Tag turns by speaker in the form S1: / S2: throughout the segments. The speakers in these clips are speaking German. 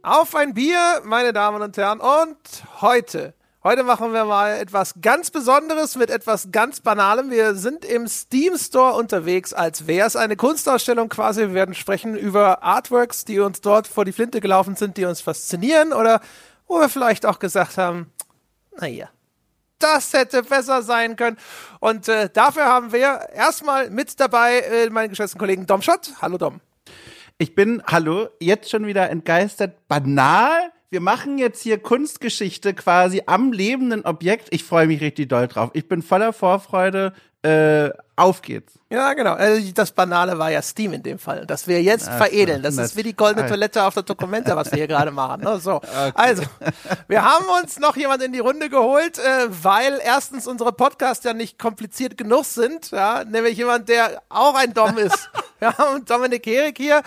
S1: Auf ein Bier, meine Damen und Herren. Und heute machen wir mal etwas ganz Besonderes mit etwas ganz Banalem. Wir sind im Steam Store unterwegs, als wäre es eine Kunstausstellung quasi. Wir werden sprechen über Artworks, die uns dort vor die Flinte gelaufen sind, die uns faszinieren oder wo wir vielleicht auch gesagt haben, naja, das hätte besser sein können. Und dafür haben wir erstmal mit dabei meinen geschätzten Kollegen Dom Schott. Hallo Dom.
S2: Ich bin, jetzt schon wieder entgeistert. Banal. Wir machen jetzt hier Kunstgeschichte quasi am lebenden Objekt. Ich freue mich richtig doll drauf. Ich bin voller Vorfreude. Auf geht's.
S1: Ja, genau. Das Banale war ja Steam in dem Fall. Das wir jetzt veredeln. Das ist wie die goldene Toilette auf der Documenta, was wir hier gerade machen. Ne? So. Okay. Also, wir haben uns noch jemand in die Runde geholt, weil erstens unsere Podcasts ja nicht kompliziert genug sind. Ja? Nämlich jemand, der auch ein Dom ist. Wir haben Dominik Herig hier.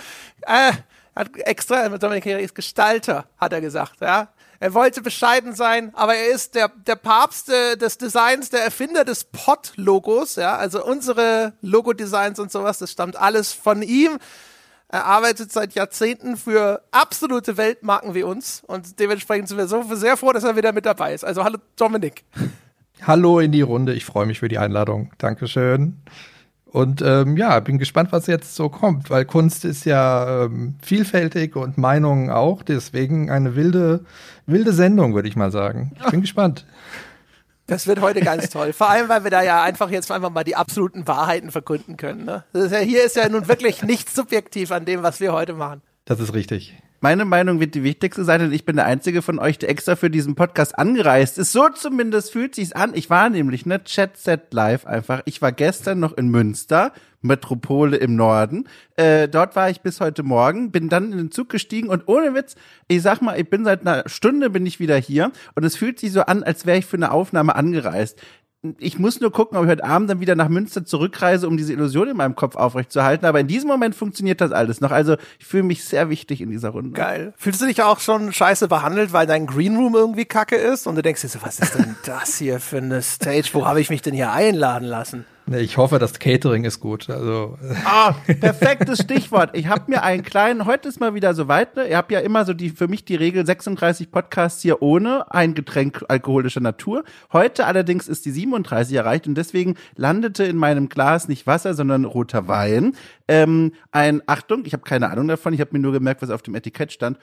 S1: Dominik Herig ist Gestalter, hat er gesagt. Ja? Er wollte bescheiden sein, aber er ist der Papst des Designs, der Erfinder des Pod-Logos, ja, also unsere Logo-Designs und sowas, das stammt alles von ihm. Er arbeitet seit Jahrzehnten für absolute Weltmarken wie uns und dementsprechend sind wir so sehr froh, dass er wieder mit dabei ist. Also hallo Dominik.
S3: Hallo in die Runde, ich freue mich für die Einladung. Dankeschön. Und bin gespannt, was jetzt so kommt, weil Kunst ist ja vielfältig und Meinungen auch. Deswegen eine wilde Sendung, würde ich mal sagen. Ich bin gespannt.
S1: Das wird heute ganz toll. Vor allem, weil wir da ja einfach mal die absoluten Wahrheiten verkünden können. Ne? Hier ist ja nun wirklich nichts subjektiv an dem, was wir heute machen.
S3: Das ist richtig.
S2: Meine Meinung wird die wichtigste sein und ich bin der Einzige von euch, der extra für diesen Podcast angereist ist. So zumindest fühlt sich's an. Ich war nämlich, Chat Set Live einfach. Ich war gestern noch in Münster, Metropole im Norden. Dort war ich bis heute Morgen, bin dann in den Zug gestiegen und ohne Witz, ich sag mal, ich bin seit einer Stunde wieder hier und es fühlt sich so an, als wäre ich für eine Aufnahme angereist. Ich muss nur gucken, ob ich heute Abend dann wieder nach Münster zurückreise, um diese Illusion in meinem Kopf aufrechtzuerhalten. Aber in diesem Moment funktioniert das alles noch. Also ich fühle mich sehr wichtig in dieser Runde.
S1: Geil. Fühlst du dich auch schon scheiße behandelt, weil dein Greenroom irgendwie kacke ist? Und du denkst dir so, was ist denn das hier für eine Stage? Wo habe ich mich denn hier einladen lassen?
S3: Ich hoffe, das Catering ist gut. Also.
S2: Perfektes Stichwort. Ich habe mir einen kleinen, heute ist mal wieder soweit, Ihr habt ja immer so für mich die Regel 36 Podcasts hier ohne ein Getränk alkoholischer Natur. Heute allerdings ist die 37 erreicht und deswegen landete in meinem Glas nicht Wasser, sondern roter Wein. Achtung, ich habe keine Ahnung davon, ich habe mir nur gemerkt, was auf dem Etikett stand.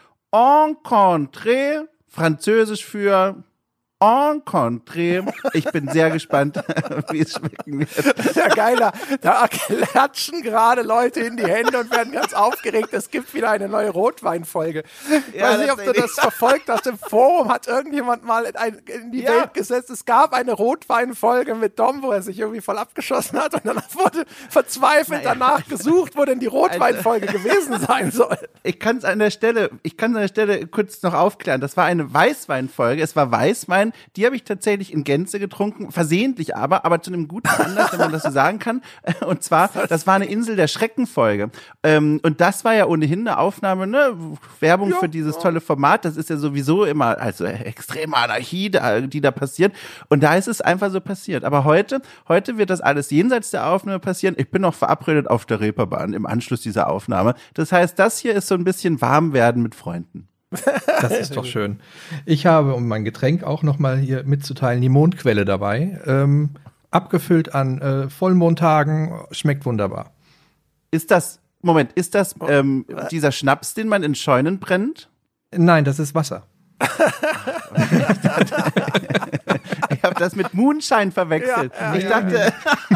S2: Encontré, französisch für Encontré. Ich bin sehr gespannt, wie es schmecken wird.
S1: Das ist ja geiler. Da klatschen gerade Leute in die Hände und werden ganz aufgeregt. Es gibt wieder eine neue Rotweinfolge. Ich weiß nicht, ob du das verfolgt hast. Im Forum hat irgendjemand mal in die Welt gesetzt. Es gab eine Rotweinfolge mit Dom, wo er sich irgendwie voll abgeschossen hat und dann wurde verzweifelt danach gesucht, wo denn die Rotweinfolge gewesen sein soll.
S2: Ich kann es an der Stelle kurz noch aufklären. Das war eine Weißweinfolge. Es war Weißwein. Die habe ich tatsächlich in Gänze getrunken, versehentlich aber zu einem guten Anlass, wenn man das so sagen kann. Und zwar, das war eine Insel der Schrecken-Folge. Und das war ja ohnehin eine Aufnahme, Werbung für dieses tolle Format. Das ist ja sowieso immer, also extreme Anarchie, die da passiert. Und da ist es einfach so passiert. Aber heute wird das alles jenseits der Aufnahme passieren. Ich bin noch verabredet auf der Reeperbahn im Anschluss dieser Aufnahme. Das heißt, das hier ist so ein bisschen warm werden mit Freunden.
S3: Das ist doch schön. Ich habe, um mein Getränk auch noch mal hier mitzuteilen, die Mondquelle dabei. Abgefüllt an Vollmondtagen, schmeckt wunderbar.
S2: Ist das dieser Schnaps, den man in Scheunen brennt?
S3: Nein, das ist Wasser.
S2: Ich habe das mit Moonshine verwechselt. Ich dachte...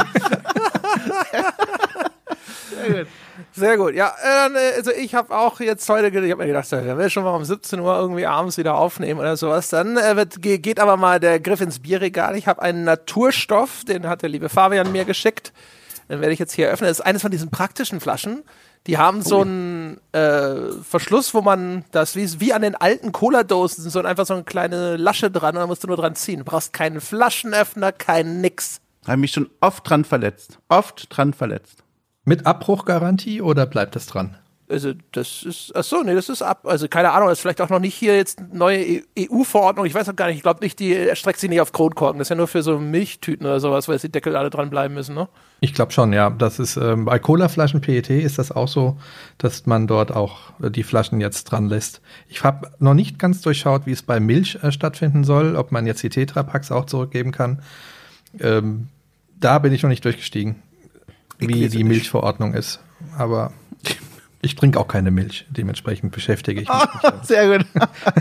S1: Sehr gut. Sehr gut. Ja, also ich habe auch jetzt heute, ich habe mir gedacht, wenn wir schon mal um 17 Uhr irgendwie abends wieder aufnehmen oder sowas, dann geht aber mal der Griff ins Bierregal. Ich habe einen Naturstoff, den hat der liebe Fabian mir geschickt. Den werde ich jetzt hier öffnen. Das ist eines von diesen praktischen Flaschen. Die haben so einen Verschluss, wo man das wie an den alten Cola-Dosen so einfach so eine kleine Lasche dran und dann musst du nur dran ziehen. Du brauchst keinen Flaschenöffner, kein nix.
S2: Habe mich schon oft dran verletzt.
S3: Mit Abbruchgarantie oder bleibt das dran?
S1: Also das ist, das ist ab, also keine Ahnung, das ist vielleicht auch noch nicht hier jetzt eine neue EU-Verordnung, ich weiß auch gar nicht, ich glaube nicht, die erstreckt sich nicht auf Kronkorken, das ist ja nur für so Milchtüten oder sowas, weil jetzt die Deckel alle dran bleiben müssen, ne?
S3: Ich glaube schon, ja. Das ist bei Colaflaschen PET ist das auch so, dass man dort auch die Flaschen jetzt dran lässt. Ich habe noch nicht ganz durchschaut, wie es bei Milch stattfinden soll, ob man jetzt die Tetrapacks auch zurückgeben kann. Da bin ich noch nicht durchgestiegen, wie die Milchverordnung ist. Aber ich trinke auch keine Milch, dementsprechend beschäftige ich mich nicht damit.
S2: Sehr gut.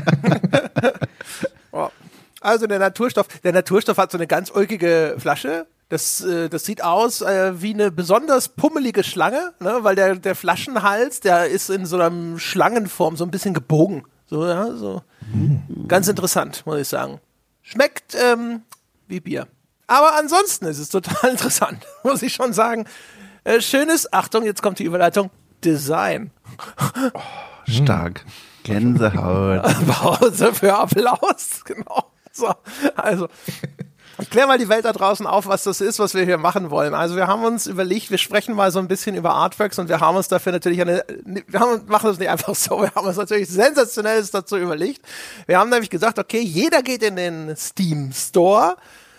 S1: Also der Naturstoff hat so eine ganz ulkige Flasche. Das sieht aus wie eine besonders pummelige Schlange, ne? Weil der Flaschenhals, der ist in so einer Schlangenform, so ein bisschen gebogen. So, ja, so. Ganz interessant, muss ich sagen. Schmeckt wie Bier. Aber ansonsten ist es total interessant, muss ich schon sagen. Schönes, Achtung, jetzt kommt die Überleitung, Design.
S2: Stark. Gänsehaut.
S1: Pause für Applaus, genau. So, also, ich kläre mal die Welt da draußen auf, was das ist, was wir hier machen wollen. Also wir haben uns überlegt, wir sprechen mal so ein bisschen über Artworks und wir haben uns dafür natürlich machen das nicht einfach so, wir haben uns natürlich Sensationelles dazu überlegt. Wir haben nämlich gesagt, okay, jeder geht in den Steam Store,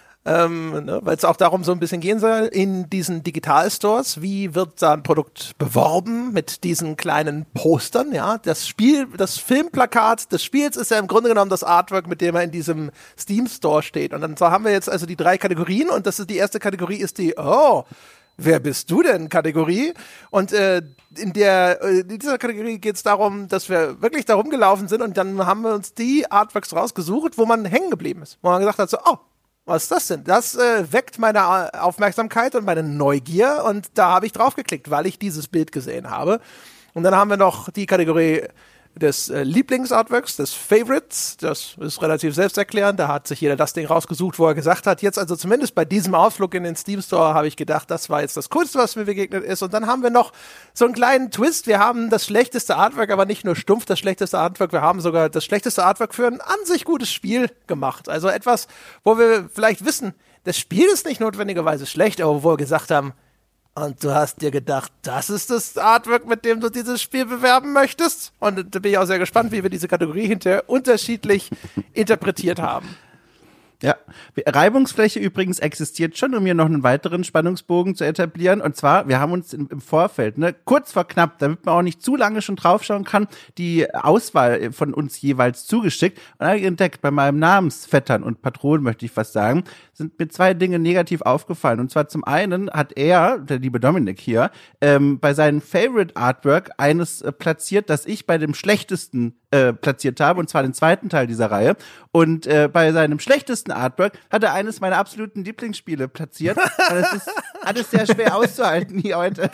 S1: weil es auch darum so ein bisschen gehen soll, in diesen Digitalstores, wie wird da ein Produkt beworben mit diesen kleinen Postern, ja, das Filmplakat des Spiels ist ja im Grunde genommen das Artwork, mit dem er in diesem Steam Store steht und dann haben wir jetzt also die 3 Kategorien und das ist die erste Kategorie ist die, wer bist du denn? Kategorie. Und in dieser Kategorie geht es darum, dass wir wirklich da rumgelaufen sind und dann haben wir uns die Artworks rausgesucht, wo man hängen geblieben ist. Wo man gesagt hat, so, was ist das denn? Das weckt meine Aufmerksamkeit und meine Neugier und da habe ich draufgeklickt, weil ich dieses Bild gesehen habe. Und dann haben wir noch die Kategorie des Lieblingsartworks, des Favorites. Das ist relativ selbsterklärend. Da hat sich jeder das Ding rausgesucht, wo er gesagt hat, jetzt also zumindest bei diesem Ausflug in den Steam Store habe ich gedacht, das war jetzt das Coolste, was mir begegnet ist. Und dann haben wir noch so einen kleinen Twist. Wir haben das schlechteste Artwork, aber nicht nur stumpf das schlechteste Artwork. Wir haben sogar das schlechteste Artwork für ein an sich gutes Spiel gemacht. Also etwas, wo wir vielleicht wissen, das Spiel ist nicht notwendigerweise schlecht, aber wo wir gesagt haben, und du hast dir gedacht, das ist das Artwork, mit dem du dieses Spiel bewerben möchtest? Und da bin ich auch sehr gespannt, wie wir diese Kategorie hinterher unterschiedlich interpretiert haben.
S2: Ja, Reibungsfläche übrigens existiert schon, um hier noch einen weiteren Spannungsbogen zu etablieren. Und zwar, wir haben uns im Vorfeld, kurz vor knapp, damit man auch nicht zu lange schon draufschauen kann, die Auswahl von uns jeweils zugeschickt. Und dann habe ich entdeckt, bei meinem Namensvettern und Patron, möchte ich fast sagen, sind mir 2 Dinge negativ aufgefallen. Und zwar zum einen hat er, der liebe Dominik hier, bei seinem Favorite Artwork eines platziert, das ich bei dem schlechtesten platziert habe, und zwar den 2. Teil dieser Reihe. Und bei seinem schlechtesten Artwork hat er eines meiner absoluten Lieblingsspiele platziert. Und es ist alles sehr schwer auszuhalten hier heute.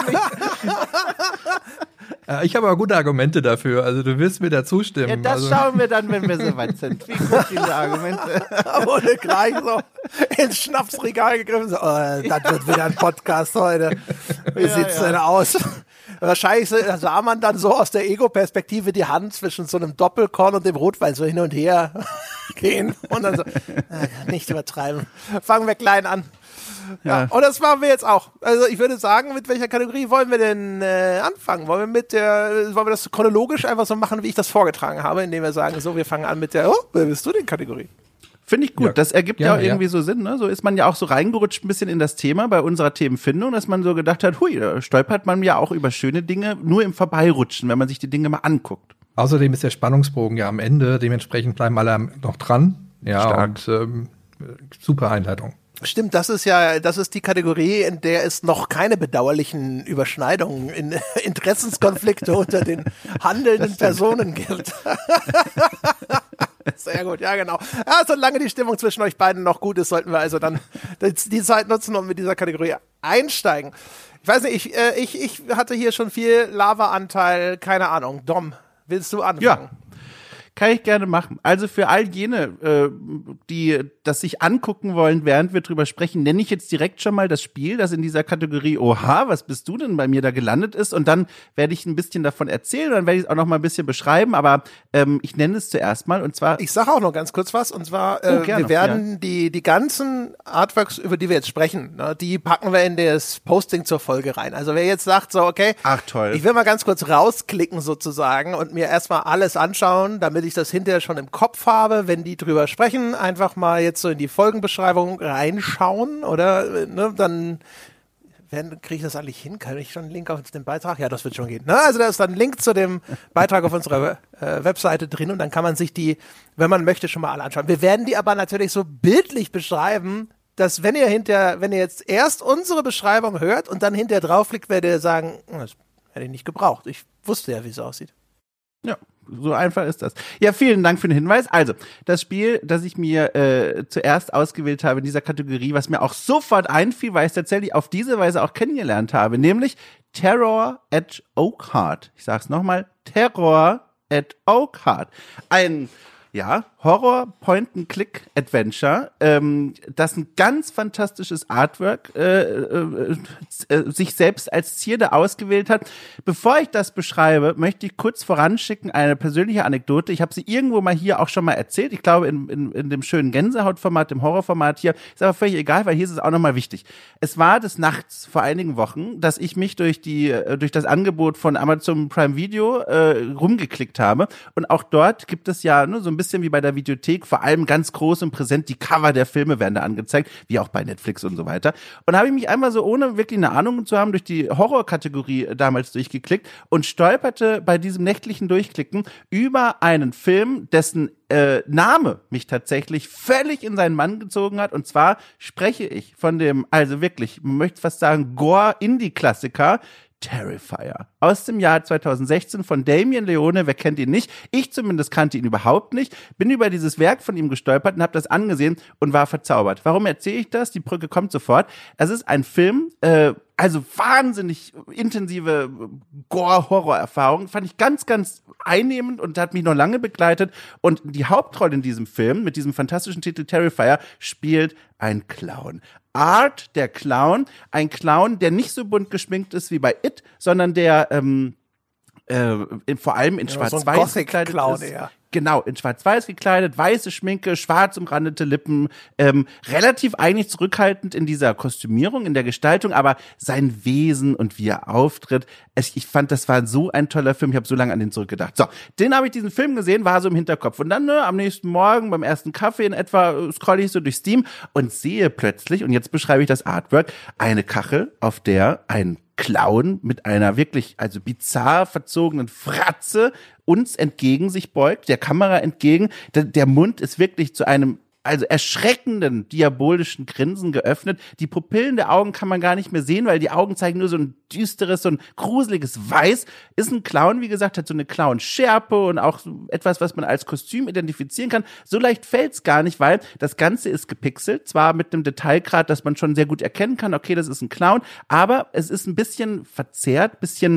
S3: Ich habe aber gute Argumente dafür, also du wirst mir da zustimmen.
S2: Ja, das schauen wir dann, wenn wir soweit sind. Wie gut diese Argumente.
S1: Ohne gleich so ins Schnapsregal gegriffen. So, das wird wieder ein Podcast heute. Wie sieht's denn aus? Wahrscheinlich sah man dann so aus der Ego-Perspektive die Hand zwischen so einem Doppelkorn und dem Rotwein so hin und her gehen. Und dann so, nicht übertreiben. Fangen wir klein an. Ja, und das machen wir jetzt auch. Also ich würde sagen, mit welcher Kategorie wollen wir denn anfangen? Wollen wir das chronologisch einfach so machen, wie ich das vorgetragen habe, indem wir sagen, so, wir fangen an mit der, wer bist du denn Kategorie?
S2: Finde ich gut. Ja. Das ergibt ja auch irgendwie so Sinn, ne? So ist man ja auch so reingerutscht ein bisschen in das Thema bei unserer Themenfindung, dass man so gedacht hat, hui, da stolpert man ja auch über schöne Dinge nur im Vorbeirutschen, wenn man sich die Dinge mal anguckt.
S3: Außerdem ist der Spannungsbogen ja am Ende, dementsprechend bleiben alle noch dran. Ja, stark. Und super Einleitung.
S1: Stimmt, das ist die Kategorie, in der es noch keine bedauerlichen Überschneidungen in Interessenskonflikte unter den handelnden Personen gibt. Sehr gut, ja genau. Ja, solange die Stimmung zwischen euch beiden noch gut ist, sollten wir also dann die Zeit nutzen und mit dieser Kategorie einsteigen. Ich weiß nicht, ich hatte hier schon viel Lava-Anteil, keine Ahnung. Dom, willst du anfangen?
S2: Ja. Kann ich gerne machen. Also für all jene, die das sich angucken wollen, während wir drüber sprechen, nenne ich jetzt direkt schon mal das Spiel, das in dieser Kategorie Oha, was bist du denn bei mir da gelandet ist. Und dann werde ich ein bisschen davon erzählen und dann werde ich es auch noch mal ein bisschen beschreiben. Aber ich nenne es zuerst mal und zwar.
S1: Ich sage auch noch ganz kurz was und zwar,
S2: gerne,
S1: wir werden die ganzen Artworks, über die wir jetzt sprechen, ne, die packen wir in das Posting zur Folge rein. Also wer jetzt sagt so, okay,
S2: Ach toll.
S1: ich will mal ganz kurz rausklicken sozusagen und mir erstmal alles anschauen, damit ich das hinterher schon im Kopf habe, wenn die drüber sprechen, einfach mal jetzt so in die Folgenbeschreibung reinschauen oder ne, dann kriege ich das eigentlich hin? Kann ich schon einen Link auf den Beitrag? Ja, das wird schon gehen. Ne? Also da ist dann ein Link zu dem Beitrag auf unserer Webseite drin und dann kann man sich die, wenn man möchte, schon mal alle anschauen. Wir werden die aber natürlich so bildlich beschreiben, dass wenn ihr jetzt erst unsere Beschreibung hört und dann hinterher draufklickt, werdet ihr sagen, das hätte ich nicht gebraucht. Ich wusste ja, wie es aussieht.
S2: Ja, so einfach ist das. Ja, vielen Dank für den Hinweis. Also, das Spiel, das ich mir zuerst ausgewählt habe in dieser Kategorie, was mir auch sofort einfiel, weil ich es tatsächlich auf diese Weise auch kennengelernt habe, nämlich Terror at Oakhart. Ich sag's nochmal, Terror at Oakhart. Ein Horror-Point-and-Click-Adventure, das ein ganz fantastisches Artwork sich selbst als Zierde ausgewählt hat. Bevor ich das beschreibe, möchte ich kurz voranschicken eine persönliche Anekdote. Ich habe sie irgendwo mal hier auch schon mal erzählt. Ich glaube, in dem schönen Gänsehautformat, dem Horrorformat hier. Ist aber völlig egal, weil hier ist es auch nochmal wichtig. Es war des Nachts vor einigen Wochen, dass ich mich durch das Angebot von Amazon Prime Video rumgeklickt habe. Und auch dort gibt es ja so ein bisschen wie bei der Videothek, vor allem ganz groß und präsent, die Cover der Filme werden da angezeigt, wie auch bei Netflix und so weiter. Und da habe ich mich einmal so, ohne wirklich eine Ahnung zu haben, durch die Horrorkategorie damals durchgeklickt und stolperte bei diesem nächtlichen Durchklicken über einen Film, dessen Name mich tatsächlich völlig in seinen Bann gezogen hat. Und zwar spreche ich von dem, also wirklich, man möchte fast sagen, Gore-Indie-Klassiker Terrifier aus dem Jahr 2016 von Damien Leone. Wer kennt ihn nicht? Ich zumindest kannte ihn überhaupt nicht. Bin über dieses Werk von ihm gestolpert und habe das angesehen und war verzaubert. Warum erzähle ich das? Die Brücke kommt sofort. Es ist ein Film, also wahnsinnig intensive Gore-Horror-Erfahrung. Fand ich ganz, ganz einnehmend und hat mich noch lange begleitet. Und die Hauptrolle in diesem Film, mit diesem fantastischen Titel Terrifier, spielt ein Clown. Art, der Clown, ein Clown, der nicht so bunt geschminkt ist wie bei It, sondern der vor allem in Schwarz-Weiß gekleidet ist. Eher. Genau, in Schwarz-Weiß gekleidet, weiße Schminke, schwarz umrandete Lippen, relativ eigentlich zurückhaltend in dieser Kostümierung, in der Gestaltung, aber sein Wesen und wie er auftritt, ich fand, das war so ein toller Film, ich habe so lange an den zurückgedacht. So, diesen Film gesehen, war so im Hinterkopf und dann am nächsten Morgen beim ersten Kaffee in etwa scrolle ich so durch Steam und sehe plötzlich, und jetzt beschreibe ich das Artwork, eine Kachel, auf der ein Clown mit einer wirklich, also bizarr verzogenen Fratze uns entgegen sich beugt, der Kamera entgegen. Der Mund ist wirklich zu einem erschreckenden, diabolischen Grinsen geöffnet. Die Pupillen der Augen kann man gar nicht mehr sehen, weil die Augen zeigen nur so ein düsteres, so ein gruseliges Weiß. Ist ein Clown, wie gesagt, hat so eine Clown-Schärpe und auch etwas, was man als Kostüm identifizieren kann. So leicht fällt's gar nicht, weil das Ganze ist gepixelt, zwar mit einem Detailgrad, dass man schon sehr gut erkennen kann, okay, das ist ein Clown, aber es ist ein bisschen verzerrt, bisschen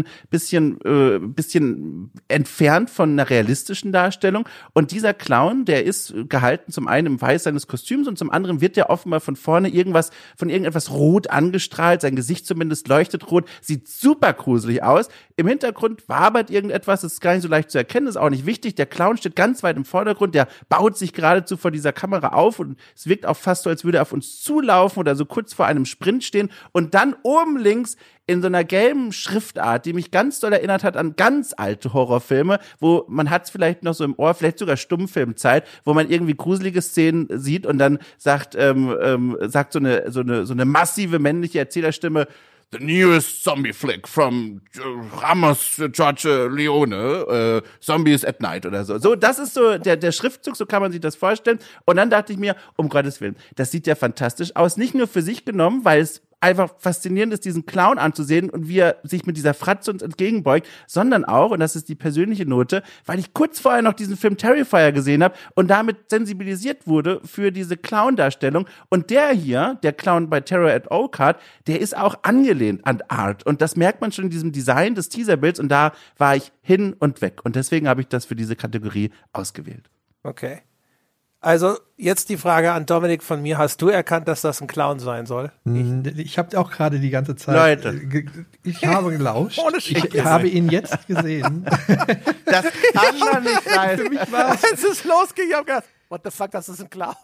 S2: entfernt von einer realistischen Darstellung. Und dieser Clown, der ist gehalten zum einen im Weiß seines Kostüms und zum anderen wird der offenbar von vorne von irgendetwas rot angestrahlt, sein Gesicht zumindest leuchtet rot, sieht super gruselig aus. Im Hintergrund wabert irgendetwas, das ist gar nicht so leicht zu erkennen, ist auch nicht wichtig. Der Clown steht ganz weit im Vordergrund, der baut sich geradezu vor dieser Kamera auf und es wirkt auch fast so, als würde er auf uns zulaufen oder so kurz vor einem Sprint stehen und dann oben links in so einer gelben Schriftart, die mich ganz doll erinnert hat an ganz alte Horrorfilme, wo man hat es vielleicht noch so im Ohr, vielleicht sogar Stummfilmzeit, wo man irgendwie gruselige Szenen sieht und dann sagt so eine massive männliche Erzählerstimme, The newest zombie flick from Ramos George Leone, Zombies at Night oder so. So, das ist so der Schriftzug, so kann man sich das vorstellen. Und dann dachte ich mir, um Gottes Willen, das sieht ja fantastisch aus. Nicht nur für sich genommen, weil es einfach faszinierend ist, diesen Clown anzusehen und wie er sich mit dieser Fratze uns entgegenbeugt, sondern auch, und das ist die persönliche Note, weil ich kurz vorher noch diesen Film Terrifier gesehen habe und damit sensibilisiert wurde für diese Clown-Darstellung. Und der hier, der Clown bei Terror at Oakheart, der ist auch angelehnt an Art. Und das merkt man schon in diesem Design des Teaserbilds und da war ich hin und weg. Und deswegen habe ich das für diese Kategorie ausgewählt.
S1: Okay. Also jetzt die Frage an Dominik von mir. Hast du erkannt, dass das ein Clown sein soll?
S3: Ich habe auch gerade die ganze Zeit.
S2: Leute.
S3: Ich habe gelauscht.
S1: Ohne
S3: Ich
S1: Scheiße.
S3: habe ihn jetzt gesehen.
S2: Das kann doch nicht sein.
S3: Für mich war
S1: Als es losging, ich hab gedacht, what the fuck, das ist ein Clown?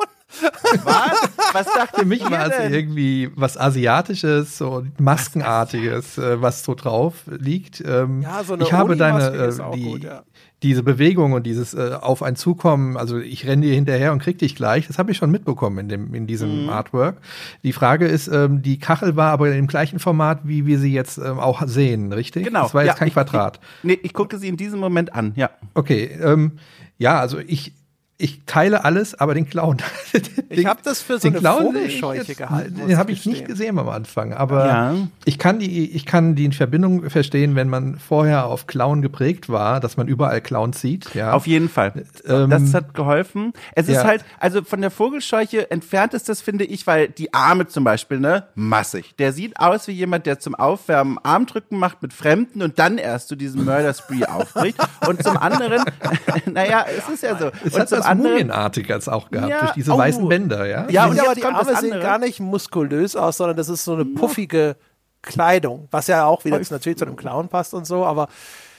S2: Was dachte
S3: Für mich war es
S2: denn?
S3: irgendwie was Asiatisches, so Maskenartiges, was so drauf liegt.
S1: Ja, so eine
S3: ich habe
S1: Oni-Maske ist auch gut, ja.
S3: diese Bewegung und dieses auf ein Zukommen, also ich renne dir hinterher und krieg dich gleich, das habe ich schon mitbekommen in diesem Artwork. Die Frage ist, die Kachel war aber im gleichen Format, wie wir sie jetzt auch sehen, richtig?
S2: Genau.
S3: Das war jetzt kein Quadrat.
S2: Ich gucke sie in diesem Moment an, ja.
S3: Okay, ja, also ich teile alles, aber den Clown.
S1: Ich habe das für so
S3: den
S1: eine
S3: Clown
S1: Vogelscheuche gehalten. muss
S3: Den habe ich
S1: gestehen.
S3: nicht gesehen am Anfang, aber
S2: Ja.
S3: ich kann die Verbindung verstehen, wenn man vorher auf Clown geprägt war, dass man überall Clowns sieht. Ja.
S2: Auf jeden Fall. Das hat geholfen. Es ist
S3: ja.
S2: halt, also von der Vogelscheuche entfernt ist das, finde ich, weil die Arme zum Beispiel, ne, massig. Der sieht aus wie jemand, der zum Aufwärmen Armdrücken macht mit Fremden und dann erst zu diesem Murder-Spree aufbricht. Und zum anderen, naja, es ist ja so.
S3: Es
S2: und
S3: hat
S2: zum
S3: was
S2: anderen,
S3: Mumienartiges auch gehabt,
S2: Ja,
S3: durch diese
S2: oh.
S3: weißen Bänder, ja?
S2: Ja,
S1: Ja,
S2: und
S1: aber
S2: jetzt
S1: die
S2: kommt
S1: Arme
S2: das
S1: sehen
S2: andere.
S1: gar nicht muskulös aus, sondern das ist so eine puffige Kleidung, was ja auch wieder natürlich zu einem Clown passt und so, aber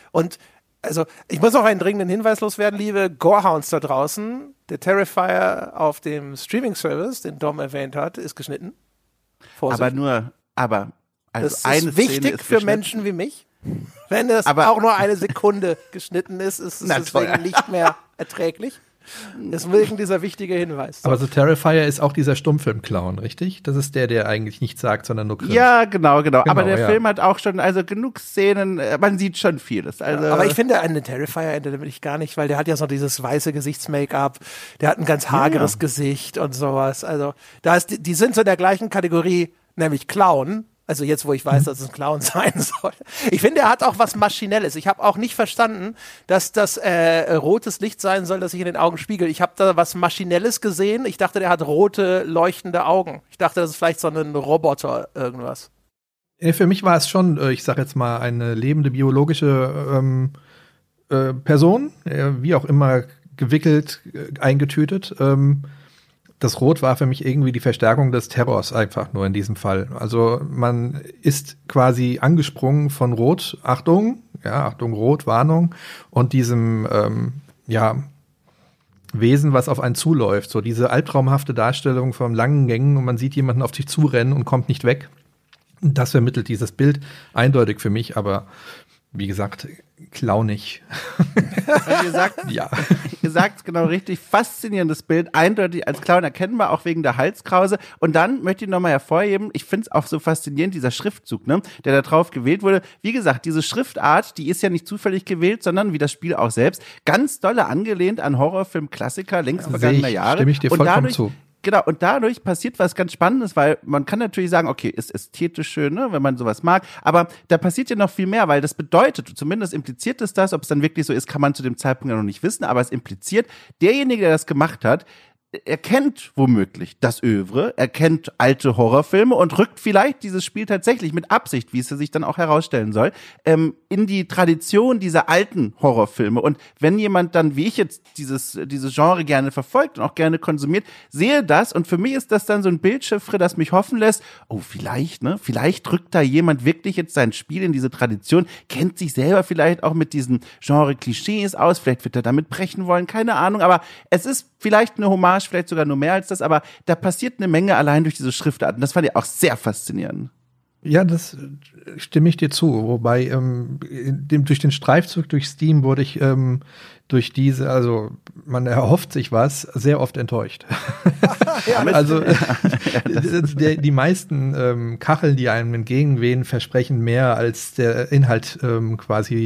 S1: also ich muss noch einen dringenden Hinweis loswerden, liebe Gorehounds da draußen, der Terrifier auf dem Streaming-Service, den Dom erwähnt hat, ist geschnitten. Vorsicht.
S2: aber also
S1: das
S2: eine
S1: ist wichtig
S2: Szene ist
S1: für
S2: geschnitten.
S1: Menschen wie mich. Wenn es
S2: Aber-
S1: auch nur eine Sekunde geschnitten ist, ist es
S2: Na
S1: deswegen
S2: toll.
S1: nicht mehr erträglich. Deswegen dieser wichtige Hinweis. So.
S3: Aber so Terrifier ist auch dieser Stummfilm-Clown, richtig? Das ist der eigentlich nichts sagt, sondern nur grinst.
S2: Ja, genau. Aber der
S3: ja.
S2: Film hat auch schon, also genug Szenen, man sieht schon vieles. Also,
S1: Aber ich finde, einen Terrifier erinnert mich gar nicht, weil der hat ja so dieses weiße Gesichtsmake-up, der hat ein ganz hageres Gesicht und sowas. Also, die sind so in der gleichen Kategorie, nämlich Clown. Also jetzt, wo ich weiß, dass es ein Clown sein soll. Ich finde, er hat auch was Maschinelles. Ich habe auch nicht verstanden, dass das rotes Licht sein soll, das sich in den Augen spiegelt. Ich habe da was Maschinelles gesehen. Ich dachte, der hat rote, leuchtende Augen. Ich dachte, das ist vielleicht so ein Roboter, irgendwas.
S3: Für mich war es schon, ich sag jetzt mal, eine lebende biologische Person, wie auch immer gewickelt, eingetütet. Das Rot war für mich irgendwie die Verstärkung des Terrors einfach nur in diesem Fall. Also man ist quasi angesprungen von Rot, Achtung, Rot, Warnung, und diesem, Wesen, was auf einen zuläuft. So diese albtraumhafte Darstellung von langen Gängen und man sieht jemanden auf dich zurennen und kommt nicht weg. Das vermittelt dieses Bild eindeutig für mich, aber wie gesagt, clownig. Ja.
S2: Ihr sagt genau richtig, faszinierendes Bild, eindeutig als Clown erkennbar, auch wegen der Halskrause. Und dann möchte ich nochmal hervorheben, ich finde es auch so faszinierend, dieser Schriftzug, ne, der da drauf gewählt wurde. Wie gesagt, diese Schriftart, die ist ja nicht zufällig gewählt, sondern wie das Spiel auch selbst, ganz dolle angelehnt an Horrorfilm-Klassiker längst vergangener Jahre.
S3: Stimme ich dir
S2: Und
S3: vollkommen
S2: dadurch,
S3: zu.
S2: Genau, und dadurch passiert was ganz Spannendes, weil man kann natürlich sagen, okay, ist ästhetisch schön, ne, wenn man sowas mag, aber da passiert ja noch viel mehr, weil das bedeutet, zumindest impliziert es das, ob es dann wirklich so ist, kann man zu dem Zeitpunkt ja noch nicht wissen, aber es impliziert, derjenige, der das gemacht hat, er kennt womöglich das Övre, er kennt alte Horrorfilme und rückt vielleicht dieses Spiel tatsächlich mit Absicht, wie es sich dann auch herausstellen soll, in die Tradition dieser alten Horrorfilme. Und wenn jemand dann, wie ich jetzt, dieses Genre gerne verfolgt und auch gerne konsumiert, sehe das und für mich ist das dann so ein Bildchiffre, das mich hoffen lässt, oh, vielleicht rückt da jemand wirklich jetzt sein Spiel in diese Tradition, kennt sich selber vielleicht auch mit diesen Genre-Klischees aus, vielleicht wird er damit brechen wollen, keine Ahnung, aber es ist vielleicht eine Hommage, vielleicht sogar nur mehr als das, aber da passiert eine Menge allein durch diese Schriftarten. Das fand ich auch sehr faszinierend.
S3: Ja, das stimme ich dir zu. Wobei durch den Streifzug durch Steam wurde ich durch diese, also man erhofft sich was, sehr oft enttäuscht. Also die meisten Kacheln, die einem entgegenwehen, versprechen mehr, als der Inhalt quasi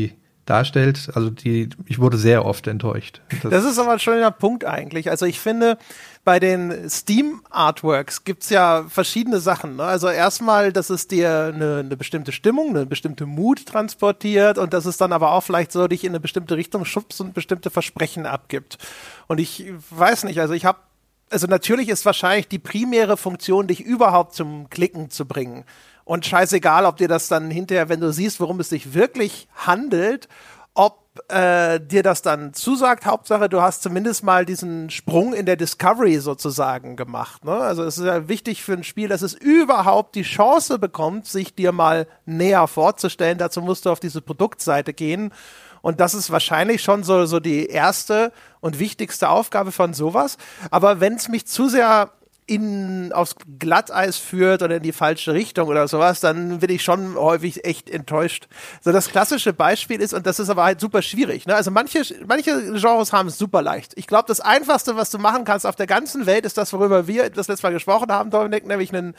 S3: darstellt. Also ich wurde sehr oft enttäuscht.
S1: Das ist aber ein schöner Punkt eigentlich. Also ich finde, bei den Steam-Artworks gibt's ja verschiedene Sachen. Ne? Also erstmal, dass es dir eine bestimmte Stimmung, eine bestimmte Mut transportiert und dass es dann aber auch vielleicht so dich in eine bestimmte Richtung schubst und bestimmte Versprechen abgibt. Und ich weiß nicht, also natürlich ist wahrscheinlich die primäre Funktion, dich überhaupt zum Klicken zu bringen. Und scheißegal, ob dir das dann hinterher, wenn du siehst, worum es sich wirklich handelt, ob dir das dann zusagt. Hauptsache, du hast zumindest mal diesen Sprung in der Discovery sozusagen gemacht. Ne? Also es ist ja wichtig für ein Spiel, dass es überhaupt die Chance bekommt, sich dir mal näher vorzustellen. Dazu musst du auf diese Produktseite gehen. Und das ist wahrscheinlich schon so die erste und wichtigste Aufgabe von sowas. Aber wenn es mich zu sehr aufs Glatteis führt oder in die falsche Richtung oder sowas, dann bin ich schon häufig echt enttäuscht. So das klassische Beispiel ist, und das ist aber halt super schwierig, ne? Also manche Genres haben es super leicht. Ich glaube, das Einfachste, was du machen kannst auf der ganzen Welt, ist das, worüber wir das letzte Mal gesprochen haben, Dominik, nämlich einen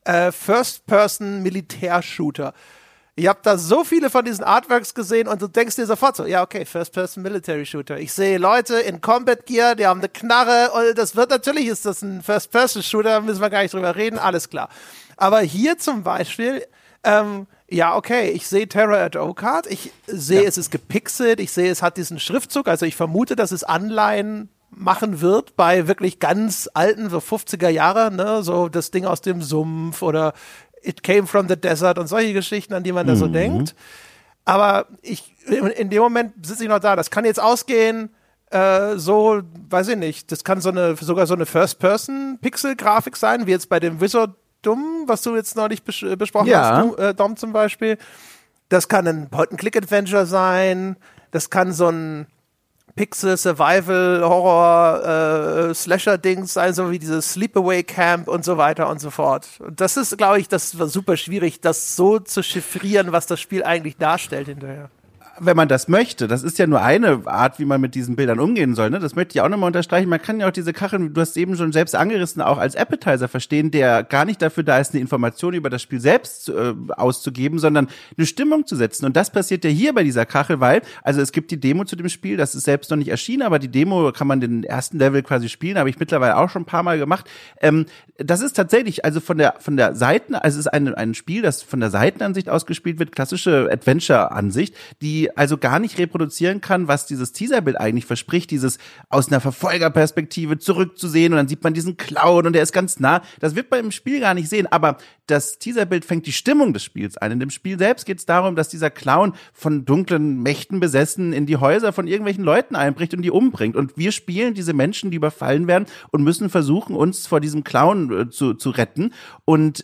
S1: First-Person-Militär-Shooter. Ich habe da so viele von diesen Artworks gesehen und du denkst dir sofort so, ja okay, First-Person-Military-Shooter. Ich sehe Leute in Combat-Gear, die haben eine Knarre und natürlich ist das ein First-Person-Shooter, müssen wir gar nicht drüber reden, alles klar. Aber hier zum Beispiel, ja okay, ich sehe Terror at Okard, ich sehe, es ist gepixelt, ich sehe, es hat diesen Schriftzug, also ich vermute, dass es Anleihen machen wird bei wirklich ganz alten, so 50er Jahre, ne, so das Ding aus dem Sumpf oder It Came from the Desert und solche Geschichten, an die man da so denkt. Aber in dem Moment sitze ich noch da. Das kann jetzt ausgehen, so, weiß ich nicht. Das kann sogar so eine First-Person-Pixel-Grafik sein, wie jetzt bei dem Wizardum, was du jetzt neulich besprochen hast, Dom zum Beispiel. Das kann ein Point-and-Click-Adventure sein. Das kann so ein Pixel, Survival, Horror, Slasher-Dings sein, so wie dieses Sleepaway Camp und so weiter und so fort. Und das ist, glaube ich, das war super schwierig, das so zu chiffrieren, was das Spiel eigentlich darstellt hinterher.
S2: Wenn man das möchte, das ist ja nur eine Art, wie man mit diesen Bildern umgehen soll, ne? Das möchte ich auch nochmal unterstreichen. Man kann ja auch diese Kacheln, du hast es eben schon selbst angerissen, auch als Appetizer verstehen, der gar nicht dafür da ist, eine Information über das Spiel selbst auszugeben, sondern eine Stimmung zu setzen. Und das passiert ja hier bei dieser Kachel, weil, also es gibt die Demo zu dem Spiel, das ist selbst noch nicht erschienen, aber die Demo kann man den ersten Level quasi spielen, habe ich mittlerweile auch schon ein paar Mal gemacht. Das ist tatsächlich, also von der Seiten, also es ist ein Spiel, das von der Seitenansicht ausgespielt wird, klassische Adventure-Ansicht, die also gar nicht reproduzieren kann, was dieses Teaserbild eigentlich verspricht, dieses aus einer Verfolgerperspektive zurückzusehen und dann sieht man diesen Clown und der ist ganz nah. Das wird man im Spiel gar nicht sehen, aber das Teaserbild fängt die Stimmung des Spiels ein. In dem Spiel selbst geht es darum, dass dieser Clown von dunklen Mächten besessen in die Häuser von irgendwelchen Leuten einbricht und die umbringt. Und wir spielen diese Menschen, die überfallen werden und müssen versuchen, uns vor diesem Clown zu retten. Und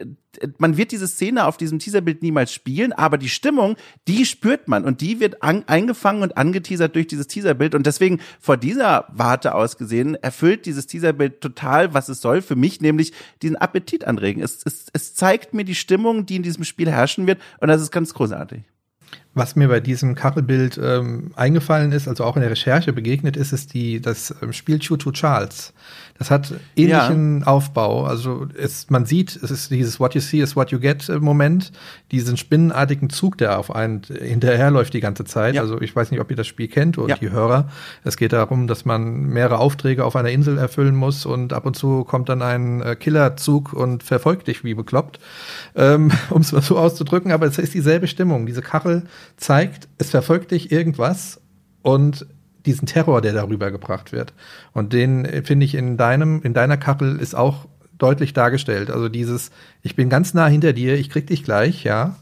S2: man wird diese Szene auf diesem Teaserbild niemals spielen, aber die Stimmung, die spürt man und die wird eingefangen und angeteasert durch dieses Teaserbild und deswegen vor dieser Warte aus gesehen erfüllt dieses Teaserbild total, was es soll für mich, nämlich diesen Appetit anregen. Es zeigt mir die Stimmung, die in diesem Spiel herrschen wird und das ist ganz großartig.
S3: Was mir bei diesem Kachelbild eingefallen ist, also auch in der Recherche begegnet ist, ist das Spiel True to Charles. Das hat ähnlichen Aufbau. Also man sieht, es ist dieses What you see is what you get Moment, diesen spinnenartigen Zug, der auf einen hinterherläuft die ganze Zeit. Ja. Also ich weiß nicht, ob ihr das Spiel kennt oder die Hörer. Es geht darum, dass man mehrere Aufträge auf einer Insel erfüllen muss und ab und zu kommt dann ein Killerzug und verfolgt dich wie bekloppt, um es mal so auszudrücken. Aber es ist dieselbe Stimmung. Diese Kachel zeigt, es verfolgt dich irgendwas und diesen Terror, der darüber gebracht wird. Und den finde ich in deiner Kachel ist auch deutlich dargestellt. Also dieses, ich bin ganz nah hinter dir, ich krieg dich gleich, ja.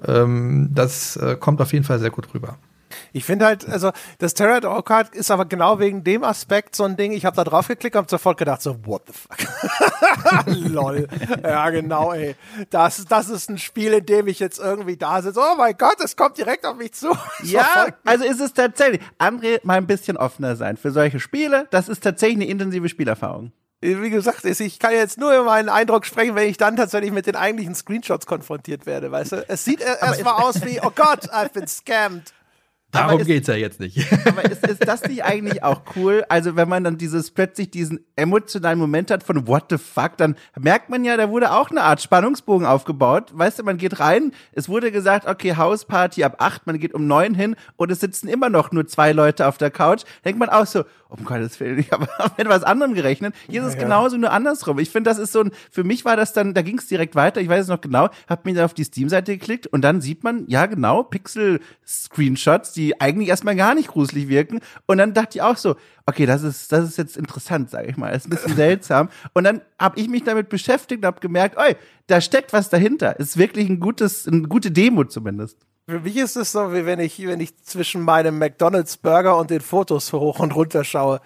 S3: Das kommt auf jeden Fall sehr gut rüber.
S1: Ich finde halt, also das Terror at Okard ist aber genau wegen dem Aspekt so ein Ding, ich habe da drauf geklickt und hab sofort gedacht so, what the fuck? Lol. Ja, genau, ey. Das ist ein Spiel, in dem ich jetzt irgendwie da sitze. Oh mein Gott, es kommt direkt auf mich zu.
S2: Ja, also ist es tatsächlich. André, mal ein bisschen offener sein für solche Spiele. Das ist tatsächlich eine intensive Spielerfahrung.
S1: Wie gesagt, ich kann jetzt nur über meinen Eindruck sprechen, wenn ich dann tatsächlich mit den eigentlichen Screenshots konfrontiert werde, weißt du? Es sieht erstmal aus wie, oh Gott, I've been scammed.
S3: Darum geht's ja jetzt nicht.
S2: Aber ist das nicht eigentlich auch cool? Also wenn man dann plötzlich diesen emotionalen Moment hat von what the fuck, dann merkt man ja, da wurde auch eine Art Spannungsbogen aufgebaut. Weißt du, man geht rein, es wurde gesagt, okay, Hausparty ab 8, man geht um 9 hin und es sitzen immer noch nur 2 Leute auf der Couch. Denkt man auch so, um Gottes Willen, ich habe mit etwas anderem gerechnet. Hier ist es genauso, nur andersrum. Ich finde, das ist so für mich war das dann, da ging es direkt weiter, ich weiß es noch genau, hab mich dann auf die Steam-Seite geklickt und dann sieht man, ja genau, Pixel-Screenshots, die eigentlich erstmal gar nicht gruselig wirken. Und dann dachte ich auch so, okay, das ist jetzt interessant, sage ich mal. Das ist ein bisschen seltsam. Und dann habe ich mich damit beschäftigt und habe gemerkt, oi, da steckt was dahinter. Ist wirklich eine gute Demo zumindest.
S1: Für mich ist es so, wie wenn ich zwischen meinem McDonald's-Burger und den Fotos hoch und runter schaue.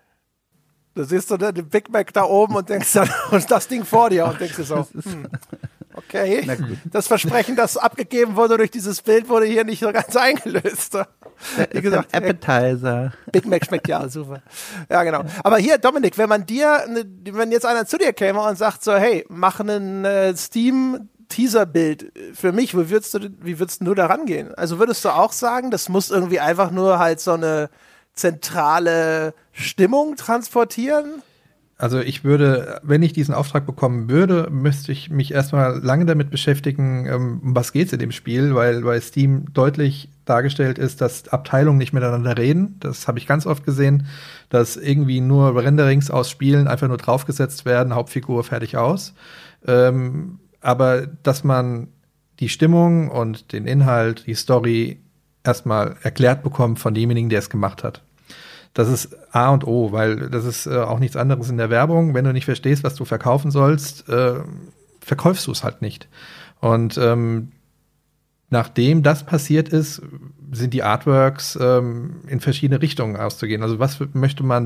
S1: Da siehst du den Big Mac da oben und denkst dann, und das Ding vor dir und denkst dir so, okay, das Versprechen, das abgegeben wurde durch dieses Bild, wurde hier nicht so ganz eingelöst. Wie gesagt,
S2: Appetizer.
S1: Big Mac schmeckt ja super. Ja, genau. Aber hier, Dominik, wenn jetzt einer zu dir käme und sagt so, hey, mach einen Steam-Teaser-Bild für mich, wie würdest du da rangehen? Also würdest du auch sagen, das muss irgendwie einfach nur halt so eine zentrale Stimmung transportieren?
S3: Also ich würde, wenn ich diesen Auftrag bekommen würde, müsste ich mich erstmal lange damit beschäftigen, um was geht's in dem Spiel, weil bei Steam deutlich dargestellt ist, dass Abteilungen nicht miteinander reden. Das habe ich ganz oft gesehen, dass irgendwie nur Renderings aus Spielen einfach nur draufgesetzt werden, Hauptfigur fertig aus. Aber dass man die Stimmung und den Inhalt, die Story erstmal erklärt bekommt von demjenigen, der es gemacht hat. Das ist A und O, weil das ist auch nichts anderes in der Werbung. Wenn du nicht verstehst, was du verkaufen sollst, verkaufst du es halt nicht. Und nachdem das passiert ist, sind die Artworks in verschiedene Richtungen auszugehen. Also was möchte man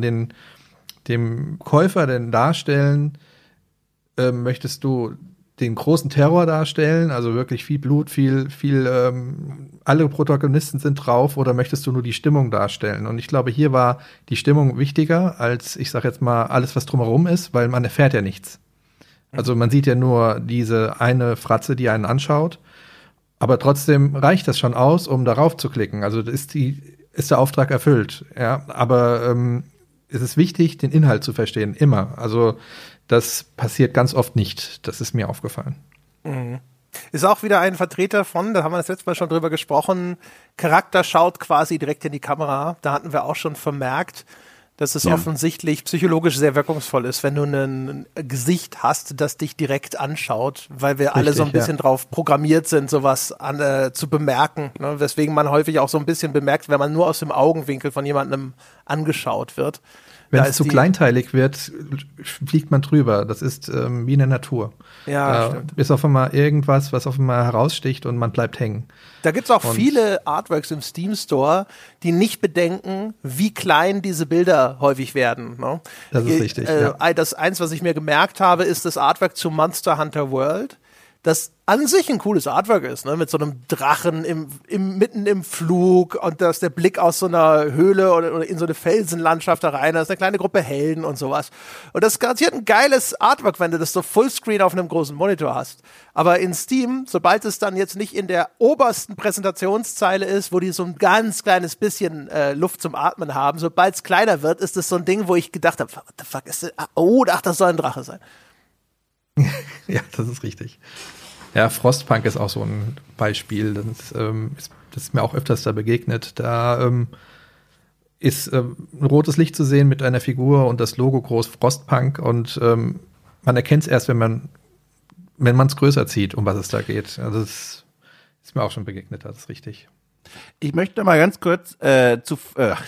S3: dem Käufer denn darstellen? Möchtest du den großen Terror darstellen, also wirklich viel Blut, viel alle Protagonisten sind drauf, oder möchtest du nur die Stimmung darstellen? Und ich glaube, hier war die Stimmung wichtiger als, ich sag jetzt mal, alles, was drumherum ist, weil man erfährt ja nichts. Also man sieht ja nur diese eine Fratze, die einen anschaut, aber trotzdem reicht das schon aus, um darauf zu klicken. Also ist der Auftrag erfüllt, ja, aber es ist wichtig, den Inhalt zu verstehen, immer. Also das passiert ganz oft nicht. Das ist mir aufgefallen.
S1: Mhm. Ist auch wieder ein Vertreter von, da haben wir das letzte Mal schon drüber gesprochen, Charakter schaut quasi direkt in die Kamera. Da hatten wir auch schon vermerkt, dass es offensichtlich psychologisch sehr wirkungsvoll ist, wenn du ein Gesicht hast, das dich direkt anschaut, weil wir alle so ein bisschen drauf programmiert sind, sowas zu bemerken. Ne? Weswegen man häufig auch so ein bisschen bemerkt, wenn man nur aus dem Augenwinkel von jemandem angeschaut wird.
S3: Wenn es zu kleinteilig wird, fliegt man drüber. Das ist wie in der Natur.
S1: Ja, stimmt.
S3: Ist auf einmal irgendwas, was auf einmal heraussticht und man bleibt hängen.
S1: Da gibt es auch viele Artworks im Steam Store, die nicht bedenken, wie klein diese Bilder häufig werden. Ne?
S3: Das ist richtig,
S1: Das eins, was ich mir gemerkt habe, ist das Artwork zu Monster Hunter World, das an sich ein cooles Artwork ist, ne? Mit so einem Drachen mitten im Flug und dass der Blick aus so einer Höhle oder in so eine Felsenlandschaft da rein, da ist eine kleine Gruppe Helden und sowas. Und das ist garantiert ein geiles Artwork, wenn du das so Fullscreen auf einem großen Monitor hast. Aber in Steam, sobald es dann jetzt nicht in der obersten Präsentationszeile ist, wo die so ein ganz kleines bisschen Luft zum Atmen haben, sobald es kleiner wird, ist das so ein Ding, wo ich gedacht habe, what the fuck ist das? Ach, das soll ein Drache sein.
S3: Ja, das ist richtig. Ja, Frostpunk ist auch so ein Beispiel. Das ist mir auch öfters da begegnet. Da ist ein rotes Licht zu sehen mit einer Figur und das Logo groß Frostpunk, und man erkennt es erst, wenn man es größer zieht, um was es da geht. Also das ist mir auch schon begegnet, das ist richtig.
S2: Ich möchte mal ganz kurz zu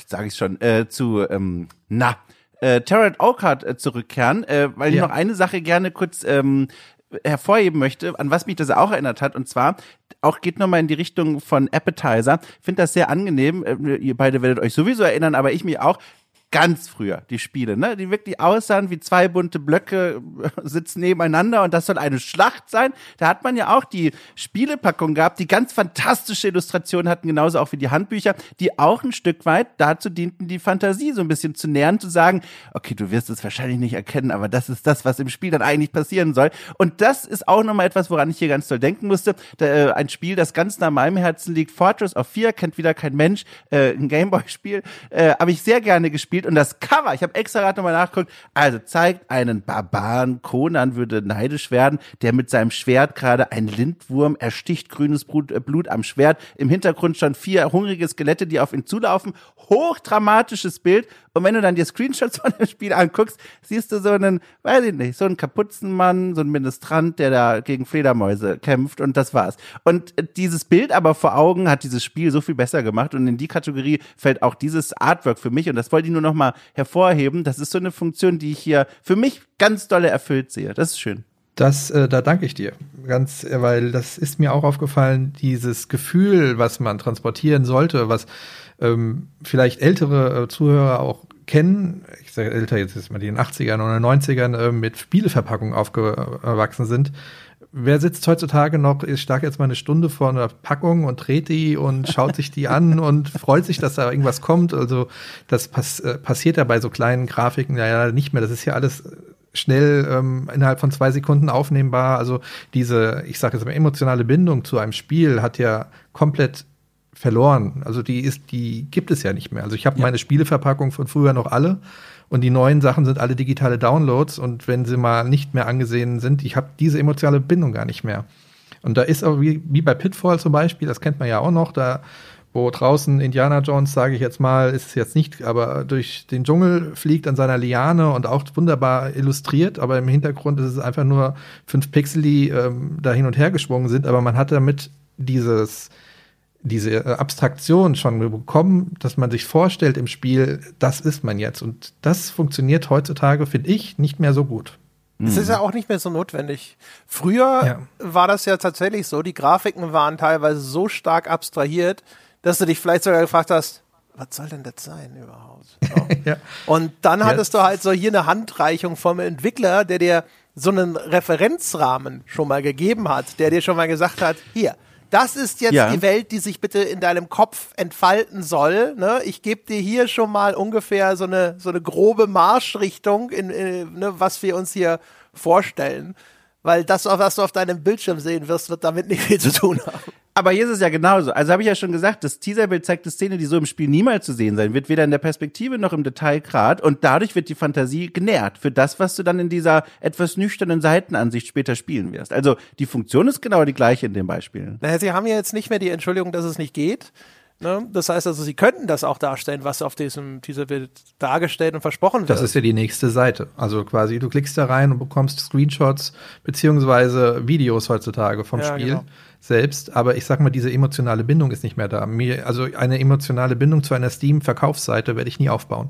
S2: Terran Oakheart zurückkehren, weil ich noch eine Sache gerne kurz hervorheben möchte, an was mich das auch erinnert hat, und zwar auch geht nochmal in die Richtung von Appetizer. Ich finde das sehr angenehm, ihr beide werdet euch sowieso erinnern, aber ich mich auch. ganz früher, die Spiele, ne, die wirklich aussahen wie zwei bunte Blöcke, sitzen nebeneinander und das soll eine Schlacht sein. Da hat man ja auch die Spielepackung gehabt, die ganz fantastische Illustrationen hatten, genauso auch wie die Handbücher, die auch ein Stück weit dazu dienten, die Fantasie so ein bisschen zu nähern, zu sagen, okay, du wirst es wahrscheinlich nicht erkennen, aber das ist das, was im Spiel dann eigentlich passieren soll. Und das ist auch nochmal etwas, woran ich hier ganz doll denken musste. Ein Spiel, das ganz nah meinem Herzen liegt, Fortress of Fear, kennt wieder kein Mensch, ein Gameboy-Spiel, habe ich sehr gerne gespielt. Und das Cover, ich habe extra gerade nochmal nachgeguckt, also zeigt einen Barbaren, Conan würde neidisch werden, der mit seinem Schwert gerade ein Lindwurm ersticht, grünes Blut am Schwert, im Hintergrund schon 4 hungrige Skelette, die auf ihn zulaufen, hochdramatisches Bild. Und wenn du dann dir Screenshots von dem Spiel anguckst, siehst du so einen, weiß ich nicht, so einen Kapuzenmann, so einen Ministrant, der da gegen Fledermäuse kämpft und das war's. Und dieses Bild aber vor Augen hat dieses Spiel so viel besser gemacht und in die Kategorie fällt auch dieses Artwork für mich und das wollte ich nur noch mal hervorheben. Das ist so eine Funktion, die ich hier für mich ganz dolle erfüllt sehe. Das ist schön.
S3: Da danke ich dir ganz, weil das ist mir auch aufgefallen, dieses Gefühl, was man transportieren sollte, was vielleicht ältere Zuhörer auch kennen, ich sage älter, jetzt ist mal die in den 80ern oder 90ern mit Spieleverpackungen aufgewachsen sind. Wer sitzt heutzutage noch, ich stark jetzt mal eine Stunde vor einer Packung und dreht die und schaut sich die an und freut sich, dass da irgendwas kommt. Also das passiert ja bei so kleinen Grafiken ja nicht mehr. Das ist ja alles schnell innerhalb von 2 Sekunden aufnehmbar. Also diese, ich sage jetzt mal, emotionale Bindung zu einem Spiel hat ja komplett verloren. Also die gibt es ja nicht mehr. Also ich habe meine Spieleverpackung von früher noch alle und die neuen Sachen sind alle digitale Downloads und wenn sie mal nicht mehr angesehen sind, ich habe diese emotionale Bindung gar nicht mehr. Und da ist auch wie bei Pitfall zum Beispiel, das kennt man ja auch noch, da wo draußen Indiana Jones, sage ich jetzt mal, ist es jetzt nicht, aber durch den Dschungel fliegt an seiner Liane und auch wunderbar illustriert, aber im Hintergrund ist es einfach nur 5 Pixel, die da hin und her geschwungen sind, aber man hat damit diese Abstraktion schon bekommen, dass man sich vorstellt im Spiel, das ist man jetzt. Und das funktioniert heutzutage, finde ich, nicht mehr so gut.
S1: Es ist ja auch nicht mehr so notwendig. Früher war das ja tatsächlich so, die Grafiken waren teilweise so stark abstrahiert, dass du dich vielleicht sogar gefragt hast, was soll denn das sein überhaupt? So.
S3: Ja.
S1: Und dann hattest du halt so hier eine Handreichung vom Entwickler, der dir so einen Referenzrahmen schon mal gegeben hat, der dir schon mal gesagt hat, hier, das ist jetzt die Welt, die sich bitte in deinem Kopf entfalten soll. Ne? Ich gebe dir hier schon mal ungefähr so eine grobe Marschrichtung, was wir uns hier vorstellen. Weil das, was du auf deinem Bildschirm sehen wirst, wird damit nicht viel zu tun haben.
S2: Aber hier ist es ja genauso. Also habe ich ja schon gesagt, das Teaserbild zeigt eine Szene, die so im Spiel niemals zu sehen sein wird, weder in der Perspektive noch im Detailgrad. Und dadurch wird die Fantasie genährt für das, was du dann in dieser etwas nüchternen Seitenansicht später spielen wirst. Also die Funktion ist genau die gleiche in den Beispielen.
S1: Naja, sie haben ja jetzt nicht mehr die Entschuldigung, dass es nicht geht. Ne? Das heißt also, sie könnten das auch darstellen, was auf diesem Teaserbild dargestellt und versprochen wird.
S3: Das ist ja die nächste Seite. Also quasi, du klickst da rein und bekommst Screenshots beziehungsweise Videos heutzutage vom Spiel selbst. Aber ich sag mal, diese emotionale Bindung ist nicht mehr da. Also eine emotionale Bindung zu einer Steam-Verkaufsseite werde ich nie aufbauen.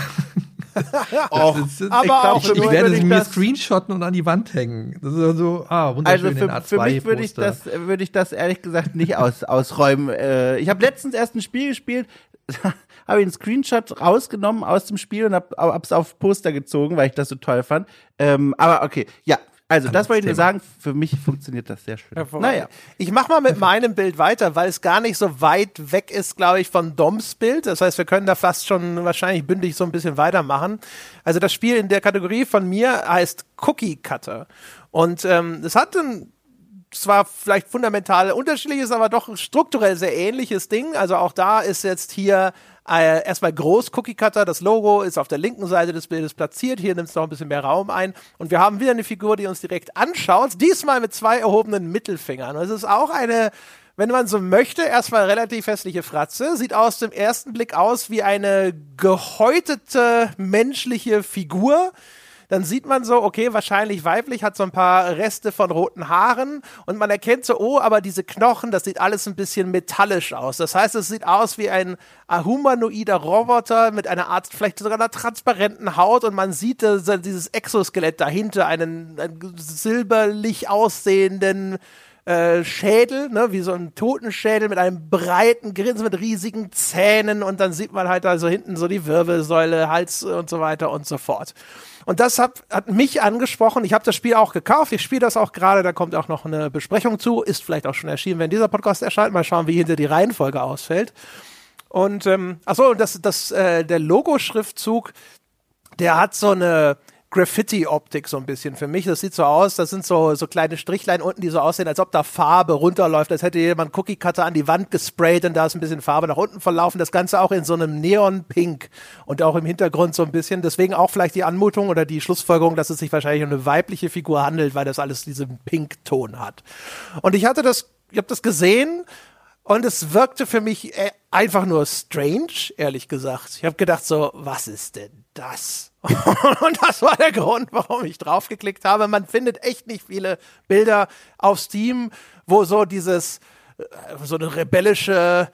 S3: Ich werde sie mir screenshotten und an die Wand hängen. Das ist so, wunderschön.
S2: Also für mich würde ich das ehrlich gesagt nicht ausräumen. Ich habe letztens erst ein Spiel gespielt, habe einen Screenshot rausgenommen aus dem Spiel und hab's auf Poster gezogen, weil ich das so toll fand. Aber okay, ja. Also, das wollte ich nur sagen, für mich funktioniert das sehr schön.
S1: Naja. Ich mach mal mit meinem Bild weiter, weil es gar nicht so weit weg ist, glaube ich, von Doms Bild. Das heißt, wir können da fast schon wahrscheinlich bündig so ein bisschen weitermachen. Also, das Spiel in der Kategorie von mir heißt Cookie Cutter. Und es hat zwar vielleicht fundamental unterschiedliches, aber doch strukturell sehr ähnliches Ding. Also auch da ist jetzt hier erstmal groß Cookie Cutter, das Logo ist auf der linken Seite des Bildes platziert, hier nimmt es noch ein bisschen mehr Raum ein und wir haben wieder eine Figur, die uns direkt anschaut, diesmal mit 2 erhobenen Mittelfingern. Und es ist auch eine, wenn man so möchte, erstmal relativ hässliche Fratze, sieht aus dem ersten Blick aus wie eine gehäutete menschliche Figur. Dann sieht man so, okay, wahrscheinlich weiblich, hat so ein paar Reste von roten Haaren und man erkennt so, oh, aber diese Knochen, das sieht alles ein bisschen metallisch aus. Das heißt, es sieht aus wie ein humanoider Roboter mit einer Art, vielleicht sogar einer transparenten Haut und man sieht dieses Exoskelett dahinter, einen silberlich aussehenden Schädel, ne, wie so ein Totenschädel mit einem breiten Grinsen mit riesigen Zähnen und dann sieht man halt da so hinten so die Wirbelsäule, Hals und so weiter und so fort. Und das hat mich angesprochen. Ich habe das Spiel auch gekauft. Ich spiele das auch gerade. Da kommt auch noch eine Besprechung zu. Ist vielleicht auch schon erschienen, wenn dieser Podcast erscheint. Mal schauen, wie hinter die Reihenfolge ausfällt. Und der Logo-Schriftzug, der hat so eine Graffiti-Optik so ein bisschen für mich. Das sieht so aus, das sind so kleine Strichlein unten, die so aussehen, als ob da Farbe runterläuft, als hätte jemand Cookie-Cutter an die Wand gesprayt und da ist ein bisschen Farbe nach unten verlaufen. Das Ganze auch in so einem Neon-Pink und auch im Hintergrund so ein bisschen. Deswegen auch vielleicht die Anmutung oder die Schlussfolgerung, dass es sich wahrscheinlich um eine weibliche Figur handelt, weil das alles diesen Pink-Ton hat. Und ich habe das gesehen und es wirkte für mich einfach nur strange, ehrlich gesagt. Ich habe gedacht so, was ist denn das? Und das war der Grund, warum ich draufgeklickt habe. Man findet echt nicht viele Bilder auf Steam, wo so eine rebellische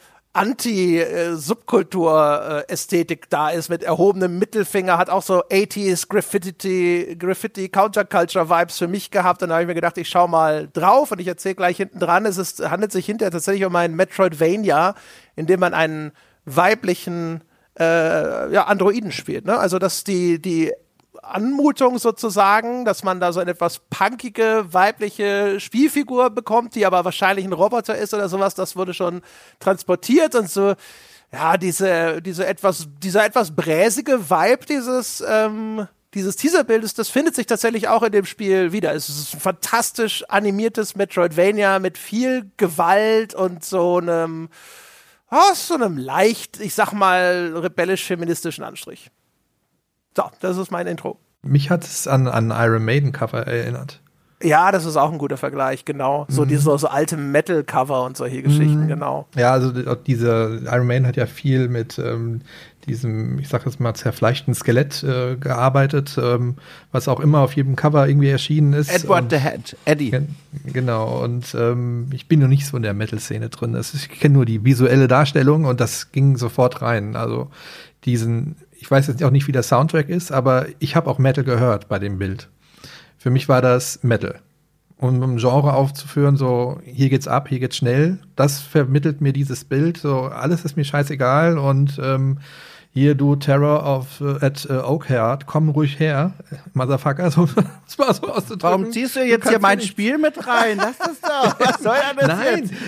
S1: Anti-Subkultur-Ästhetik da ist, mit erhobenem Mittelfinger, hat auch so 80s Graffiti, Counterculture-Vibes für mich gehabt. Und da habe ich mir gedacht, ich schau mal drauf und ich erzähle gleich hinten dran. Es handelt sich hinterher tatsächlich um einen Metroidvania, in dem man einen weiblichen Androiden spielt, ne? Also, dass die Anmutung sozusagen, dass man da so eine etwas punkige, weibliche Spielfigur bekommt, die aber wahrscheinlich ein Roboter ist oder sowas, das wurde schon transportiert und so, ja, dieser etwas bräsige Vibe dieses Teaserbildes, das findet sich tatsächlich auch in dem Spiel wieder. Es ist ein fantastisch animiertes Metroidvania mit viel Gewalt und so einem leicht, ich sag mal, rebellisch-feministischen Anstrich. So, das ist mein Intro.
S3: Mich hat es an Iron Maiden Cover erinnert.
S1: Ja, das ist auch ein guter Vergleich, genau. So diese so alte Metal-Cover und solche Geschichten, genau.
S3: Ja, also diese Iron Maiden hat ja viel mit diesem, ich sag jetzt mal, zerfleischten Skelett gearbeitet, was auch immer auf jedem Cover irgendwie erschienen ist.
S2: Edward the Head, Eddie.
S3: Genau, und ich bin noch nicht so in der Metal-Szene drin. Ich kenne nur die visuelle Darstellung und das ging sofort rein. Also ich weiß jetzt auch nicht, wie der Soundtrack ist, aber ich habe auch Metal gehört bei dem Bild. Für mich war das Metal. Und um ein Genre aufzuführen, so hier geht's ab, hier geht's schnell, das vermittelt mir dieses Bild, so alles ist mir scheißegal und hier du Terror at Oakhart, komm ruhig her, Motherfucker, so, das war so auszudrücken.
S2: Warum ziehst du jetzt hier mein Spiel mit rein? Lass das doch, was soll denn das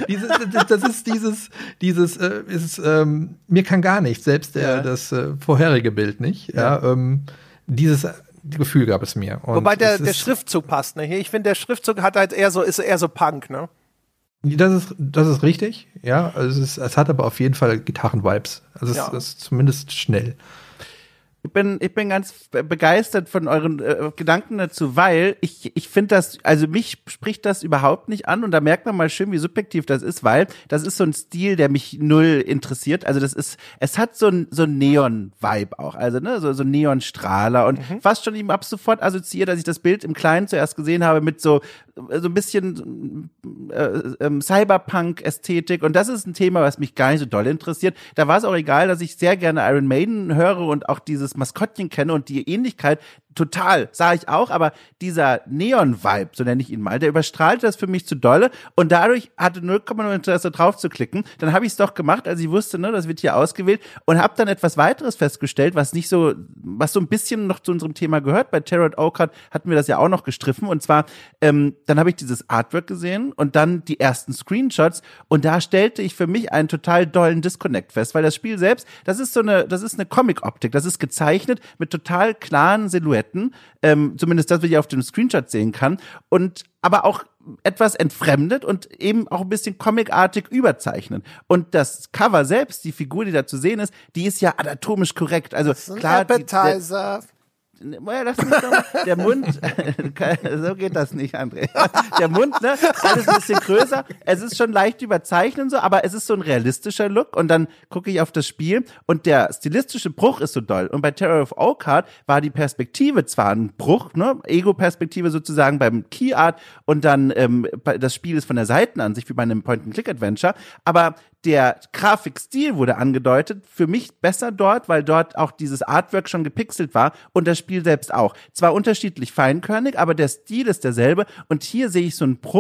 S2: jetzt?
S3: Mir kann gar nichts, selbst das vorherige Bild nicht, dieses Gefühl gab es mir. Und
S1: wobei der Schriftzug passt, ne? Ich finde, der Schriftzug ist eher so Punk, ne?
S3: Das ist richtig, ja. Also es hat aber auf jeden Fall Gitarren-Vibes. Also es ist zumindest schnell.
S2: Ich bin ganz begeistert von euren Gedanken dazu, weil ich finde das, also mich spricht das überhaupt nicht an und da merkt man mal schön, wie subjektiv das ist, weil das ist so ein Stil, der mich null interessiert. Also es hat so ein Neon-Vibe auch, also ne, so Neonstrahler und fast schon eben ab sofort assoziiert, als ich das Bild im Kleinen zuerst gesehen habe mit so ein bisschen Cyberpunk-Ästhetik und das ist ein Thema, was mich gar nicht so doll interessiert. Da war es auch egal, dass ich sehr gerne Iron Maiden höre und auch dieses Maskottchen kenne und die Ähnlichkeit total, sage ich auch, aber dieser Neon-Vibe, so nenne ich ihn mal, der überstrahlte das für mich zu dolle und dadurch hatte 0,0 Interesse drauf zu klicken. Dann habe ich es doch gemacht, als ich wusste, ne, das wird hier ausgewählt und habe dann etwas weiteres festgestellt, was so ein bisschen noch zu unserem Thema gehört. Bei Terror at Oakhart hatten wir das ja auch noch gestriffen und zwar, dann habe ich dieses Artwork gesehen und dann die ersten Screenshots und da stellte ich für mich einen total dollen Disconnect fest, weil das Spiel selbst, das ist eine Comic-Optik, das ist gezeichnet mit total klaren Silhouetten, zumindest das, was ich auf dem Screenshot sehen kann, und aber auch etwas entfremdet und eben auch ein bisschen comicartig überzeichnet. Und das Cover selbst, die Figur, die da zu sehen ist, die ist ja anatomisch korrekt. Also klar,
S1: Appetizer.
S2: Lass mich doch mal. Der Mund, so geht das nicht, André. Der Mund, ne, alles ein bisschen größer. Es ist schon leicht überzeichnet so, aber es ist so ein realistischer Look. Und dann gucke ich auf das Spiel und der stilistische Bruch ist so doll. Und bei Terror of Oakhart war die Perspektive zwar ein Bruch, ne, Ego-Perspektive sozusagen beim Key Art und dann das Spiel ist von der Seitenansicht wie bei einem Point-and-Click-Adventure, aber der Grafikstil wurde angedeutet, für mich besser dort, weil dort auch dieses Artwork schon gepixelt war und das Spiel selbst auch. Zwar unterschiedlich feinkörnig, aber der Stil ist derselbe und hier sehe ich so einen Bruch,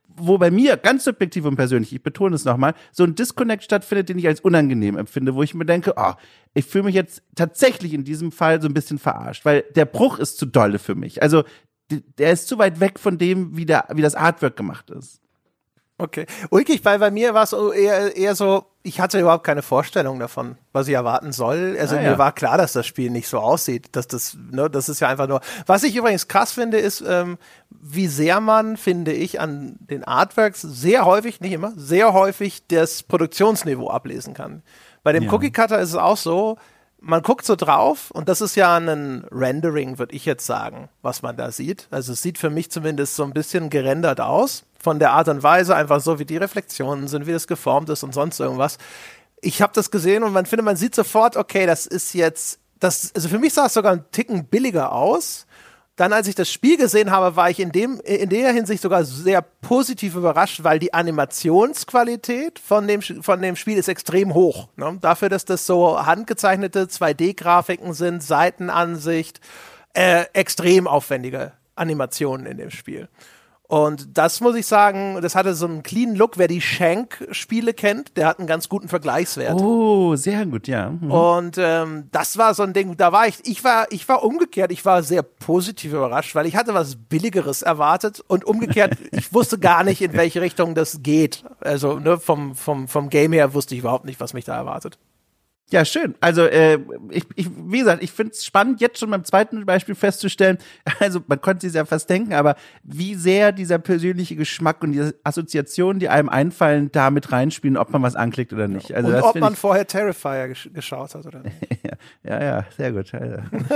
S2: wo bei mir ganz subjektiv und persönlich, ich betone es nochmal, so ein Disconnect stattfindet, den ich als unangenehm empfinde, wo ich mir denke, ich fühle mich jetzt tatsächlich in diesem Fall so ein bisschen verarscht, weil der Bruch ist zu dolle für mich. Also der ist zu weit weg von dem, wie das Artwork gemacht ist.
S1: Okay. Ulkig, weil bei mir war es eher so, ich hatte überhaupt keine Vorstellung davon, was ich erwarten soll. Also mir war klar, dass das Spiel nicht so aussieht. Das ist ja einfach nur. Was ich übrigens krass finde, ist, wie sehr man, finde ich, an den Artworks sehr häufig, nicht immer, sehr häufig das Produktionsniveau ablesen kann. Bei dem Cookie Cutter ist es auch so, man guckt so drauf und das ist ja ein Rendering, würde ich jetzt sagen, was man da sieht. Also es sieht für mich zumindest so ein bisschen gerendert aus. Von der Art und Weise, einfach so, wie die Reflexionen sind, wie das geformt ist und sonst irgendwas. Ich habe das gesehen und man sieht sofort, okay, das ist jetzt, also für mich sah es sogar einen Ticken billiger aus. Dann, als ich das Spiel gesehen habe, war ich in der Hinsicht sogar sehr positiv überrascht, weil die Animationsqualität von dem Spiel ist extrem hoch. Ne? Dafür, dass das so handgezeichnete 2D-Grafiken sind, Seitenansicht, extrem aufwendige Animationen in dem Spiel. Und das muss ich sagen, das hatte so einen clean Look. Wer die Shank-Spiele kennt, der hat einen ganz guten Vergleichswert.
S2: Oh, sehr gut, ja.
S1: Und das war so ein Ding, da war ich war umgekehrt, ich war sehr positiv überrascht, weil ich hatte was Billigeres erwartet und umgekehrt, ich wusste gar nicht, in welche Richtung das geht. Also ne, vom Game her wusste ich überhaupt nicht, was mich da erwartet.
S2: Ja, schön. Also, wie gesagt, ich finde es spannend, jetzt schon beim zweiten Beispiel festzustellen, also man konnte es ja fast denken, aber wie sehr dieser persönliche Geschmack und diese Assoziationen, die einem einfallen, da mit reinspielen, ob man was anklickt oder nicht. Also,
S1: und
S2: das
S1: ob man vorher Terrifier geschaut hat oder nicht.
S2: ja, sehr gut. Also.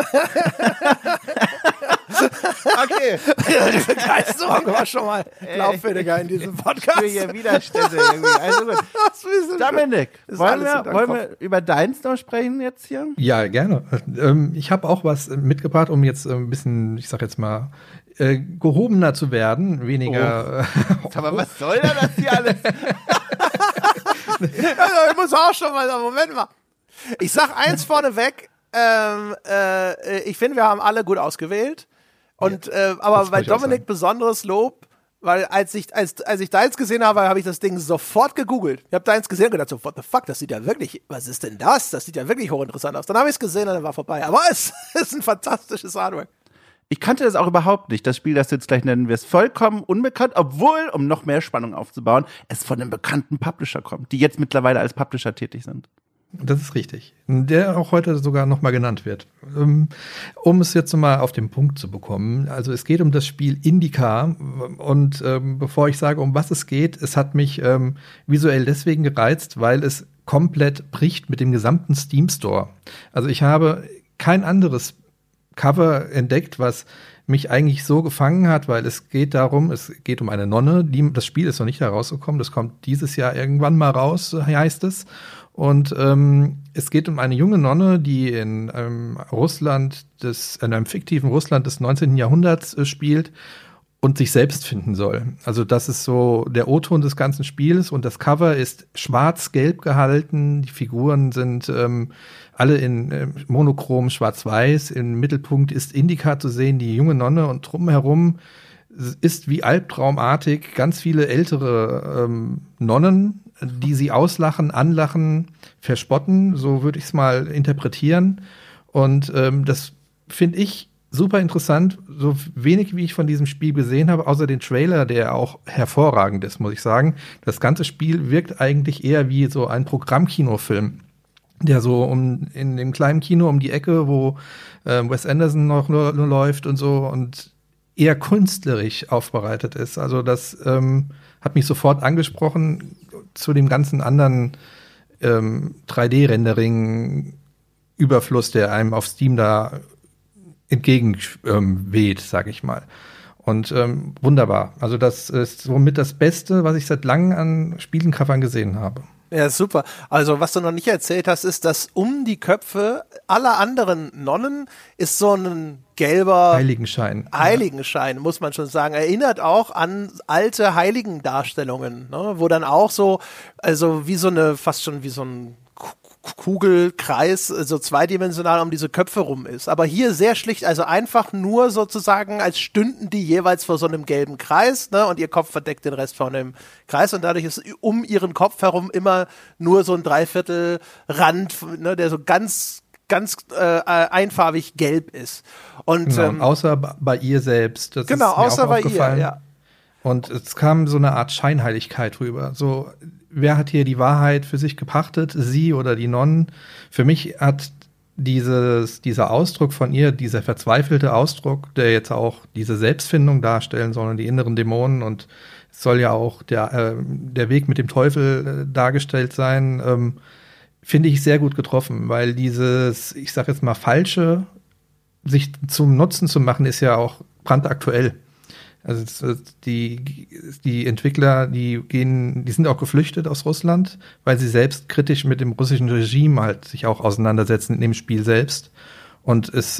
S2: Okay.
S1: Die Begeisterung war schon mal glaubwürdiger in diesem Podcast.
S2: Ich spüre hier Widerstände irgendwie. Also gut. Dominik, wollen wir über deins noch sprechen jetzt hier?
S3: Ja, gerne. Ich habe auch was mitgebracht, um jetzt ein bisschen, ich sag jetzt mal, gehobener zu werden, weniger.
S2: Aber was soll denn das hier alles?
S1: Also, ich muss auch schon mal, Moment mal. Ich sag eins vorneweg, ich finde, wir haben alle gut ausgewählt. Und aber bei Dominik besonderes Lob, weil als ich deins gesehen habe, habe ich das Ding sofort gegoogelt. Ich habe deins gesehen und gedacht so, what the fuck, das sieht ja wirklich, was ist denn das? Das sieht ja wirklich hochinteressant aus. Dann habe ich es gesehen und dann war vorbei. Aber es ist ein fantastisches Artwork.
S2: Ich kannte das auch überhaupt nicht. Das Spiel, das du jetzt gleich nennen wirst, vollkommen unbekannt, obwohl, um noch mehr Spannung aufzubauen, es von einem bekannten Publisher kommt, die jetzt mittlerweile als Publisher tätig sind.
S3: Das ist richtig. Der auch heute sogar nochmal genannt wird. Um es jetzt mal auf den Punkt zu bekommen. Also es geht um das Spiel Indica. Und bevor ich sage, um was es geht, es hat mich visuell deswegen gereizt, weil es komplett bricht mit dem gesamten Steam Store. Also ich habe kein anderes Cover entdeckt, was mich eigentlich so gefangen hat, weil es geht um eine Nonne. Das Spiel ist noch nicht herausgekommen. Das kommt dieses Jahr irgendwann mal raus, heißt es. Und es geht um eine junge Nonne, die in einem fiktiven Russland des 19. Jahrhunderts spielt und sich selbst finden soll. Also das ist so der O-Ton des ganzen Spiels und das Cover ist schwarz-gelb gehalten. Die Figuren sind alle in monochrom schwarz-weiß. Im Mittelpunkt ist Indica zu sehen, die junge Nonne, und drumherum ist wie albtraumartig ganz viele ältere Nonnen, die sie auslachen, anlachen, verspotten, so würde ich es mal interpretieren. Und das finde ich super interessant, so wenig wie ich von diesem Spiel gesehen habe, außer den Trailer, der auch hervorragend ist, muss ich sagen. Das ganze Spiel wirkt eigentlich eher wie so ein Programmkinofilm, der so in dem kleinen Kino um die Ecke, wo Wes Anderson noch nur läuft und so, und eher künstlerisch aufbereitet ist. Also das hat mich sofort angesprochen zu dem ganzen anderen 3D-Rendering-Überfluss, der einem auf Steam da entgegenweht, sag ich mal. Und wunderbar. Also das ist somit das Beste, was ich seit langem an Spielencovern gesehen habe.
S1: Ja, super. Also, was du noch nicht erzählt hast, ist, dass um die Köpfe aller anderen Nonnen ist so ein gelber
S3: Heiligenschein,
S1: muss man schon sagen. Erinnert auch an alte Heiligendarstellungen, ne? Wo dann auch so, also wie so eine, fast schon wie so ein Kugel, Kreis, so zweidimensional um diese Köpfe rum ist. Aber hier sehr schlicht, also einfach nur sozusagen, als stünden die jeweils vor so einem gelben Kreis, ne, und ihr Kopf verdeckt den Rest von dem Kreis und dadurch ist um ihren Kopf herum immer nur so ein Dreiviertel Rand, ne, der so ganz einfarbig gelb ist. Und,
S3: genau, außer bei ihr selbst. Das
S1: genau,
S3: ist mir
S1: außer
S3: auch
S1: bei
S3: aufgefallen.
S1: ihr, ja.
S3: Und es kam so eine Art Scheinheiligkeit rüber. So, wer hat hier die Wahrheit für sich gepachtet? Sie oder die Nonnen? Für mich hat dieser Ausdruck von ihr, dieser verzweifelte Ausdruck, der jetzt auch diese Selbstfindung darstellen soll und die inneren Dämonen und es soll ja auch der Weg mit dem Teufel dargestellt sein, finde ich sehr gut getroffen, weil dieses, ich sag jetzt mal, falsche sich zum Nutzen zu machen, ist ja auch brandaktuell. Also die Entwickler, die sind auch geflüchtet aus Russland, weil sie selbst kritisch mit dem russischen Regime halt sich auch auseinandersetzen in dem Spiel selbst. Und es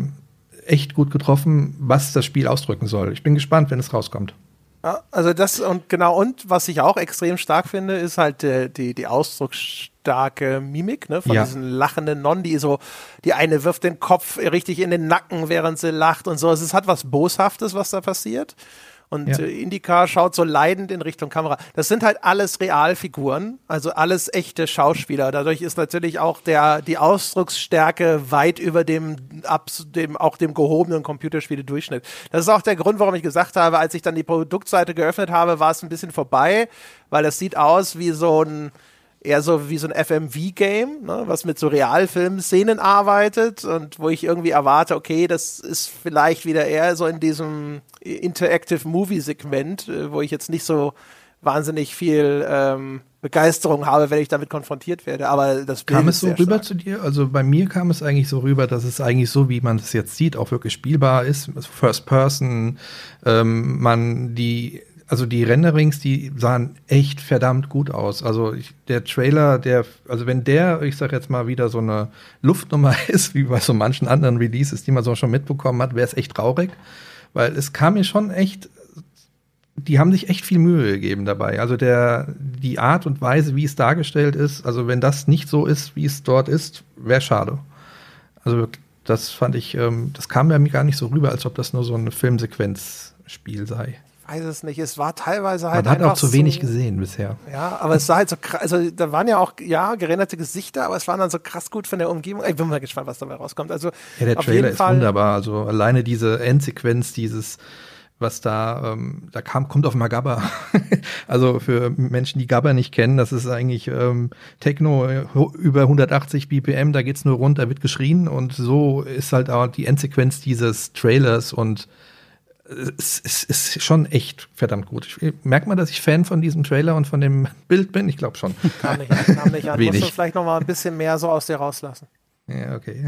S3: echt gut getroffen, was das Spiel ausdrücken soll. Ich bin gespannt, wenn es rauskommt.
S1: Ja, also das und genau, und was ich auch extrem stark finde, ist halt die ausdrucksstarke Mimik, ne, von diesen lachenden Nonnen, die eine wirft den Kopf richtig in den Nacken, während sie lacht und so. Also es hat was Boshaftes, was da passiert. Und Indica schaut so leidend in Richtung Kamera. Das sind halt alles Realfiguren, also alles echte Schauspieler. Dadurch ist natürlich auch die Ausdrucksstärke weit über dem gehobenen Computerspiele-Durchschnitt. Das ist auch der Grund, warum ich gesagt habe, als ich dann die Produktseite geöffnet habe, war es ein bisschen vorbei, weil das sieht aus wie eher so wie so ein FMV-Game, ne, was mit so Realfilm-Szenen arbeitet und wo ich irgendwie erwarte, okay, das ist vielleicht wieder eher so in diesem Interactive Movie-Segment, wo ich jetzt nicht so wahnsinnig viel Begeisterung habe, wenn ich damit konfrontiert werde. Aber das Bild
S3: kam es so rüber
S1: stark
S3: zu dir? Also bei mir kam es eigentlich so rüber, dass es eigentlich so, wie man es jetzt sieht, auch wirklich spielbar ist. Also First Person, die Renderings, die sahen echt verdammt gut aus. Also der Trailer, wenn ich sag jetzt mal, wieder so eine Luftnummer ist, wie bei so manchen anderen Releases, die man so schon mitbekommen hat, wäre es echt traurig. Weil es kam mir schon echt, die haben sich echt viel Mühe gegeben dabei. Also die Art und Weise, wie es dargestellt ist, also wenn das nicht so ist, wie es dort ist, wäre schade. Also das fand ich, das kam mir gar nicht so rüber, als ob das nur so ein Filmsequenzspiel sei.
S1: Ich weiß es nicht, es war teilweise halt
S3: Man hat
S1: einfach
S3: auch zu wenig gesehen bisher.
S1: Ja, aber es sah halt so krass, also da waren ja auch, gerenderte Gesichter, aber es waren dann so krass gut von der Umgebung. Ich bin mal gespannt, was dabei rauskommt. Also
S3: ja, der Trailer ist wunderbar, also alleine diese Endsequenz, was kommt auf mal Gabba. Also für Menschen, die Gabba nicht kennen, das ist eigentlich Techno über 180 BPM, da geht's nur rund, da wird geschrien und so ist halt auch die Endsequenz dieses Trailers und es ist schon echt verdammt gut. Merkt man, dass ich Fan von diesem Trailer und von dem Bild bin? Ich glaube schon.
S1: Kam nicht an. Musst du vielleicht noch mal ein bisschen mehr so aus dir rauslassen.
S3: Ja, okay.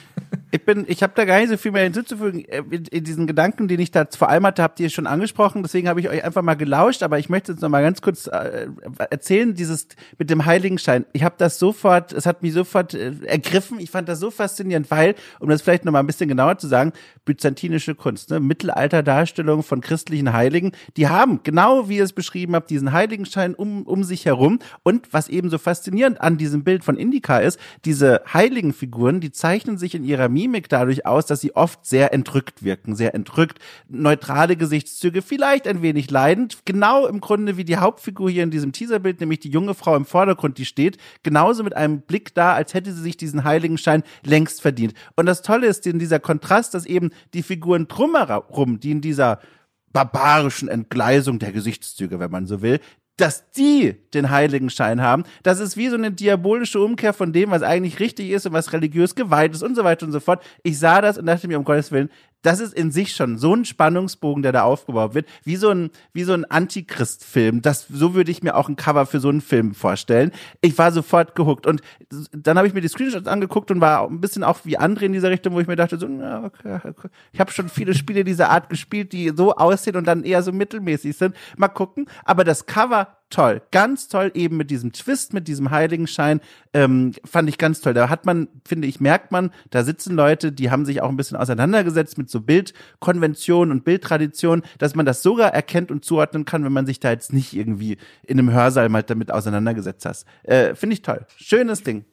S2: Ich habe da gar nicht so viel mehr hinzuzufügen. In diesen Gedanken, den ich da vor allem hatte, habt ihr schon angesprochen. Deswegen habe ich euch einfach mal gelauscht. Aber ich möchte jetzt noch mal ganz kurz erzählen, dieses mit dem Heiligenschein. Es hat mich sofort ergriffen. Ich fand das so faszinierend, weil, um das vielleicht noch mal ein bisschen genauer zu sagen, byzantinische Kunst, ne? Mittelalterdarstellungen von christlichen Heiligen, die haben, genau wie ihr es beschrieben habt, diesen Heiligenschein um sich herum. Und was eben so faszinierend an diesem Bild von Indica ist, diese Heiligenfiguren, die zeichnen sich in ihrer Mimik dadurch aus, dass sie oft sehr entrückt wirken, sehr entrückt, neutrale Gesichtszüge, vielleicht ein wenig leidend, genau im Grunde wie die Hauptfigur hier in diesem Teaserbild, nämlich die junge Frau im Vordergrund, die steht, genauso mit einem Blick da, als hätte sie sich diesen Heiligenschein längst verdient. Und das Tolle ist in dieser Kontrast, dass eben die Figuren drumherum, die in dieser barbarischen Entgleisung der Gesichtszüge, wenn man so will, dass die den Heiligenschein haben, das ist wie so eine diabolische Umkehr von dem, was eigentlich richtig ist und was religiös geweiht ist und so weiter und so fort. Ich sah das und dachte mir, um Gottes Willen, das ist in sich schon so ein Spannungsbogen, der da aufgebaut wird, wie so ein Antichrist-Film. So würde ich mir auch ein Cover für so einen Film vorstellen. Ich war sofort gehuckt und dann habe ich mir die Screenshots angeguckt und war ein bisschen auch wie André in dieser Richtung, wo ich mir dachte, so, okay. Ich habe schon viele Spiele dieser Art gespielt, die so aussehen und dann eher so mittelmäßig sind. Mal gucken. Aber das Cover, toll. Ganz toll, eben mit diesem Twist, mit diesem Heiligenschein, fand ich ganz toll. Da merkt man, da sitzen Leute, die haben sich auch ein bisschen auseinandergesetzt mit so Bildkonventionen und Bildtraditionen, dass man das sogar erkennt und zuordnen kann, wenn man sich da jetzt nicht irgendwie in einem Hörsaal mal damit auseinandergesetzt hat. Finde ich toll. Schönes Ding.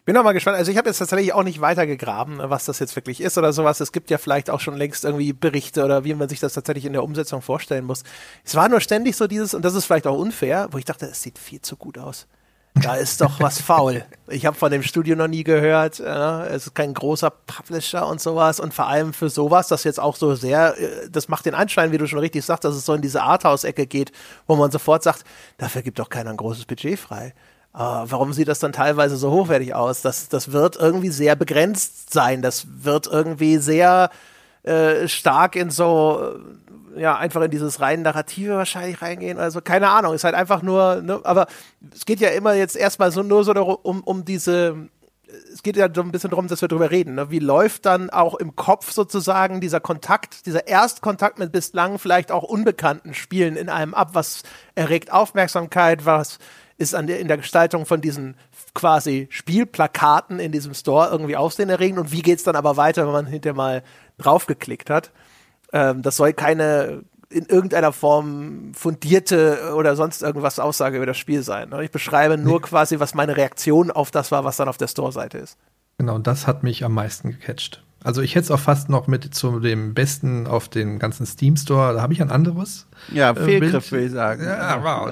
S1: Bin auch mal gespannt. Also ich habe jetzt tatsächlich auch nicht weiter gegraben, was das jetzt wirklich ist oder sowas. Es gibt ja vielleicht auch schon längst irgendwie Berichte oder wie man sich das tatsächlich in der Umsetzung vorstellen muss. Es war nur ständig so dieses, und das ist vielleicht auch unfair, wo ich dachte, es sieht viel zu gut aus. Da ist doch was faul. Ich habe von dem Studio noch nie gehört. Es ist kein großer Publisher und sowas. Und vor allem für sowas, das jetzt auch so sehr, das macht den Anschein, wie du schon richtig sagst, dass es so in diese Arthouse-Ecke geht, wo man sofort sagt, dafür gibt doch keiner ein großes Budget frei. Warum sieht das dann teilweise so hochwertig aus? Das wird irgendwie sehr begrenzt sein. Das wird irgendwie sehr stark in so, ja, einfach in dieses rein Narrative wahrscheinlich reingehen. Also keine Ahnung, ist halt einfach nur, ne, aber es geht ja immer jetzt erstmal so nur so darum, um diese, es geht ja so ein bisschen darum, dass wir drüber reden. Ne? Wie läuft dann auch im Kopf sozusagen dieser Kontakt, dieser Erstkontakt mit bislang vielleicht auch unbekannten Spielen in einem ab? Was erregt Aufmerksamkeit? Was ist in der Gestaltung von diesen quasi Spielplakaten in diesem Store irgendwie aufsehenerregend? Und wie geht's dann aber weiter, wenn man hinterher mal draufgeklickt hat? Das soll keine in irgendeiner Form fundierte oder sonst irgendwas Aussage über das Spiel sein. Ne? Ich beschreibe nur quasi, was meine Reaktion auf das war, was dann auf der Store-Seite ist.
S3: Genau, und das hat mich am meisten gecatcht. Also ich hätte es auch fast noch mit zu dem Besten auf dem ganzen Steam Store, da habe ich ein anderes.
S2: Ja, Fehlgriff, will ich sagen.
S3: Ja, wow.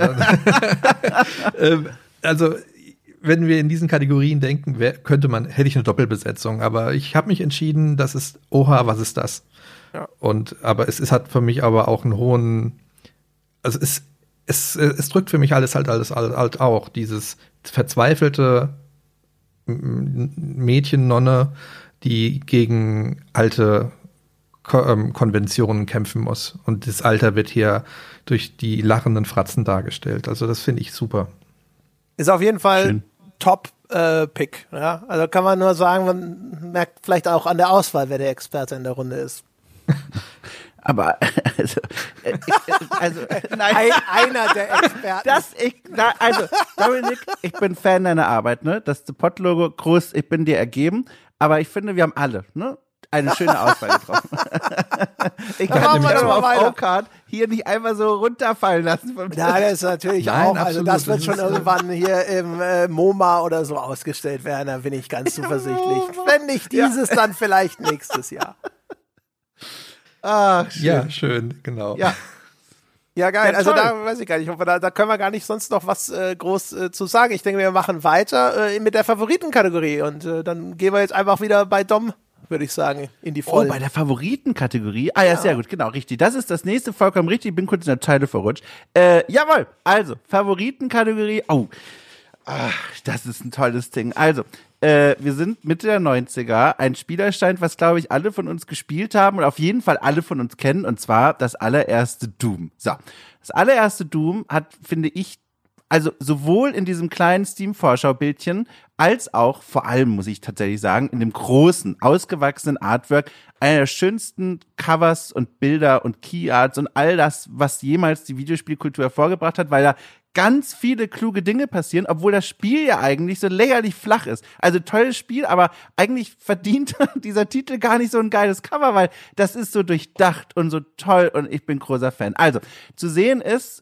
S3: Also wenn wir in diesen Kategorien denken, hätte ich eine Doppelbesetzung, aber ich habe mich entschieden, das ist, oha, was ist das? Ja. Aber es hat für mich aber auch einen hohen, also es drückt für mich alles auch, dieses verzweifelte Mädchen-Nonne, die gegen alte Konventionen kämpfen muss. Und das Alter wird hier durch die lachenden Fratzen dargestellt. Also das finde ich super.
S1: Ist auf jeden Fall Top-Pick. Ja? Also kann man nur sagen, man merkt vielleicht auch an der Auswahl, wer der Experte in der Runde ist.
S2: Aber nein.
S1: Einer der Experten.
S2: Dominik, ich bin Fan deiner Arbeit, ne? Das Pot-Logo, groß, ich bin dir ergeben. Aber ich finde, wir haben alle, ne? Eine schöne Auswahl getroffen. Ich kann mich aber auf O-Card hier nicht einmal so runterfallen lassen.
S1: Ja, das ist natürlich auch. Also das wird schon irgendwann hier im MoMA oder so ausgestellt werden. Da bin ich ganz zuversichtlich. Wenn nicht dieses, dann vielleicht nächstes Jahr.
S2: Ach, schön.
S3: Ja, schön, genau.
S1: Ja, geil. Also da weiß ich gar nicht, da können wir gar nicht sonst noch was groß zu sagen. Ich denke, wir machen weiter mit der Favoritenkategorie und dann gehen wir jetzt einfach wieder bei Dom, würde ich sagen, in die Vollen.
S2: Oh, bei der Favoritenkategorie? Ah ja, sehr gut, genau, richtig. Das ist das nächste, vollkommen richtig. Ich bin kurz in der Zeile verrutscht. Jawohl, also, Favoritenkategorie. Oh, das ist ein tolles Ding. Also, wir sind Mitte der 90er, ein Spiel erscheint, was, glaube ich, alle von uns gespielt haben und auf jeden Fall alle von uns kennen, und zwar das allererste Doom. So, das allererste Doom hat, finde ich, also sowohl in diesem kleinen Steam-Vorschau-Bildchen als auch, vor allem muss ich tatsächlich sagen, in dem großen, ausgewachsenen Artwork, einer der schönsten Covers und Bilder und Keyarts und all das, was jemals die Videospielkultur hervorgebracht hat, weil da ganz viele kluge Dinge passieren, obwohl das Spiel ja eigentlich so lächerlich flach ist. Also tolles Spiel, aber eigentlich verdient dieser Titel gar nicht so ein geiles Cover, weil das ist so durchdacht und so toll und ich bin großer Fan. Also, zu sehen ist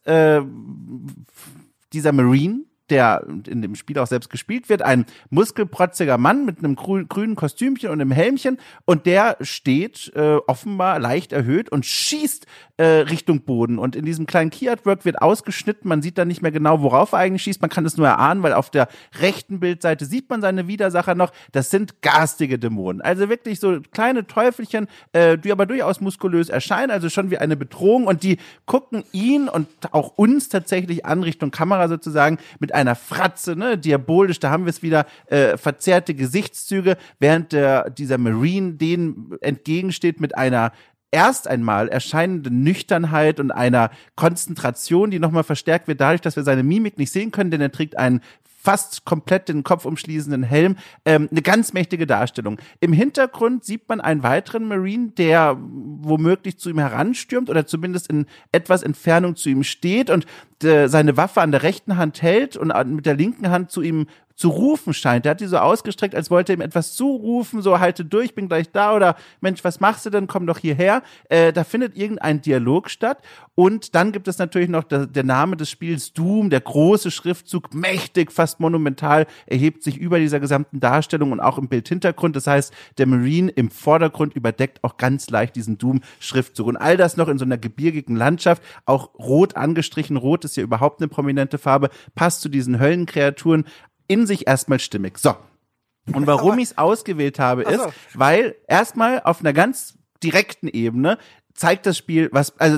S2: dieser Marine, der in dem Spiel auch selbst gespielt wird, ein muskelprotziger Mann mit einem grünen Kostümchen und einem Helmchen, und der steht offenbar leicht erhöht und schießt Richtung Boden, und in diesem kleinen Key-Artwork wird ausgeschnitten, man sieht dann nicht mehr genau, worauf er eigentlich schießt, man kann es nur erahnen, weil auf der rechten Bildseite sieht man seine Widersacher noch, das sind garstige Dämonen, also wirklich so kleine Teufelchen, die aber durchaus muskulös erscheinen, also schon wie eine Bedrohung, und die gucken ihn und auch uns tatsächlich an, Richtung Kamera sozusagen, mit einer Fratze, ne, diabolisch, da haben wir es wieder, verzerrte Gesichtszüge, während dieser Marine denen entgegensteht mit einer erst einmal erscheinende Nüchternheit und einer Konzentration, die nochmal verstärkt wird dadurch, dass wir seine Mimik nicht sehen können, denn er trägt einen fast komplett den Kopf umschließenden Helm, eine ganz mächtige Darstellung. Im Hintergrund sieht man einen weiteren Marine, der womöglich zu ihm heranstürmt oder zumindest in etwas Entfernung zu ihm steht und seine Waffe an der rechten Hand hält und mit der linken Hand zu ihm zu rufen scheint. Der hat die so ausgestreckt, als wollte er ihm etwas zurufen, so halte durch, bin gleich da oder Mensch, was machst du denn, komm doch hierher. Da findet irgendein Dialog statt und dann gibt es natürlich noch der Name des Spiels Doom, der große Schriftzug, mächtig, fast monumental, erhebt sich über dieser gesamten Darstellung und auch im Bildhintergrund. Das heißt, der Marine im Vordergrund überdeckt auch ganz leicht diesen Doom-Schriftzug und all das noch in so einer gebirgigen Landschaft, auch rot angestrichen, rot ist ja überhaupt eine prominente Farbe, passt zu diesen Höllenkreaturen, in sich erstmal stimmig. So. Und warum ich es ausgewählt habe, ist, weil erstmal auf einer ganz direkten Ebene zeigt das Bild,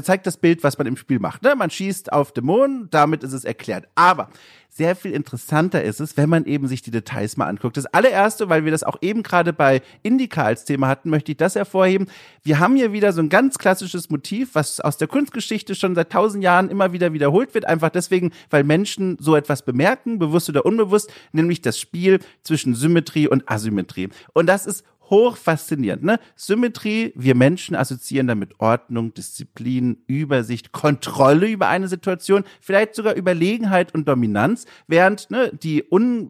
S2: was man im Spiel macht. Ne? Man schießt auf Dämonen, damit ist es erklärt. Aber sehr viel interessanter ist es, wenn man eben sich die Details mal anguckt. Das allererste, weil wir das auch eben gerade bei Indica als Thema hatten, möchte ich das hervorheben. Wir haben hier wieder so ein ganz klassisches Motiv, was aus der Kunstgeschichte schon seit 1000 Jahren immer wieder wiederholt wird. Einfach deswegen, weil Menschen so etwas bemerken, bewusst oder unbewusst, nämlich das Spiel zwischen Symmetrie und Asymmetrie. Und das ist hoch faszinierend, ne? Symmetrie, wir Menschen assoziieren damit Ordnung, Disziplin, Übersicht, Kontrolle über eine Situation, vielleicht sogar Überlegenheit und Dominanz, während die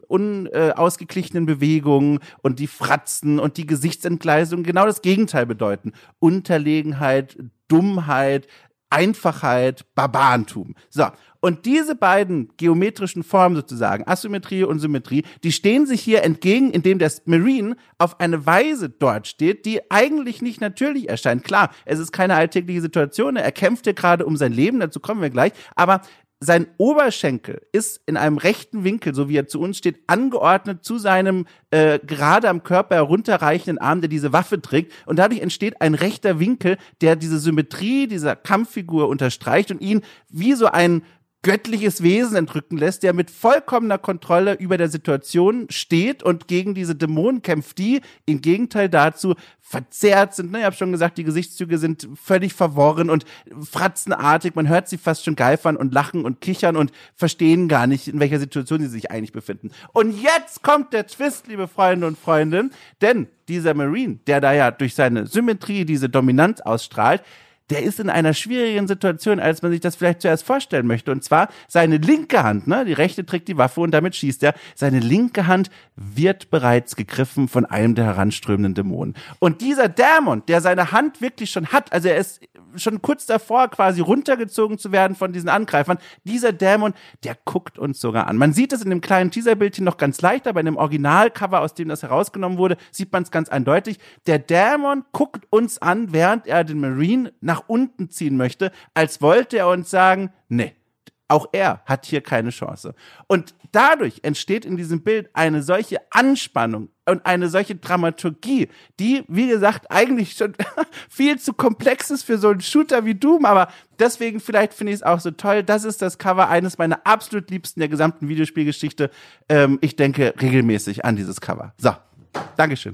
S2: ausgeglichenen Bewegungen und die Fratzen und die Gesichtsentgleisungen genau das Gegenteil bedeuten. Unterlegenheit, Dummheit, Einfachheit, Barbarentum. So. Und diese beiden geometrischen Formen sozusagen, Asymmetrie und Symmetrie, die stehen sich hier entgegen, indem der Marine auf eine Weise dort steht, die eigentlich nicht natürlich erscheint. Klar, es ist keine alltägliche Situation, er kämpft hier gerade um sein Leben, dazu kommen wir gleich, aber sein Oberschenkel ist in einem rechten Winkel, so wie er zu uns steht, angeordnet zu seinem gerade am Körper herunterreichenden Arm, der diese Waffe trägt. Und dadurch entsteht ein rechter Winkel, der diese Symmetrie dieser Kampffigur unterstreicht und ihn wie so ein göttliches Wesen entrücken lässt, der mit vollkommener Kontrolle über der Situation steht und gegen diese Dämonen kämpft, die im Gegenteil dazu verzerrt sind. Ich habe schon gesagt, die Gesichtszüge sind völlig verworren und fratzenartig. Man hört sie fast schon geifern und lachen und kichern und verstehen gar nicht, in welcher Situation sie sich eigentlich befinden. Und jetzt kommt der Twist, liebe Freunde und Freundinnen, denn dieser Marine, der da ja durch seine Symmetrie diese Dominanz ausstrahlt, der ist in einer schwierigen Situation, als man sich das vielleicht zuerst vorstellen möchte. Und zwar seine linke Hand, die rechte trägt die Waffe und damit schießt er. Seine linke Hand wird bereits gegriffen von einem der heranströmenden Dämonen. Und dieser Dämon, der seine Hand wirklich schon hat, also er ist schon kurz davor, quasi runtergezogen zu werden von diesen Angreifern, dieser Dämon, der guckt uns sogar an. Man sieht es in dem kleinen Teaserbildchen noch ganz leicht, aber in dem Originalcover, aus dem das herausgenommen wurde, sieht man es ganz eindeutig. Der Dämon guckt uns an, während er den Marine nach unten ziehen möchte, als wollte er uns sagen, nee, auch er hat hier keine Chance. Und dadurch entsteht in diesem Bild eine solche Anspannung und eine solche Dramaturgie, die, wie gesagt, eigentlich schon viel zu komplex ist für so einen Shooter wie Doom, aber deswegen vielleicht finde ich es auch so toll. Das ist das Cover, eines meiner absolut liebsten der gesamten Videospielgeschichte. Ich denke regelmäßig an dieses Cover. So, Dankeschön.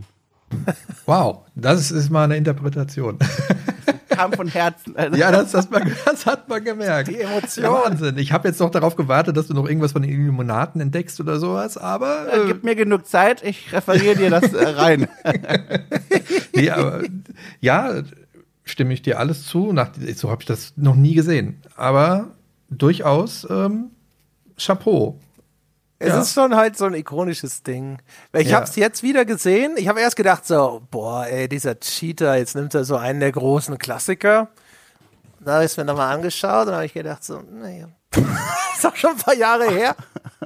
S3: Wow, das ist mal eine Interpretation.
S2: Kam von Herzen. Also.
S3: Ja, das hat man gemerkt.
S1: Die Emotion.
S3: Ja, Wahnsinn. Ich habe jetzt noch darauf gewartet, dass du noch irgendwas von den Illuminaten entdeckst oder sowas, aber
S2: gib mir genug Zeit, ich referiere dir das rein.
S3: Nee, aber ja, stimme ich dir alles zu. So habe ich das noch nie gesehen. Aber durchaus Chapeau.
S1: Es ist schon halt so ein ikonisches Ding. Ich habe es jetzt wieder gesehen. Ich habe erst gedacht so, boah, ey, dieser Cheater, jetzt nimmt er so einen der großen Klassiker. Da habe ich es mir nochmal angeschaut und habe ich gedacht so, naja, ist auch schon ein paar Jahre her.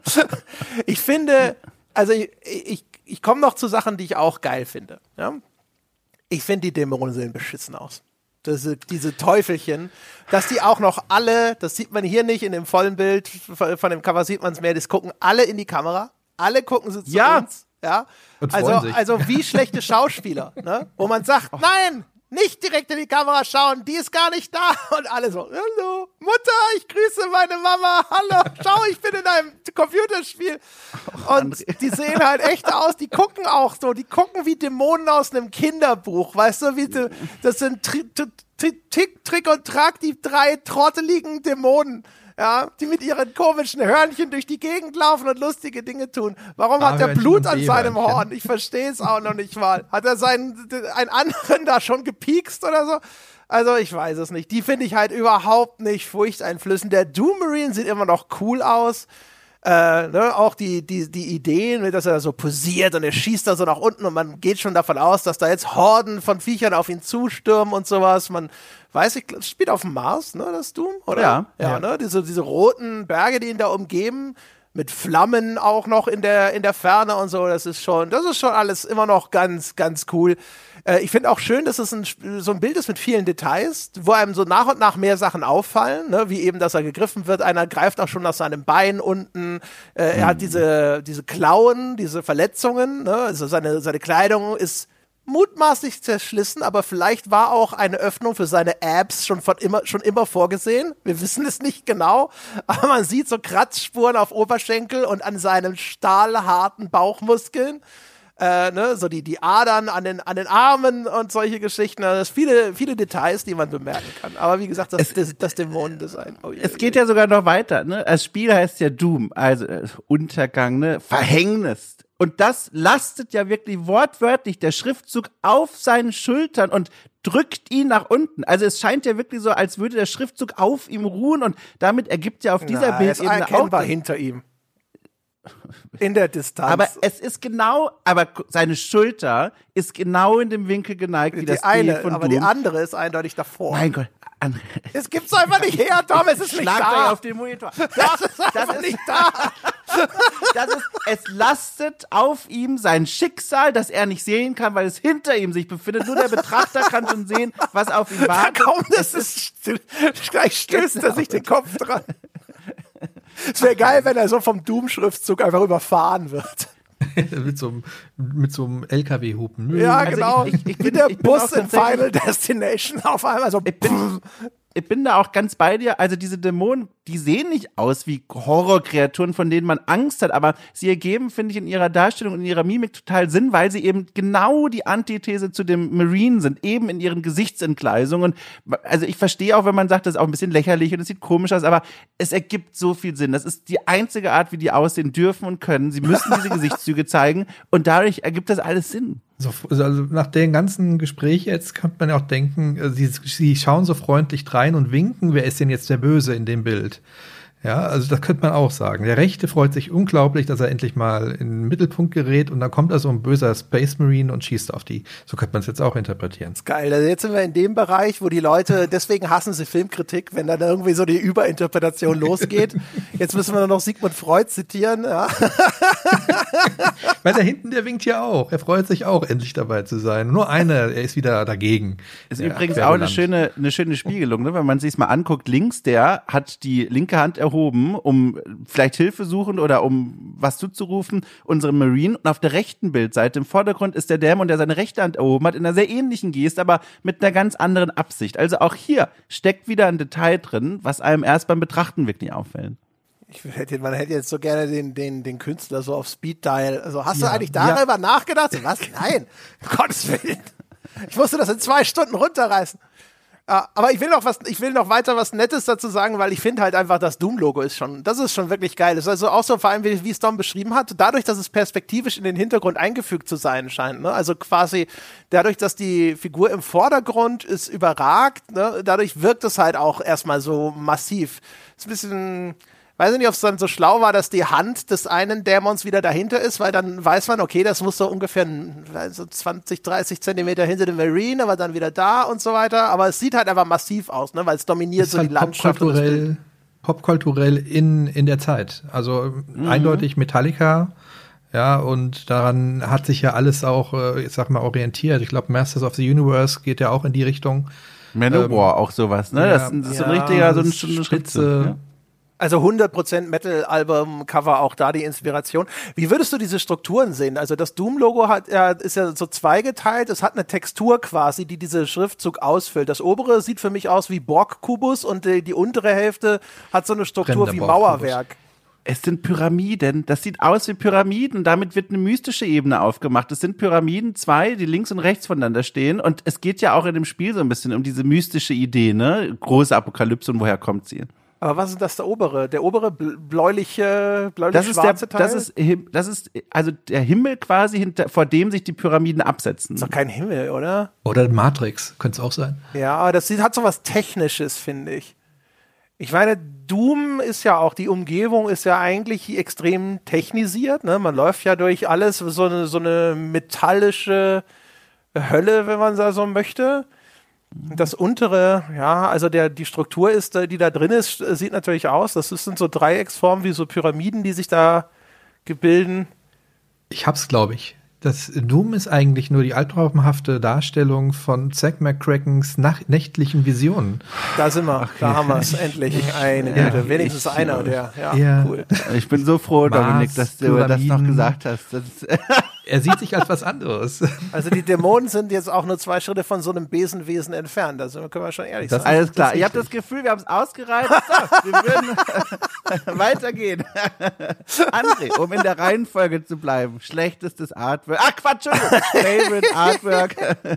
S1: Ich finde, also ich komme noch zu Sachen, die ich auch geil finde. Ja? Ich finde, die Dämonen sehen beschissen aus. Diese Teufelchen, dass die auch noch alle, das sieht man hier nicht in dem vollen Bild, von dem Cover sieht man es mehr, das gucken alle in die Kamera, alle gucken sie zu uns, ja. Also wie schlechte Schauspieler, ne? Wo man sagt, nein, nicht direkt in die Kamera schauen, die ist gar nicht da. Und alle so, hallo, Mutter, ich grüße meine Mama, hallo, schau, ich bin in einem Computerspiel. Und die sehen halt echt aus, die gucken auch so, die gucken wie Dämonen aus einem Kinderbuch, weißt du, das sind Tick, Trick und Track, die 3 trotteligen Dämonen. Ja, die mit ihren komischen Hörnchen durch die Gegend laufen und lustige Dinge tun. Warum hat er Blut an seinem Horn? Ich verstehe es auch noch nicht mal. Hat er einen anderen da schon gepiekst oder so? Also ich weiß es nicht. Die finde ich halt überhaupt nicht furchteinflößend. Der Doom Marine sieht immer noch cool aus. Auch die Ideen, dass er so posiert und er schießt da so nach unten und man geht schon davon aus, dass da jetzt Horden von Viechern auf ihn zustürmen und sowas. Man weiß, ich spielt auf dem Mars, ne, das Doom, oder? Ja. Ne, diese roten Berge, die ihn da umgeben, mit Flammen auch noch in der Ferne und so. Das ist schon alles immer noch ganz, ganz cool. Ich finde auch schön, dass es so ein Bild ist mit vielen Details, wo einem so nach und nach mehr Sachen auffallen, ne? Wie eben, dass er gegriffen wird. Einer greift auch schon nach seinem Bein unten. Er hat diese Klauen, diese Verletzungen, ne? Also seine Kleidung ist mutmaßlich zerschlissen, aber vielleicht war auch eine Öffnung für seine Abs schon immer vorgesehen. Wir wissen es nicht genau, aber man sieht so Kratzspuren auf Oberschenkel und an seinen stahlharten Bauchmuskeln. So die Adern an den Armen und solche Geschichten. Das sind viele Details, die man bemerken kann. Aber wie gesagt, das Dämonendesign. Oh,
S2: es geht ja sogar noch weiter, ne? Das Spiel heißt ja Doom, also Untergang, ne? Verhängnis. Und das lastet ja wirklich wortwörtlich der Schriftzug auf seinen Schultern und drückt ihn nach unten. Also es scheint ja wirklich so, als würde der Schriftzug auf ihm ruhen und damit ergibt ja auf dieser Bildebene
S1: auch erkennbar hinter ihm. In der Distanz.
S2: Aber es ist aber seine Schulter ist genau in dem Winkel geneigt, wie das
S1: eine,
S2: von
S1: aber
S2: Doom.
S1: Die andere ist eindeutig davor.
S2: Mein Gott.
S1: Es gibt's einfach nicht her, Tom, es ist nicht da.
S2: Auf den Monitor. Das ist nicht da. Es lastet auf ihm sein Schicksal, das er nicht sehen kann, weil es hinter ihm sich befindet. Nur der Betrachter kann schon sehen, was auf ihm wartet.
S1: Gleich stößt er sich den Kopf dran. Es wäre geil, wenn er so vom Doom-Schriftzug einfach überfahren wird.
S3: mit so einem LKW-Hupen.
S1: Ja, genau. Ich bin der Bus in Final Destination auf einmal so.
S2: Ich bin da auch ganz bei dir. Also diese Dämonen, die sehen nicht aus wie Horrorkreaturen, von denen man Angst hat, aber sie ergeben, finde ich, in ihrer Darstellung, in ihrer Mimik total Sinn, weil sie eben genau die Antithese zu dem Marine sind, eben in ihren Gesichtsentgleisungen. Also ich verstehe auch, wenn man sagt, das ist auch ein bisschen lächerlich und es sieht komisch aus, aber es ergibt so viel Sinn. Das ist die einzige Art, wie die aussehen dürfen und können. Sie müssen diese Gesichtszüge zeigen und dadurch ergibt das alles Sinn.
S3: Also nach dem ganzen Gespräch jetzt könnte man ja auch denken, sie schauen so freundlich drein und winken, wer ist denn jetzt der Böse in dem Bild? Ja, also das könnte man auch sagen. Der Rechte freut sich unglaublich, dass er endlich mal in den Mittelpunkt gerät und dann kommt da so ein böser Space Marine und schießt auf die. So könnte man es jetzt auch interpretieren.
S1: Das ist geil. Also jetzt sind wir in dem Bereich, wo die Leute, deswegen hassen sie Filmkritik, wenn dann irgendwie so die Überinterpretation losgeht. Jetzt müssen wir noch Sigmund Freud zitieren. Ja.
S3: Weil da hinten, der winkt ja auch. Er freut sich auch, endlich dabei zu sein. Nur er ist wieder dagegen.
S2: Ist übrigens auch eine schöne Spiegelung, ne? Wenn man sich's mal anguckt. Links, der hat die linke Hand erhoben, um vielleicht Hilfe suchen oder um was zuzurufen, unserem Marine. Und auf der rechten Bildseite im Vordergrund ist der Dämon, der seine rechte Hand erhoben hat, in einer sehr ähnlichen Geste, aber mit einer ganz anderen Absicht. Also auch hier steckt wieder ein Detail drin, was einem erst beim Betrachten wirklich auffällt.
S1: Man hätte jetzt so gerne den Künstler so auf Speed Dial. Also hast du eigentlich darüber nachgedacht? So, was? Nein, um Gottes Willen. Ich musste das in 2 Stunden runterreißen. Aber ich will noch weiter was Nettes dazu sagen, weil ich finde halt einfach, das Doom-Logo ist schon wirklich geil. Das ist also auch so, vor allem, wie es Dom beschrieben hat, dadurch, dass es perspektivisch in den Hintergrund eingefügt zu sein scheint, ne? Also quasi dadurch, dass die Figur im Vordergrund ist überragt, ne? Dadurch wirkt es halt auch erstmal so massiv. Ist ein bisschen, weiß ich nicht, ob es dann so schlau war, dass die Hand des einen Dämons wieder dahinter ist, weil dann weiß man, okay, das muss so ungefähr so 20, 30 Zentimeter hinter dem Marine, aber dann wieder da und so weiter. Aber es sieht halt einfach massiv aus, ne, weil es dominiert so
S3: halt
S1: die Landschaft.
S3: Popkulturell in der Zeit. Also eindeutig Metallica. Ja, und daran hat sich ja alles auch, ich sag mal, orientiert. Ich glaube, Masters of the Universe geht ja auch in die Richtung.
S2: Manowar, auch sowas, ne? Das ist so ein richtiger, so eine Spitze. Ja.
S1: Also 100% Metal-Album-Cover, auch da die Inspiration. Wie würdest du diese Strukturen sehen? Also das Doom-Logo ist ja so zweigeteilt. Es hat eine Textur quasi, die diese Schriftzug ausfüllt. Das obere sieht für mich aus wie Borg-Kubus und die untere Hälfte hat so eine Struktur wie Mauerwerk.
S2: Es sind Pyramiden. Das sieht aus wie Pyramiden und damit wird eine mystische Ebene aufgemacht. Es sind Pyramiden, 2, die links und rechts voneinander stehen und es geht ja auch in dem Spiel so ein bisschen um diese mystische Idee, ne? Große Apokalypse und woher kommt sie?
S1: Aber was ist das der obere? Der obere bläulich-schwarze Teil?
S2: Das ist also der Himmel quasi, vor dem sich die Pyramiden absetzen.
S1: Das ist doch kein Himmel, oder?
S3: Oder Matrix, könnte es auch sein.
S1: Ja, aber das hat so was Technisches, finde ich. Ich meine, Doom ist ja auch, die Umgebung ist ja eigentlich extrem technisiert, ne? Man läuft ja durch alles, so eine metallische Hölle, wenn man da so möchte. Das untere, ja, also die Struktur ist, die da drin ist, sieht natürlich aus. Sind so Dreiecksformen wie so Pyramiden, die sich da gebilden.
S3: Ich hab's, glaube ich. Das Doom ist eigentlich nur die albtraumhafte Darstellung von Zack McCrackens nächtlichen Visionen.
S1: Da sind wir, da haben wir es endlich. Eine Güte, wenigstens einer, der, cool.
S2: Ich bin so froh, Dominik, dass du das noch gesagt hast.
S3: Er sieht sich als was anderes.
S1: Also die Dämonen sind jetzt auch nur 2 Schritte von so einem Besenwesen entfernt. Also können wir schon ehrlich sein.
S2: Alles klar. Ich habe das Gefühl, wir haben es ausgereizt. So, wir würden weitergehen. André, um in der Reihenfolge zu bleiben. Schlechtestes Artwork. Ach, Quatsch, Favorite Artwork.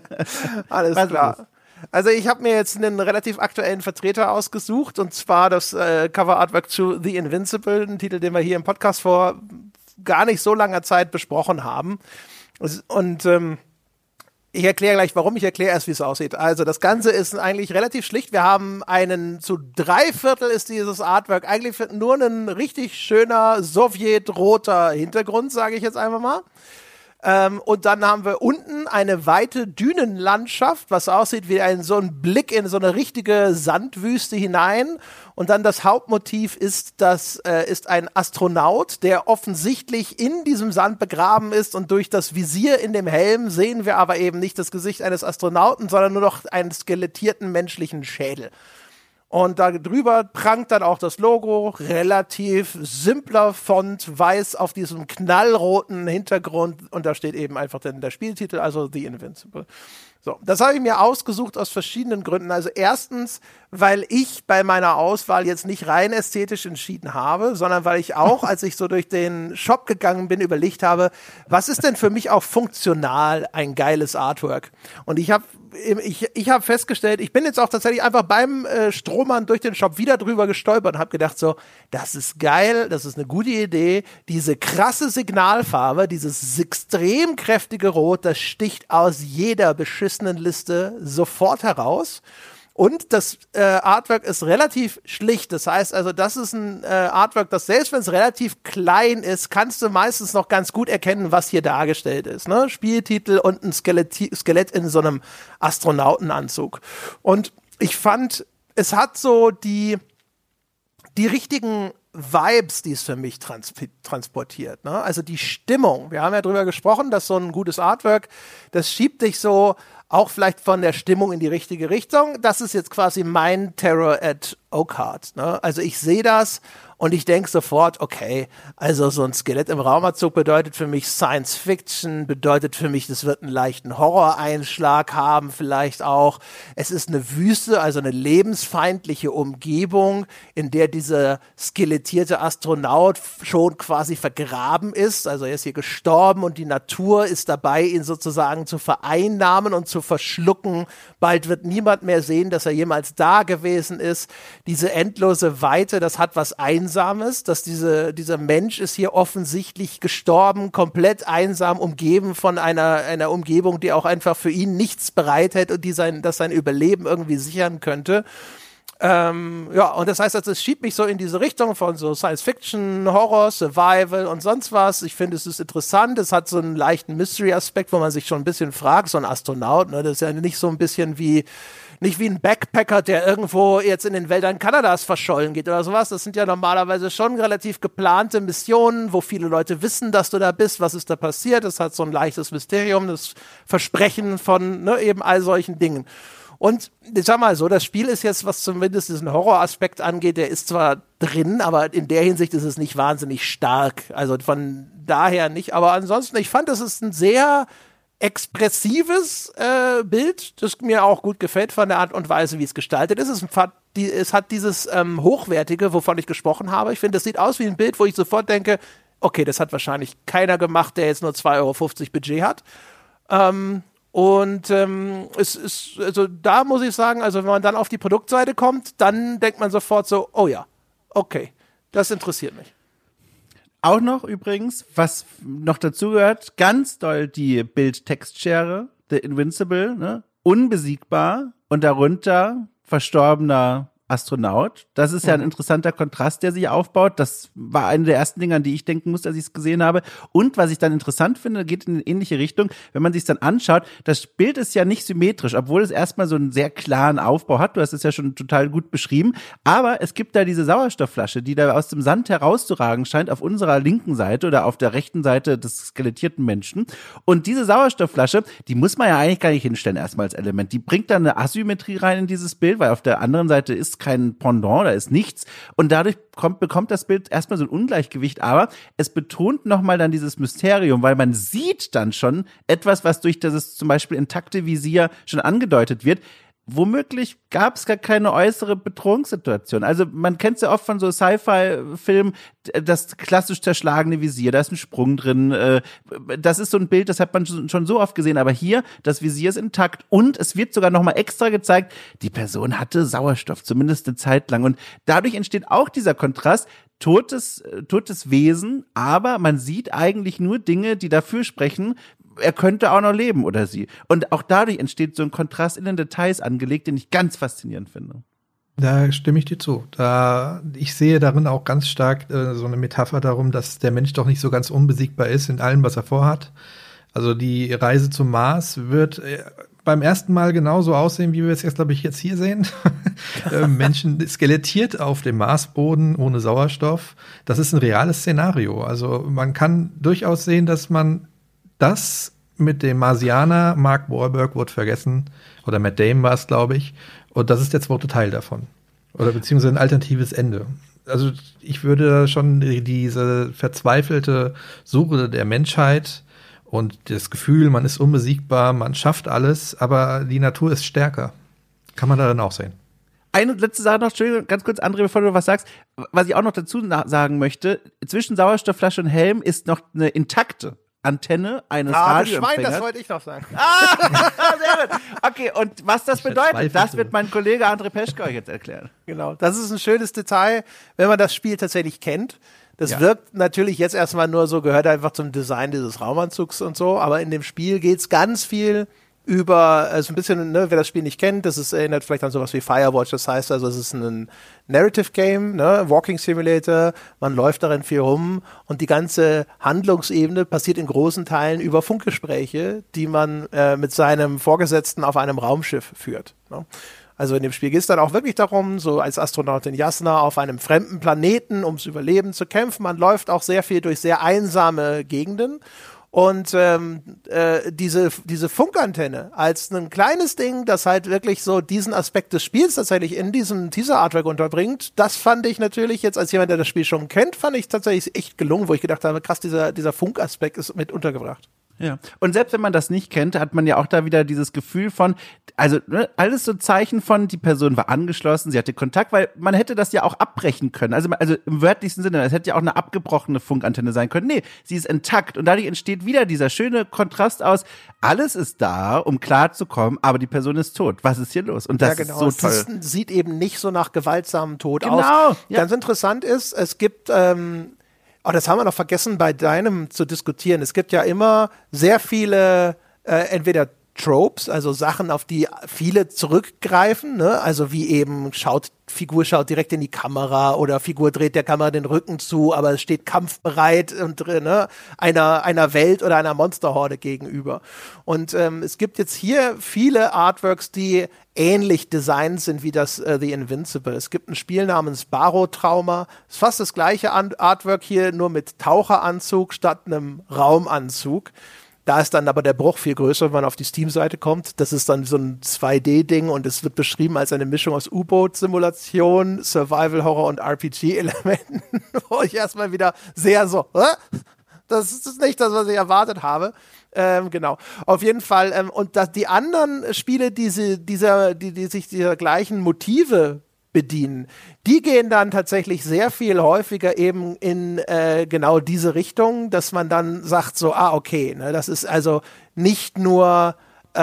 S1: Alles klar. Also ich habe mir jetzt einen relativ aktuellen Vertreter ausgesucht, und zwar das Cover-Artwork zu The Invincible, ein Titel, den wir hier im Podcast vor gar nicht so langer Zeit besprochen haben. Und ich erkläre gleich, warum. Ich erkläre erst, wie es aussieht. Also das Ganze ist eigentlich relativ schlicht. Wir haben zu 3/4 ist dieses Artwork eigentlich nur ein richtig schöner sowjetroter Hintergrund, sage ich jetzt einfach mal. Und dann haben wir unten eine weite Dünenlandschaft, was aussieht wie so ein Blick in so eine richtige Sandwüste hinein. Und dann das Hauptmotiv ist ein Astronaut, der offensichtlich in diesem Sand begraben ist, und durch das Visier in dem Helm sehen wir aber eben nicht das Gesicht eines Astronauten, sondern nur noch einen skelettierten menschlichen Schädel. Und da drüber prangt dann auch das Logo, relativ simpler Font, weiß auf diesem knallroten Hintergrund, und da steht eben einfach dann der Spieltitel, also The Invincible. So, das habe ich mir ausgesucht aus verschiedenen Gründen. Also erstens, weil ich bei meiner Auswahl jetzt nicht rein ästhetisch entschieden habe, sondern weil ich auch, als ich so durch den Shop gegangen bin, überlegt habe, was ist denn für mich auch funktional ein geiles Artwork? Und ich habe festgestellt, ich bin jetzt auch tatsächlich einfach beim Stromern durch den Shop wieder drüber gestolpert und habe gedacht so, das ist geil, das ist eine gute Idee, diese krasse Signalfarbe, dieses extrem kräftige Rot, das sticht aus jeder beschissenen Liste sofort heraus. Und das Artwork ist relativ schlicht. Das heißt also, das ist ein Artwork, das selbst wenn es relativ klein ist, kannst du meistens noch ganz gut erkennen, was hier dargestellt ist. Ne? Spieltitel und ein Skelett in so einem Astronautenanzug. Und ich fand, es hat so die richtigen Vibes, die es für mich transportiert. Ne? Also die Stimmung. Wir haben ja drüber gesprochen, dass so ein gutes Artwork, das schiebt dich so auch vielleicht von der Stimmung in die richtige Richtung. Das ist jetzt quasi mein Terror at Oakheart. Ne? Also ich sehe das und ich denke sofort, okay, also so ein Skelett im Raumanzug bedeutet für mich Science Fiction, bedeutet für mich, das wird einen leichten Horroreinschlag haben vielleicht auch. Es ist eine Wüste, also eine lebensfeindliche Umgebung, in der dieser skelettierte Astronaut schon quasi vergraben ist. Also er ist hier gestorben und die Natur ist dabei, ihn sozusagen zu vereinnahmen und zu verschlucken. Bald wird niemand mehr sehen, dass er jemals da gewesen ist. Diese endlose Weite, das hat was Einsames, dass dieser Mensch ist hier offensichtlich gestorben, komplett einsam, umgeben von einer Umgebung, die auch einfach für ihn nichts bereithält und das sein Überleben irgendwie sichern könnte. Und das heißt, also, es schiebt mich so in diese Richtung von so Science-Fiction, Horror, Survival und sonst was. Ich finde, es ist interessant. Es hat so einen leichten Mystery-Aspekt, wo man sich schon ein bisschen fragt, so ein Astronaut, ne, das ist ja nicht so ein bisschen nicht wie ein Backpacker, der irgendwo jetzt in den Wäldern Kanadas verschollen geht oder sowas. Das sind ja normalerweise schon relativ geplante Missionen, wo viele Leute wissen, dass du da bist, was ist da passiert. Das hat so ein leichtes Mysterium, das Versprechen von eben all solchen Dingen. Und ich sag mal so, das Spiel ist jetzt, was zumindest diesen Horroraspekt angeht, der ist zwar drin, aber in der Hinsicht ist es nicht wahnsinnig stark. Also von daher nicht. Aber ansonsten, ich fand, das ist ein sehr expressives Bild, das mir auch gut gefällt von der Art und Weise, wie es gestaltet ist. Es hat dieses Hochwertige, wovon ich gesprochen habe. Ich finde, das sieht aus wie ein Bild, wo ich sofort denke, okay, das hat wahrscheinlich keiner gemacht, der jetzt nur 2,50 € Budget hat. Es ist, also da muss ich sagen, also wenn man dann auf die Produktseite kommt, dann denkt man sofort so, oh ja, okay, das interessiert mich.
S2: Auch noch übrigens, was noch dazu gehört, ganz doll die Bild-Text-Schere, The Invincible, ne? Unbesiegbar und darunter verstorbener Astronaut. Das ist ja ein interessanter Kontrast, der sich aufbaut. Das war eine der ersten Dinge, an die ich denken musste, als ich es gesehen habe. Und was ich dann interessant finde, geht in eine ähnliche Richtung, wenn man sich dann anschaut, das Bild ist ja nicht symmetrisch, obwohl es erstmal so einen sehr klaren Aufbau hat. Du hast es ja schon total gut beschrieben. Aber es gibt da diese Sauerstoffflasche, die da aus dem Sand herauszuragen scheint, auf unserer linken Seite oder auf der rechten Seite des skelettierten Menschen. Und diese Sauerstoffflasche, die muss man ja eigentlich gar nicht hinstellen erstmal als Element. Die bringt dann eine Asymmetrie rein in dieses Bild, weil auf der anderen Seite ist kein Pendant, da ist nichts. Und dadurch bekommt das Bild erstmal so ein Ungleichgewicht, aber es betont nochmal dann dieses Mysterium, weil man sieht dann schon etwas, was durch das zum Beispiel intakte Visier schon angedeutet wird. Womöglich gab es gar keine äußere Bedrohungssituation. Also man kennt es ja oft von so Sci-Fi-Filmen, das klassisch zerschlagene Visier, da ist ein Sprung drin. Das ist so ein Bild, das hat man schon so oft gesehen. Aber hier, das Visier ist intakt und es wird sogar nochmal extra gezeigt, die Person hatte Sauerstoff, zumindest eine Zeit lang. Und dadurch entsteht auch dieser Kontrast, totes Wesen, aber man sieht eigentlich nur Dinge, die dafür sprechen, er könnte auch noch leben oder sie. Und auch dadurch entsteht so ein Kontrast in den Details angelegt, den ich ganz faszinierend finde.
S3: Da stimme ich dir zu. Ich sehe darin auch ganz stark so eine Metapher darum, dass der Mensch doch nicht so ganz unbesiegbar ist in allem, was er vorhat. Also die Reise zum Mars wird beim ersten Mal genauso aussehen, wie wir es jetzt, glaube ich, jetzt hier sehen. Menschen skelettiert auf dem Marsboden ohne Sauerstoff. Das ist ein reales Szenario. Also man kann durchaus sehen, dass man das mit dem Marsianer, Mark Wahlberg wurde vergessen, oder Matt Damon war es, glaube ich, und das ist der zweite Teil davon. Oder beziehungsweise ein alternatives Ende. Also ich würde schon diese verzweifelte Suche der Menschheit und das Gefühl, man ist unbesiegbar, man schafft alles, aber die Natur ist stärker. Kann man darin auch sehen.
S2: Eine letzte Sache noch, Entschuldigung, ganz kurz, André, bevor du was sagst. Was ich auch noch dazu sagen möchte, zwischen Sauerstoffflasche und Helm ist noch eine intakte Antenne eines Radioempfängers.
S1: Schwein, das wollte ich noch sagen.
S2: Sehr gut. Okay, und was das bedeutet, das wird mein Kollege André Peschke euch jetzt erklären.
S1: Genau, das ist ein schönes Detail, wenn man das Spiel tatsächlich kennt. Das wirkt natürlich jetzt erstmal nur so, gehört einfach zum Design dieses Raumanzugs und so, aber in dem Spiel geht's ganz viel über, also ein bisschen, ne, wer das Spiel nicht kennt, das ist, erinnert vielleicht an sowas wie Firewatch, das heißt also, es ist ein Narrative Game, ne, Walking Simulator, man läuft darin viel rum und die ganze Handlungsebene passiert in großen Teilen über Funkgespräche, die man mit seinem Vorgesetzten auf einem Raumschiff führt, ne? Also in dem Spiel geht es dann auch wirklich darum, so als Astronautin Jasna auf einem fremden Planeten ums Überleben zu kämpfen. Man läuft auch sehr viel durch sehr einsame Gegenden. Und diese Funkantenne als ein kleines Ding, das halt wirklich so diesen Aspekt des Spiels tatsächlich in diesem Teaser-Artwork unterbringt, das fand ich natürlich jetzt als jemand, der das Spiel schon kennt, fand ich tatsächlich echt gelungen, wo ich gedacht habe, krass, dieser Funkaspekt ist mit untergebracht.
S2: Ja. Und selbst wenn man das nicht kennt, hat man ja auch da wieder dieses Gefühl von, also ne, alles so Zeichen von, die Person war angeschlossen, sie hatte Kontakt, weil man hätte das ja auch abbrechen können. Also im wörtlichsten Sinne, es hätte ja auch eine abgebrochene Funkantenne sein können. Nee, sie ist intakt und dadurch entsteht wieder dieser schöne Kontrast aus, alles ist da, um klarzukommen, aber die Person ist tot. Was ist hier los? Und das ist so toll.
S1: Es sieht eben nicht so nach gewaltsamem Tod aus.
S2: Ja.
S1: Ganz interessant ist, es gibt das haben wir noch vergessen bei deinem zu diskutieren. Es gibt ja immer sehr viele entweder Tropes, also Sachen, auf die viele zurückgreifen, ne? Also wie eben Figur schaut direkt in die Kamera oder Figur dreht der Kamera den Rücken zu, aber es steht kampfbereit und ne, einer Welt oder einer Monsterhorde gegenüber. Und es gibt jetzt hier viele Artworks, die ähnlich designt sind wie das The Invincible. Es gibt ein Spiel namens Barotrauma. Es ist fast das gleiche Artwork hier, nur mit Taucheranzug statt einem Raumanzug. Da ist dann aber der Bruch viel größer, wenn man auf die Steam-Seite kommt. Das ist dann so ein 2D-Ding und es wird beschrieben als eine Mischung aus U-Boot-Simulation, Survival-Horror und RPG-Elementen, wo ich erstmal wieder sehr so, das ist nicht das, was ich erwartet habe. Genau. Auf jeden Fall. Und die anderen Spiele, die sich dieser gleichen Motive bedienen, die gehen dann tatsächlich sehr viel häufiger eben in genau diese Richtung, dass man dann sagt so, okay, ne, das ist also nicht nur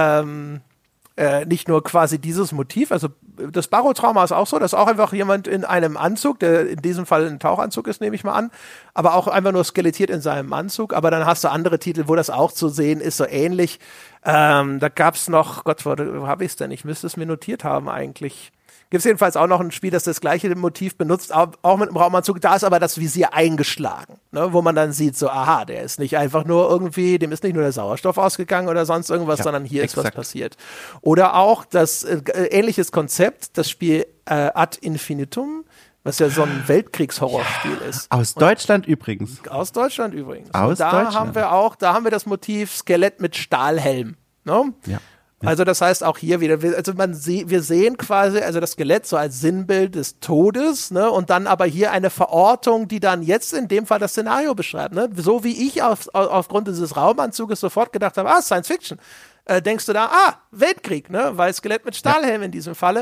S1: quasi dieses Motiv, also das Barotrauma ist auch so, dass auch einfach jemand in einem Anzug, der in diesem Fall ein Tauchanzug ist, nehme ich mal an, aber auch einfach nur skelettiert in seinem Anzug, aber dann hast du andere Titel, wo das auch zu sehen ist, so ähnlich. Da gab's noch, Gott, wo habe ich es denn? Ich müsste es mir notiert haben eigentlich. Gibt es jedenfalls auch noch ein Spiel, das das gleiche Motiv benutzt, auch mit einem Raumanzug. Da ist aber das Visier eingeschlagen, ne? Wo man dann sieht, so, aha, der ist nicht einfach nur irgendwie, dem ist nicht nur der Sauerstoff ausgegangen oder sonst irgendwas, sondern hier ist was passiert. Oder auch das ähnliches Konzept, das Spiel Ad Infinitum, was ja so ein Weltkriegshorrorspiel ist.
S2: Aus Deutschland übrigens.
S1: Aus Deutschland übrigens.
S2: Aus Deutschland.
S1: Da haben wir das Motiv Skelett mit Stahlhelm. Ne?
S2: Ja.
S1: Also das heißt auch hier wieder, also wir sehen quasi, also das Skelett so als Sinnbild des Todes, ne, und dann aber hier eine Verortung, die dann jetzt in dem Fall das Szenario beschreibt, ne, so wie ich aufgrund dieses Raumanzuges sofort gedacht habe, Science Fiction, denkst du da, Weltkrieg, ne, weil Skelett mit Stahlhelm in diesem Falle,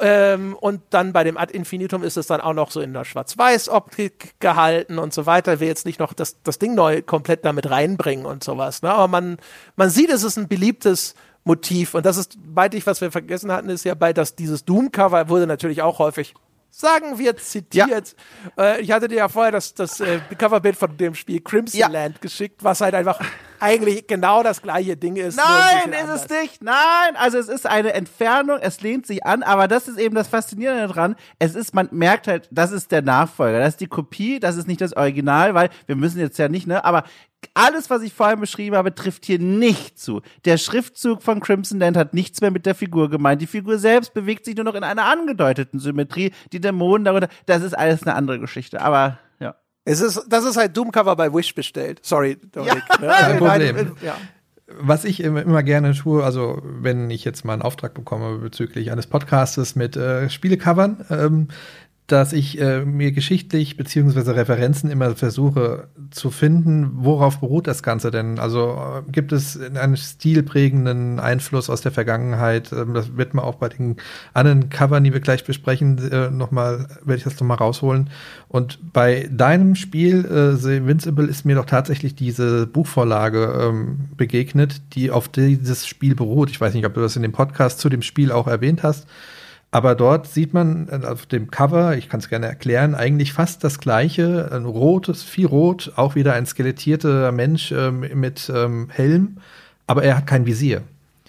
S1: und dann bei dem Ad Infinitum ist es dann auch noch so in der Schwarz-Weiß-Optik gehalten und so weiter, will jetzt nicht noch das Ding neu komplett damit reinbringen und sowas, ne, aber man sieht, es ist ein beliebtes Motiv. Und das ist, was wir vergessen hatten, ist ja dieses Doom-Cover wurde natürlich auch häufig, sagen wir, zitiert. Ja. Ich hatte dir ja vorher das Coverbild von dem Spiel Crimson Land geschickt, was halt einfach eigentlich genau das gleiche Ding ist.
S2: Nein, ist es nicht. Nein, also es ist eine Entfernung, es lehnt sich an, aber das ist eben das Faszinierende daran. Man merkt halt, das ist der Nachfolger, das ist die Kopie, das ist nicht das Original, weil wir müssen jetzt ja nicht, ne, aber alles, was ich vorhin beschrieben habe, trifft hier nicht zu. Der Schriftzug von Crimson Land hat nichts mehr mit der Figur gemeint. Die Figur selbst bewegt sich nur noch in einer angedeuteten Symmetrie. Die Dämonen darunter, das ist alles eine andere Geschichte. Aber, ja.
S1: Das ist halt Doom-Cover bei Wish bestellt. Sorry, Dominik.
S3: Ja. Kein Problem. Ja. Was ich immer gerne tue, also wenn ich jetzt mal einen Auftrag bekomme bezüglich eines Podcastes mit Spielecovern, dass ich mir geschichtlich beziehungsweise Referenzen immer versuche zu finden, worauf beruht das Ganze denn? Also gibt es einen stilprägenden Einfluss aus der Vergangenheit? Das wird man auch bei den anderen Covern, die wir gleich besprechen, werde ich das nochmal rausholen. Und bei deinem Spiel, The Invincible, ist mir doch tatsächlich diese Buchvorlage begegnet, die auf dieses Spiel beruht. Ich weiß nicht, ob du das in dem Podcast zu dem Spiel auch erwähnt hast. Aber dort sieht man auf dem Cover, ich kann es gerne erklären, eigentlich fast das Gleiche. Ein rotes, viel rot, auch wieder ein skelettierter Mensch mit Helm, aber er hat kein Visier.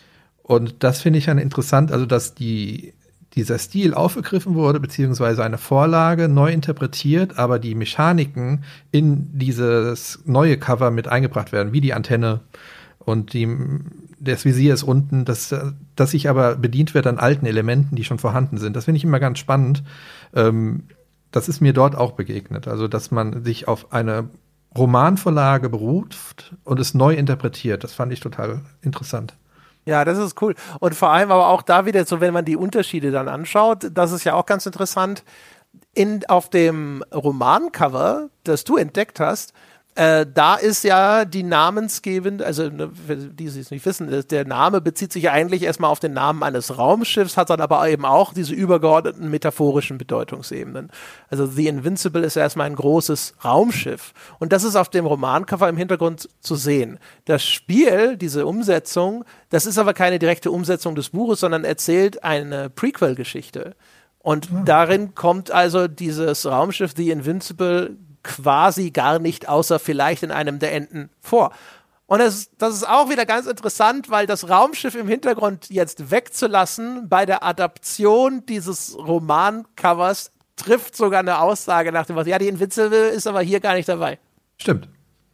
S3: Und das finde ich dann interessant, also dass dieser Stil aufgegriffen wurde, beziehungsweise eine Vorlage neu interpretiert, aber die Mechaniken in dieses neue Cover mit eingebracht werden, wie die Antenne und das Visier ist unten, dass sich aber bedient wird an alten Elementen, die schon vorhanden sind. Das finde ich immer ganz spannend. Das ist mir dort auch begegnet. Also, dass man sich auf eine Romanvorlage beruht und es neu interpretiert. Das fand ich total interessant.
S1: Ja, das ist cool. Und vor allem aber auch da wieder so, wenn man die Unterschiede dann anschaut, das ist ja auch ganz interessant. Auf dem Romancover, das du entdeckt hast, da ist ja die namensgebende, also für die, die es nicht wissen, der Name bezieht sich ja eigentlich erstmal auf den Namen eines Raumschiffs, hat dann aber eben auch diese übergeordneten metaphorischen Bedeutungsebenen. Also The Invincible ist ja erstmal ein großes Raumschiff. Und das ist auf dem Romancover im Hintergrund zu sehen. Das Spiel, diese Umsetzung, das ist aber keine direkte Umsetzung des Buches, sondern erzählt eine Prequel-Geschichte. Und darin kommt also dieses Raumschiff The Invincible quasi gar nicht, außer vielleicht in einem der Enden vor. Und das ist auch wieder ganz interessant, weil das Raumschiff im Hintergrund jetzt wegzulassen bei der Adaption dieses Romancovers trifft sogar eine Aussage nach dem Motto, ja, die Invincible ist aber hier gar nicht dabei.
S3: Stimmt.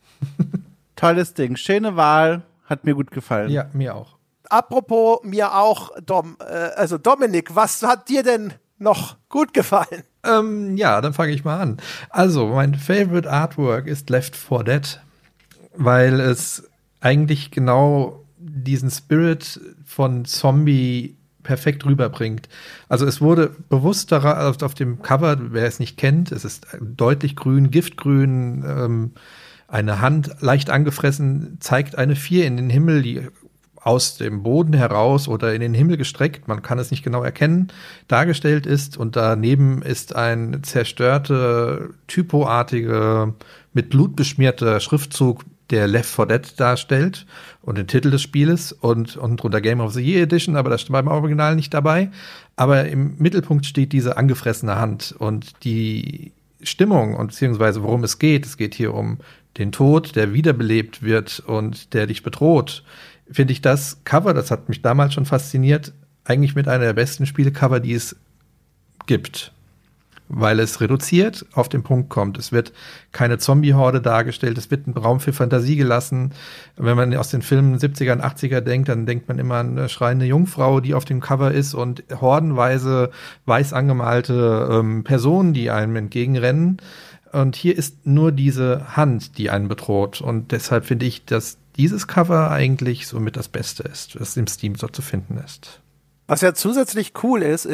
S2: Tolles Ding. Schöne Wahl. Hat mir gut gefallen.
S3: Ja, mir auch.
S1: Apropos mir auch, Dominik, was hat dir denn noch gut gefallen?
S3: Ja, dann fange ich mal an. Also, mein Favorite Artwork ist Left 4 Dead, weil es eigentlich genau diesen Spirit von Zombie perfekt rüberbringt. Also es wurde bewusst auf dem Cover, wer es nicht kennt, es ist deutlich grün, giftgrün, eine Hand leicht angefressen, zeigt eine 4 in den Himmel, die aus dem Boden heraus oder in den Himmel gestreckt, man kann es nicht genau erkennen, dargestellt ist. Und daneben ist ein zerstörte, typoartige, mit Blut beschmierter Schriftzug, der Left 4 Dead darstellt und den Titel des Spieles und drunter Game of the Year Edition, aber das steht beim Original nicht dabei. Aber im Mittelpunkt steht diese angefressene Hand und die Stimmung und beziehungsweise worum es geht hier um den Tod, der wiederbelebt wird und der dich bedroht. Finde ich das Cover, das hat mich damals schon fasziniert, eigentlich mit einer der besten Spielecover, die es gibt. Weil es reduziert auf den Punkt kommt. Es wird keine Zombie-Horde dargestellt, es wird ein Raum für Fantasie gelassen. Wenn man aus den Filmen 70er und 80er denkt, dann denkt man immer an eine schreiende Jungfrau, die auf dem Cover ist und hordenweise weiß angemalte Personen, die einem entgegenrennen. Und hier ist nur diese Hand, die einen bedroht. Und deshalb finde ich, dass dieses Cover eigentlich somit das Beste ist, was im Steam so zu finden ist.
S1: Was ja zusätzlich cool ist,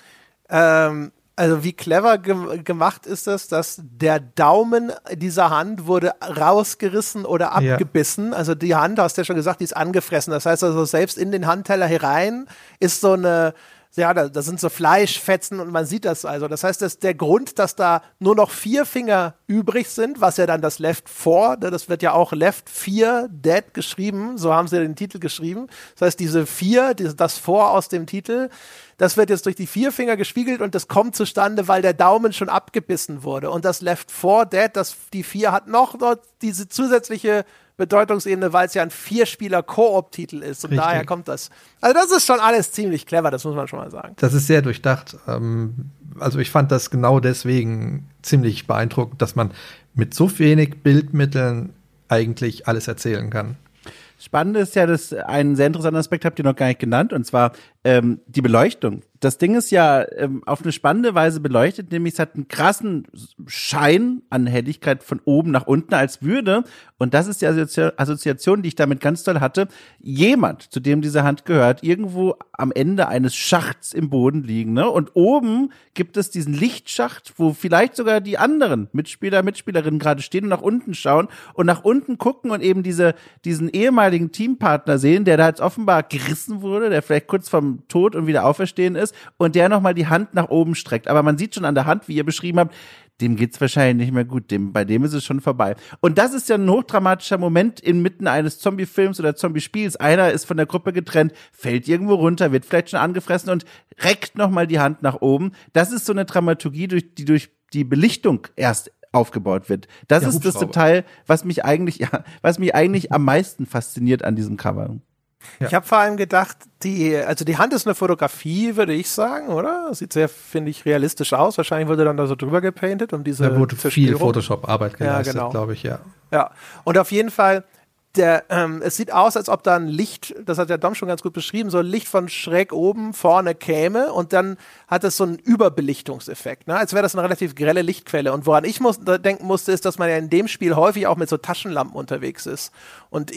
S1: also wie clever gemacht ist das, dass der Daumen dieser Hand wurde rausgerissen oder abgebissen. Ja. Also die Hand, hast du ja schon gesagt, die ist angefressen. Das heißt also, selbst in den Handteller herein ist so eine, ja, da sind so Fleischfetzen und man sieht das also. Das heißt, dass der Grund, dass da nur noch 4 Finger übrig sind, was ja dann das Left 4, das wird ja auch Left 4 Dead geschrieben, so haben sie den Titel geschrieben. Das heißt, diese 4, das 4 aus dem Titel, das wird jetzt durch die 4 Finger gespiegelt und das kommt zustande, weil der Daumen schon abgebissen wurde. Und das Left 4 Dead, die 4 hat noch diese zusätzliche Bedeutungsebene, weil es ja ein 4-Spieler-Koop-Titel ist. Und
S3: Richtig.
S1: daher kommt das. Also das ist schon alles ziemlich clever, das muss man schon mal sagen.
S3: Das ist sehr durchdacht. Also ich fand das genau deswegen ziemlich beeindruckend, dass man mit so wenig Bildmitteln eigentlich alles erzählen kann.
S2: Spannend ist ja, dass einen sehr interessanten Aspekt habt ihr noch gar nicht genannt, und zwar die Beleuchtung. Das Ding ist ja auf eine spannende Weise beleuchtet, nämlich es hat einen krassen Schein an Helligkeit von oben nach unten, als würde, und das ist die Assoziation, die ich damit ganz toll hatte, jemand, zu dem diese Hand gehört, irgendwo am Ende eines Schachts im Boden liegen, ne? Und oben gibt es diesen Lichtschacht, wo vielleicht sogar die anderen Mitspielerinnen gerade stehen und nach unten schauen und nach unten gucken und eben diesen ehemaligen Teampartner sehen, der da jetzt offenbar gerissen wurde, der vielleicht kurz vorm Tod und wieder auferstehen ist und der nochmal die Hand nach oben streckt. Aber man sieht schon an der Hand, wie ihr beschrieben habt, dem geht's wahrscheinlich nicht mehr gut, bei dem ist es schon vorbei. Und das ist ja ein hochdramatischer Moment inmitten eines Zombie-Films oder Zombie-Spiels. Einer ist von der Gruppe getrennt, fällt irgendwo runter, wird vielleicht schon angefressen und reckt nochmal die Hand nach oben. Das ist so eine Dramaturgie, die durch die Belichtung erst aufgebaut wird. Das ist das Detail, was mich eigentlich am meisten fasziniert an diesem Cover.
S1: Ja. Ich habe vor allem gedacht, die Hand ist eine Fotografie, würde ich sagen, oder? Sieht sehr, finde ich, realistisch aus. Wahrscheinlich wurde dann da so drüber gepainted, um diese
S3: Da wurde viel Photoshop-Arbeit geleistet,
S1: ja, genau.
S3: Glaube ich, ja.
S1: Ja, und auf jeden Fall, es sieht aus, als ob da ein Licht, das hat der Dom schon ganz gut beschrieben, so ein Licht von schräg oben vorne käme und dann hat es so einen Überbelichtungseffekt, ne? Als wäre das eine relativ grelle Lichtquelle. Und woran ich denken musste, ist, dass man ja in dem Spiel häufig auch mit so Taschenlampen unterwegs ist. Und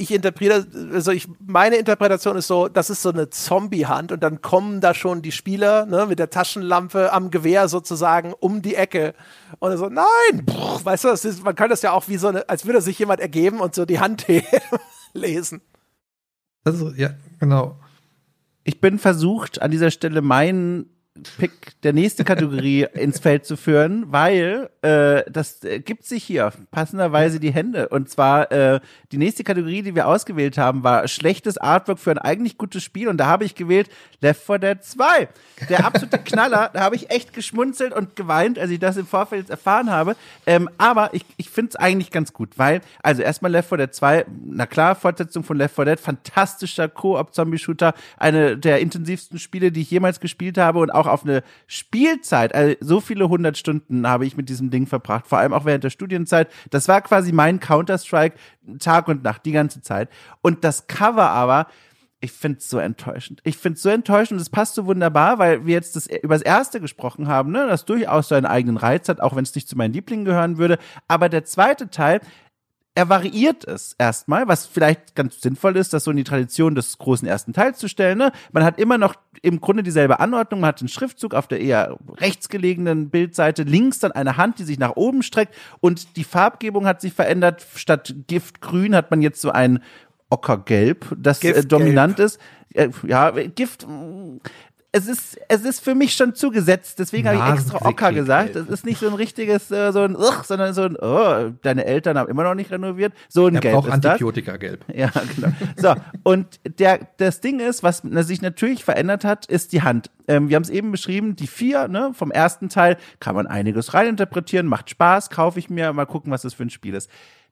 S1: meine Interpretation ist so, das ist so eine Zombie-Hand und dann kommen da schon die Spieler, ne, mit der Taschenlampe am Gewehr sozusagen um die Ecke. Und so, nein! Weißt du, man kann das ja auch wie so als würde sich jemand ergeben und so die Hand lesen.
S3: Also, ja, genau.
S2: Ich bin versucht, an dieser Stelle meinen Pick der nächste Kategorie ins Feld zu führen, weil das gibt sich hier passenderweise die Hände. Und zwar die nächste Kategorie, die wir ausgewählt haben, war schlechtes Artwork für ein eigentlich gutes Spiel. Und da habe ich gewählt Left 4 Dead 2. Der absolute Knaller. Da habe ich echt geschmunzelt und geweint, als ich das im Vorfeld jetzt erfahren habe. Aber ich finde es eigentlich ganz gut, weil, also erstmal Left 4 Dead 2, na klar, Fortsetzung von Left 4 Dead, fantastischer Koop-Zombie-Shooter, eine der intensivsten Spiele, die ich jemals gespielt habe und auch auf eine Spielzeit, also so viele 100 Stunden habe ich mit diesem Ding verbracht, vor allem auch während der Studienzeit. Das war quasi mein Counter-Strike Tag und Nacht, die ganze Zeit. Und das Cover aber, ich finde es so enttäuschend. Und es passt so wunderbar, weil wir jetzt über das erste gesprochen haben, ne, das durchaus seinen eigenen Reiz hat, auch wenn es nicht zu meinen Lieblingen gehören würde. Aber der zweite Teil, er variiert es erstmal, was vielleicht ganz sinnvoll ist, das so in die Tradition des großen ersten Teils zu stellen. Ne? Man hat immer noch im Grunde dieselbe Anordnung, man hat den Schriftzug auf der eher rechts gelegenen Bildseite, links dann eine Hand, die sich nach oben streckt und die Farbgebung hat sich verändert. Statt Giftgrün hat man jetzt so ein Ockergelb, das dominant ist. Gift... Es ist für mich schon zugesetzt, deswegen habe ich extra Ocker gesagt. Es ist nicht so ein richtiges, sondern so ein, deine Eltern haben immer noch nicht renoviert. So ein Gelb ist das.
S3: Antibiotika-Gelb.
S2: Ja, genau. So, und das Ding ist, was sich natürlich verändert hat, ist die Hand. Wir haben es eben beschrieben, die 4, ne, vom ersten Teil kann man einiges reininterpretieren, macht Spaß, kaufe ich mir, mal gucken, was das für ein Spiel ist.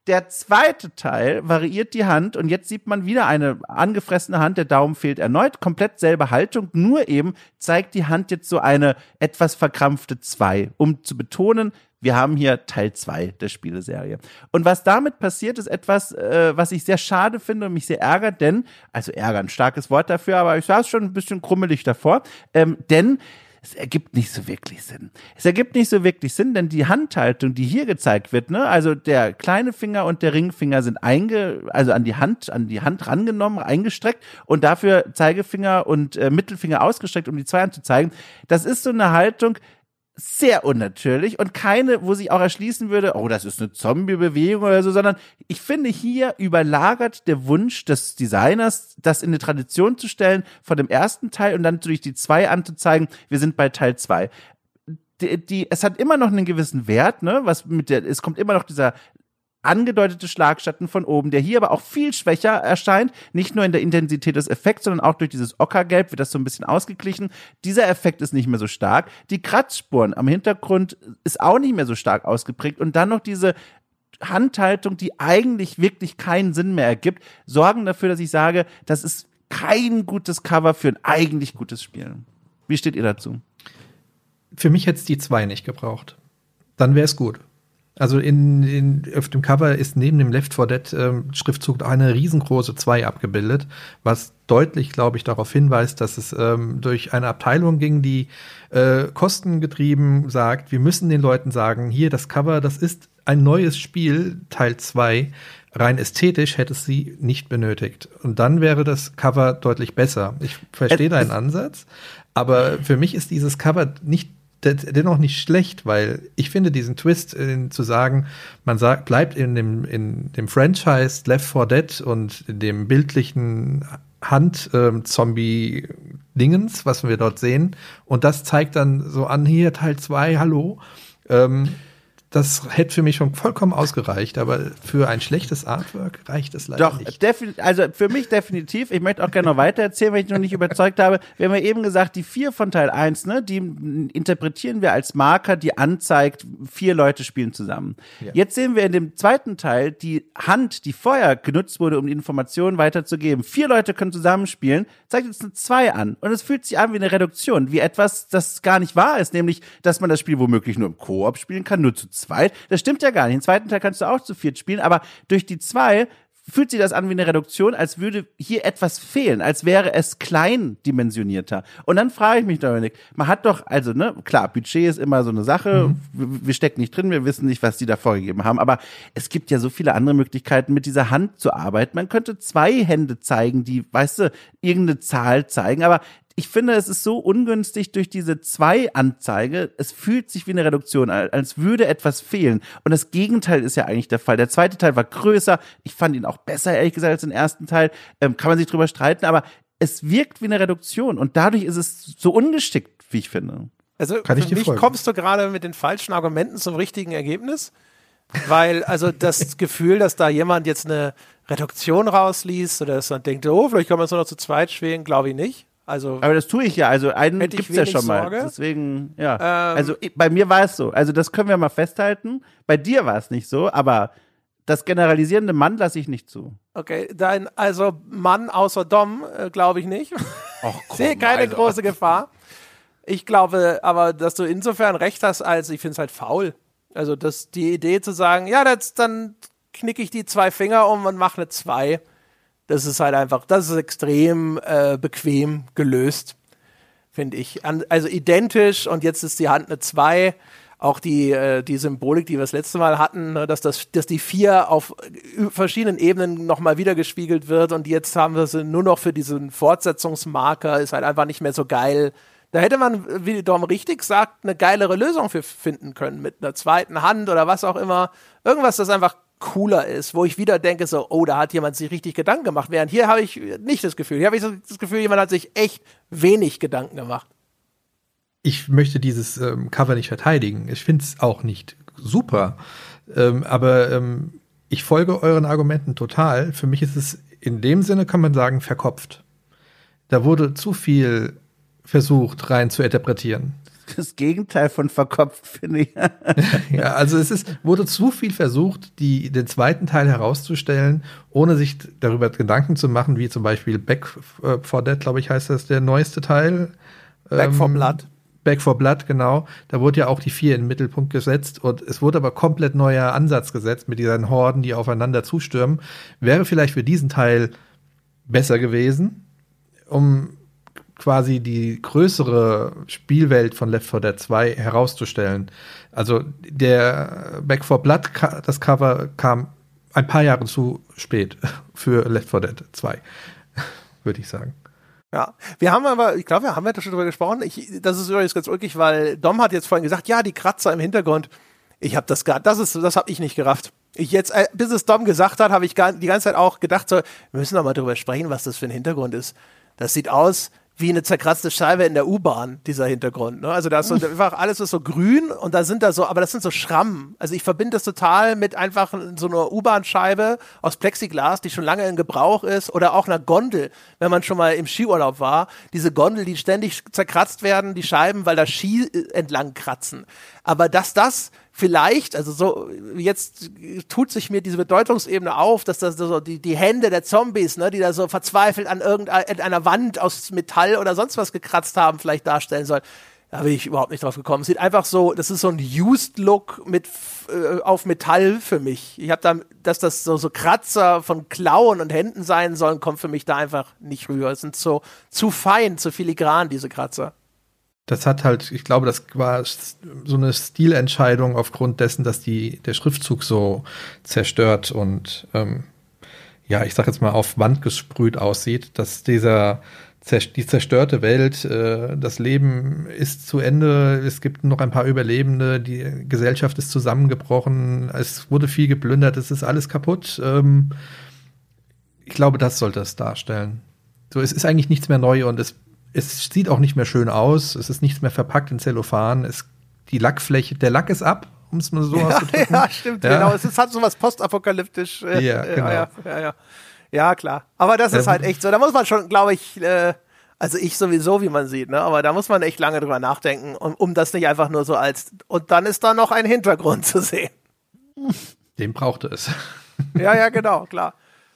S2: Der zweite Teil variiert die Hand und jetzt sieht man wieder eine angefressene Hand, der Daumen fehlt erneut, komplett selbe Haltung, nur eben zeigt die Hand jetzt so eine etwas verkrampfte 2, um zu betonen, wir haben hier Teil 2 der Spieleserie. Und was damit passiert, ist etwas, was ich sehr schade finde und mich sehr ärgert, denn, also ärgern, starkes Wort dafür, aber ich saß schon ein bisschen krummelig davor, denn es ergibt nicht so wirklich Sinn. Es ergibt nicht so wirklich Sinn, denn die Handhaltung, die hier gezeigt wird, ne, also der kleine Finger und der Ringfinger sind also an die Hand rangenommen, eingestreckt und dafür Zeigefinger und Mittelfinger ausgestreckt, um die 2 anzuzeigen. Das ist so eine Haltung, sehr unnatürlich und keine, wo sich auch erschließen würde, oh, das ist eine Zombie-Bewegung oder so, sondern ich finde, hier überlagert der Wunsch des Designers, das in eine Tradition zu stellen von dem ersten Teil und dann durch die 2 anzuzeigen, wir sind bei Teil 2. Es hat immer noch einen gewissen Wert, ne, es kommt immer noch dieser angedeutete Schlagschatten von oben, der hier aber auch viel schwächer erscheint, nicht nur in der Intensität des Effekts, sondern auch durch dieses Ockergelb wird das so ein bisschen ausgeglichen. Dieser Effekt ist nicht mehr so stark. Die Kratzspuren am Hintergrund ist auch nicht mehr so stark ausgeprägt und dann noch diese Handhaltung, die eigentlich wirklich keinen Sinn mehr ergibt, sorgen dafür, dass ich sage, das ist kein gutes Cover für ein eigentlich gutes Spiel. Wie steht ihr dazu?
S3: Für mich hätte es die 2 nicht gebraucht. Dann wäre es gut. Also auf dem Cover ist neben dem Left 4 Dead Schriftzug eine riesengroße 2 abgebildet, was deutlich, glaube ich, darauf hinweist, dass es durch eine Abteilung ging, die kostengetrieben sagt, wir müssen den Leuten sagen, hier das Cover, das ist ein neues Spiel, Teil 2, rein ästhetisch hätte es sie nicht benötigt. Und dann wäre das Cover deutlich besser. Ich verstehe deinen Ansatz, aber für mich ist dieses Cover dennoch nicht schlecht, weil ich finde diesen Twist zu sagen, bleibt in dem Franchise Left 4 Dead und in dem bildlichen Hand-Zombie-Dingens, was wir dort sehen, und das zeigt dann so an, hier Teil 2, hallo, das hätte für mich schon vollkommen ausgereicht, aber für ein schlechtes Artwork reicht es leider nicht. Doch,
S2: also für mich definitiv. Ich möchte auch gerne noch weiter erzählen, weil ich noch nicht überzeugt habe. Wir haben ja eben gesagt, die 4 von Teil 1, ne, die interpretieren wir als Marker, die anzeigt, 4 Leute spielen zusammen. Ja. Jetzt sehen wir in dem zweiten Teil die Hand, die vorher genutzt wurde, um die Informationen weiterzugeben. 4 Leute können zusammenspielen, zeigt jetzt eine 2 an. Und es fühlt sich an wie eine Reduktion, wie etwas, das gar nicht wahr ist, nämlich, dass man das Spiel womöglich nur im Koop spielen kann, nur zu zweit. Das stimmt ja gar nicht. Den zweiten Teil kannst du auch zu 4 spielen, aber durch die 2 fühlt sich das an wie eine Reduktion, als würde hier etwas fehlen, als wäre es kleindimensionierter. Und dann frage ich mich, Dominik, man hat doch, also, ne, klar, Budget ist immer so eine Sache, wir stecken nicht drin, wir wissen nicht, was die da vorgegeben haben, aber es gibt ja so viele andere Möglichkeiten, mit dieser Hand zu arbeiten. Man könnte 2 Hände zeigen, die, weißt du, irgendeine Zahl zeigen, aber ich finde, es ist so ungünstig durch diese 2-Anzeige. Es fühlt sich wie eine Reduktion, als würde etwas fehlen. Und das Gegenteil ist ja eigentlich der Fall. Der zweite Teil war größer. Ich fand ihn auch besser, ehrlich gesagt, als den ersten Teil. Kann man sich drüber streiten, aber es wirkt wie eine Reduktion. Und dadurch ist es so ungeschickt, wie ich finde.
S1: Also für mich kommst du gerade mit den falschen Argumenten zum richtigen Ergebnis. Weil, also das Gefühl, dass da jemand jetzt eine Reduktion rausliest oder dass man denkt, oh, vielleicht kann man es nur noch zu zweit spielen, glaube ich nicht. Also,
S2: aber das tue ich ja, also einen gibt's ja schon mal. Sorge. Deswegen, ja. Also bei mir war es so. Also das können wir mal festhalten. Bei dir war es nicht so, aber das generalisierende Mann lasse ich nicht zu.
S1: Okay, also Mann außer Dom, glaube ich nicht.
S2: Och,
S1: ich sehe keine große Gefahr. Ich glaube aber, dass du insofern recht hast, als ich finde es halt faul. Also die Idee zu sagen, ja, dann knicke ich die 2 Finger um und mache eine 2. Das ist halt einfach, das ist extrem bequem gelöst, finde ich. Also identisch und jetzt ist die Hand eine 2. Auch die Symbolik, die wir das letzte Mal hatten, ne, dass die 4 auf verschiedenen Ebenen nochmal wiedergespiegelt wird und jetzt haben wir sie nur noch für diesen Fortsetzungsmarker, ist halt einfach nicht mehr so geil. Da hätte man, wie Dom richtig sagt, eine geilere Lösung für finden können, mit einer zweiten Hand oder was auch immer. Irgendwas, das einfach cooler ist, wo ich wieder denke, so, oh, da hat jemand sich richtig Gedanken gemacht. Während hier habe ich nicht das Gefühl. Hier habe ich das Gefühl, jemand hat sich echt wenig Gedanken gemacht.
S3: Ich möchte dieses Cover nicht verteidigen. Ich finde es auch nicht super. Aber ich folge euren Argumenten total. Für mich ist es in dem Sinne, kann man sagen, verkopft. Da wurde zu viel versucht, rein zu interpretieren.
S2: das Gegenteil von verkopft, finde ich.
S3: Ja, also wurde zu viel versucht, den zweiten Teil herauszustellen, ohne sich darüber Gedanken zu machen, wie zum Beispiel Back 4 Dead, glaube ich, heißt das, der neueste Teil.
S1: Back 4 Blood.
S3: Back 4 Blood, genau. Da wurde ja auch die 4 in den Mittelpunkt gesetzt und es wurde aber komplett neuer Ansatz gesetzt mit diesen Horden, die aufeinander zustürmen. Wäre vielleicht für diesen Teil besser gewesen, um quasi die größere Spielwelt von Left 4 Dead 2 herauszustellen. Also der Back 4 Blood, das Cover kam ein paar Jahre zu spät für Left 4 Dead 2, würde ich sagen.
S1: Ja, wir haben aber, ich glaube, wir haben schon drüber gesprochen. Das ist übrigens ganz ulkig, weil Dom hat jetzt vorhin gesagt, ja, die Kratzer im Hintergrund. Ich habe das habe ich nicht gerafft. Bis es Dom gesagt hat, habe ich die ganze Zeit auch gedacht, so, wir müssen doch mal drüber sprechen, was das für ein Hintergrund ist. Das sieht aus wie eine zerkratzte Scheibe in der U-Bahn, dieser Hintergrund. Ne? Also da ist so einfach alles ist so grün und aber das sind so Schrammen. Also ich verbinde das total mit einfach so einer U-Bahn-Scheibe aus Plexiglas, die schon lange in Gebrauch ist, oder auch einer Gondel, wenn man schon mal im Skiurlaub war. Diese Gondel, die ständig zerkratzt werden, die Scheiben, weil da Ski entlang kratzen. Aber dass das vielleicht, also so, jetzt tut sich mir diese Bedeutungsebene auf, dass das so die Hände der Zombies, ne, die da so verzweifelt an irgendeiner Wand aus Metall oder sonst was gekratzt haben, vielleicht darstellen soll. Da bin ich überhaupt nicht drauf gekommen. Es sieht einfach so, das ist so ein Used-Look auf Metall für mich. Ich habe da, dass das so Kratzer von Klauen und Händen sein sollen, kommt für mich da einfach nicht rüber. Es sind so zu fein, zu filigran, diese Kratzer.
S3: Das hat halt, ich glaube, das war so eine Stilentscheidung aufgrund dessen, dass der Schriftzug so zerstört und ich sag jetzt mal auf Wand gesprüht aussieht, dass die zerstörte Welt, das Leben ist zu Ende, es gibt noch ein paar Überlebende, die Gesellschaft ist zusammengebrochen, es wurde viel geplündert, es ist alles kaputt. Ich glaube, das sollte es darstellen. So, es ist eigentlich nichts mehr neu und es sieht auch nicht mehr schön aus, es ist nichts mehr verpackt in Zellophan, der Lack ist ab, um es mal so auszudrücken.
S1: Ja, stimmt, genau, es hat so was postapokalyptisch.
S3: Ja, genau.
S1: Ja, klar. Aber das ist halt echt so, da muss man schon, glaube ich, also ich sowieso, wie man sieht, ne, aber da muss man echt lange drüber nachdenken, um das nicht einfach nur so und dann ist da noch ein Hintergrund zu sehen.
S3: Den brauchte es.
S1: Ja, genau, klar.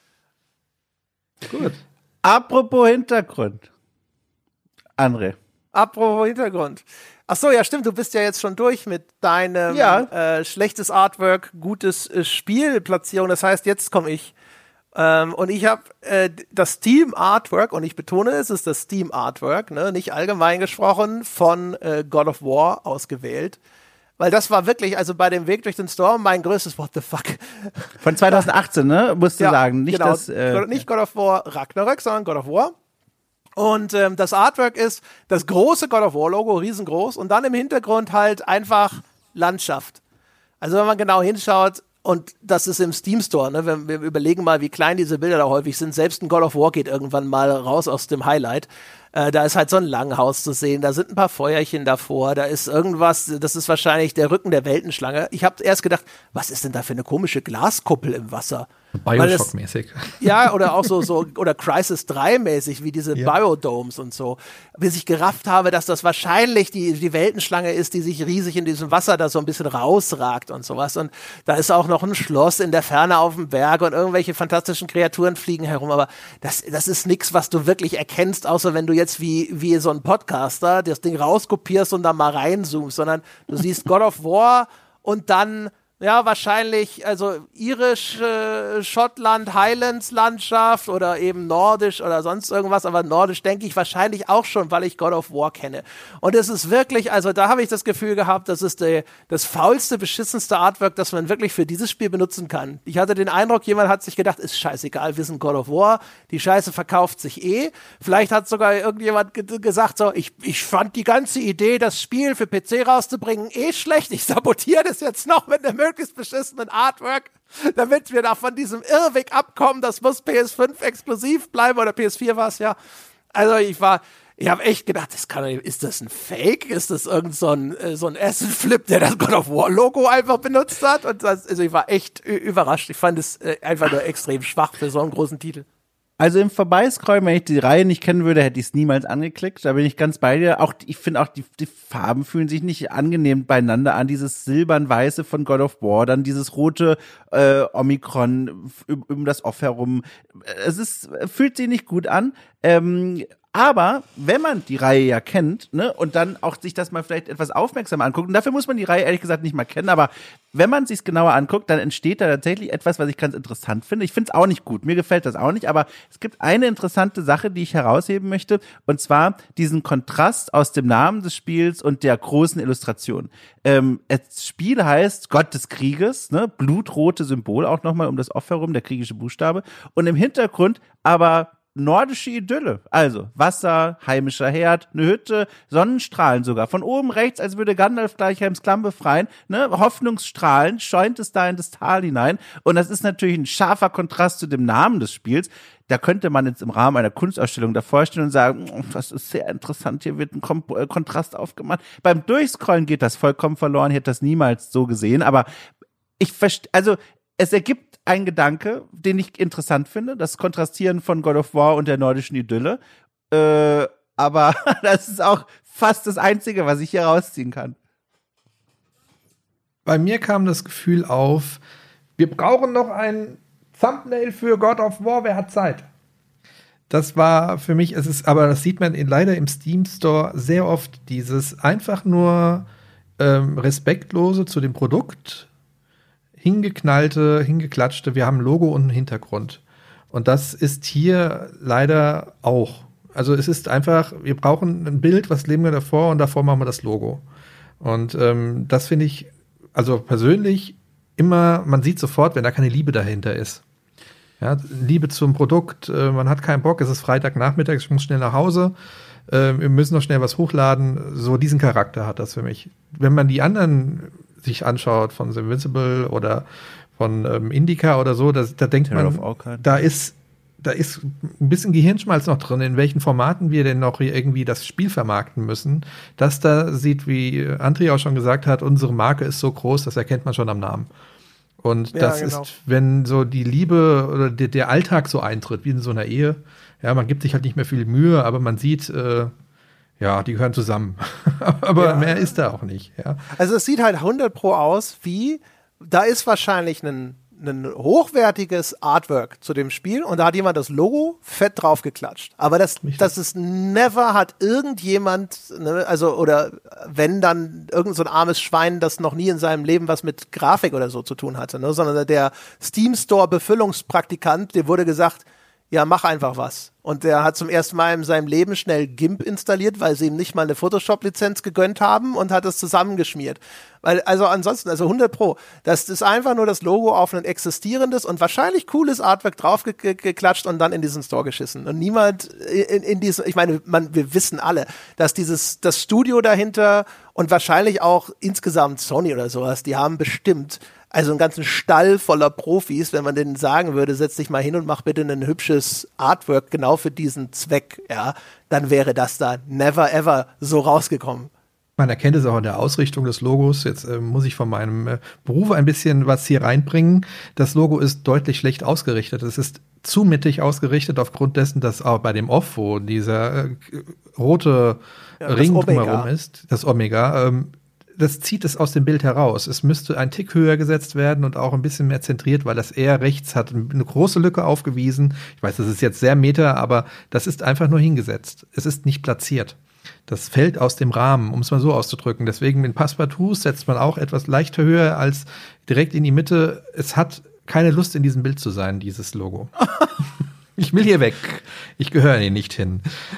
S2: Gut. Apropos Hintergrund. André.
S1: Apropos Hintergrund. Ach so, ja, stimmt. Du bist ja jetzt schon durch mit deinem schlechtes Artwork, gutes Spielplatzierung. Das heißt, jetzt komme ich. Und ich habe das Steam Artwork, und ich betone, es ist das Steam Artwork, ne, nicht allgemein gesprochen, von God of War ausgewählt. Weil das war wirklich, also bei dem Weg durch den Storm, mein größtes What the fuck.
S2: Von 2018, ne? Musst du sagen. Nicht,
S1: genau, nicht God of War Ragnarök, sondern God of War. Und das Artwork ist das große God of War Logo, riesengroß, und dann im Hintergrund halt einfach Landschaft. Also wenn man genau hinschaut, und das ist im Steam Store, ne? Wir überlegen mal, wie klein diese Bilder da häufig sind. Selbst ein God of War geht irgendwann mal raus aus dem Highlight. Da ist halt so ein Langhaus zu sehen, da sind ein paar Feuerchen davor, da ist irgendwas, das ist wahrscheinlich der Rücken der Weltenschlange. Ich habe erst gedacht, was ist denn da für eine komische Glaskuppel im Wasser?
S3: Bioshock-mäßig.
S1: Ja, oder auch so oder Crysis 3-mäßig, wie diese Biodomes und so. Bis ich gerafft habe, dass das wahrscheinlich die Weltenschlange ist, die sich riesig in diesem Wasser da so ein bisschen rausragt und sowas. Und da ist auch noch ein Schloss in der Ferne auf dem Berg und irgendwelche fantastischen Kreaturen fliegen herum. Aber das ist nichts, was du wirklich erkennst, außer wenn du jetzt wie so ein Podcaster das Ding rauskopierst und da mal reinzoomst, sondern du siehst God of War und dann wahrscheinlich, also irisch, Schottland, Highlands-Landschaft oder eben nordisch oder sonst irgendwas, aber nordisch denke ich wahrscheinlich auch schon, weil ich God of War kenne. Und es ist wirklich, also da habe ich das Gefühl gehabt, das ist das faulste, beschissenste Artwork, das man wirklich für dieses Spiel benutzen kann. Ich hatte den Eindruck, jemand hat sich gedacht, ist scheißegal, wir sind God of War, die Scheiße verkauft sich eh. Vielleicht hat sogar irgendjemand gesagt, so, ich fand die ganze Idee, das Spiel für PC rauszubringen, schlecht, ich sabotiere das jetzt noch mit einem möglichst beschissenen Artwork, damit wir da von diesem Irrweg abkommen, das muss PS5 exklusiv bleiben, oder PS4 war es ja. Also ich habe echt gedacht, ist das ein Fake? Ist das irgend so ein Acid-Flip, der das God of War Logo einfach benutzt hat? Und also ich war echt überrascht. Ich fand es einfach nur extrem schwach für so einen großen Titel.
S2: Also im Vorbeiscrollen, wenn ich die Reihe nicht kennen würde, hätte ich es niemals angeklickt. Da bin ich ganz bei dir. Auch ich finde auch die Farben fühlen sich nicht angenehm beieinander an. Dieses silbern-weiße von God of War, dann dieses rote Omikron um das Off herum. Fühlt sich nicht gut an. Aber wenn man die Reihe ja kennt, ne, und dann auch sich das mal vielleicht etwas aufmerksamer anguckt, und dafür muss man die Reihe ehrlich gesagt nicht mal kennen, aber wenn man sich's genauer anguckt, dann entsteht da tatsächlich etwas, was ich ganz interessant finde. Ich finde es auch nicht gut, mir gefällt das auch nicht, aber es gibt eine interessante Sache, die ich herausheben möchte, und zwar diesen Kontrast aus dem Namen des Spiels und der großen Illustration. Das Spiel heißt Gott des Krieges, ne, blutrote Symbol auch nochmal um das Off herum, der kriegische Buchstabe, und im Hintergrund aber nordische Idylle, also Wasser, heimischer Herd, eine Hütte, Sonnenstrahlen sogar. Von oben rechts, als würde Gandalf gleich Helms Klamm befreien, ne? Hoffnungsstrahlen, scheint es da in das Tal hinein. Und das ist natürlich ein scharfer Kontrast zu dem Namen des Spiels. Da könnte man jetzt im Rahmen einer Kunstausstellung davor stehen und sagen, das ist sehr interessant, hier wird ein Kontrast aufgemacht. Beim Durchscrollen geht das vollkommen verloren, ich hätte das niemals so gesehen, aber es ergibt ein Gedanke, den ich interessant finde, das Kontrastieren von God of War und der nordischen Idylle. Aber das ist auch fast das Einzige, was ich hier rausziehen kann.
S3: Bei mir kam das Gefühl auf, wir brauchen noch ein Thumbnail für God of War, wer hat Zeit? Das war für mich, aber das sieht man leider im Steam Store sehr oft, dieses einfach nur respektlose zu dem Produkt, hingeklatschte, wir haben ein Logo und einen Hintergrund. Und das ist hier leider auch. Also es ist einfach, wir brauchen ein Bild, was legen wir davor und davor machen wir das Logo. Und das finde ich, also persönlich immer, man sieht sofort, wenn da keine Liebe dahinter ist. Ja, Liebe zum Produkt, man hat keinen Bock, es ist Freitagnachmittag, ich muss schnell nach Hause, wir müssen noch schnell was hochladen. So diesen Charakter hat das für mich. Wenn man die anderen sich anschaut, von The Invincible oder von Indica oder so, da denkt man, da ist ein bisschen Gehirnschmalz noch drin, in welchen Formaten wir denn noch irgendwie das Spiel vermarkten müssen. Das da sieht, wie André auch schon gesagt hat, unsere Marke ist so groß, das erkennt man schon am Namen. Und das ist, wenn so die Liebe oder der Alltag so eintritt, wie in so einer Ehe, ja, man gibt sich halt nicht mehr viel Mühe, aber man sieht, ja, die gehören zusammen. Aber mehr ist da auch nicht. Ja.
S1: Also es sieht halt 100 Pro aus, da ist wahrscheinlich ein hochwertiges Artwork zu dem Spiel und da hat jemand das Logo fett drauf geklatscht. Aber das ist never hat irgendjemand, ne, also oder wenn dann irgend so ein armes Schwein, das noch nie in seinem Leben was mit Grafik oder so zu tun hatte, ne, sondern der Steam Store Befüllungspraktikant, dem wurde gesagt, ja, mach einfach was. Und der hat zum ersten Mal in seinem Leben schnell GIMP installiert, weil sie ihm nicht mal eine Photoshop-Lizenz gegönnt haben und hat es zusammengeschmiert. Also ansonsten, 100 Pro. Das ist einfach nur das Logo auf ein existierendes und wahrscheinlich cooles Artwork draufgeklatscht und dann in diesen Store geschissen. Und niemand in diesem, ich meine, wir wissen alle, dass das Studio dahinter und wahrscheinlich auch insgesamt Sony oder sowas, die haben bestimmt einen ganzen Stall voller Profis, wenn man denen sagen würde, setz dich mal hin und mach bitte ein hübsches Artwork genau für diesen Zweck, ja, dann wäre das da never ever so rausgekommen.
S3: Man erkennt es auch in der Ausrichtung des Logos. Jetzt muss ich von meinem Beruf ein bisschen was hier reinbringen. Das Logo ist deutlich schlecht ausgerichtet. Es ist zu mittig ausgerichtet, aufgrund dessen, dass auch bei dem Off, wo dieser rote Ring drumherum ist, das Omega, das zieht es aus dem Bild heraus. Es müsste ein Tick höher gesetzt werden und auch ein bisschen mehr zentriert, weil das eher rechts hat eine große Lücke aufgewiesen. Ich weiß, das ist jetzt sehr meta, aber das ist einfach nur hingesetzt. Es ist nicht platziert. Das fällt aus dem Rahmen, um es mal so auszudrücken. Deswegen in Passepartouts setzt man auch etwas leichter höher als direkt in die Mitte. Es hat keine Lust, in diesem Bild zu sein, dieses Logo. Ich will hier weg. Ich gehöre hier nicht hin.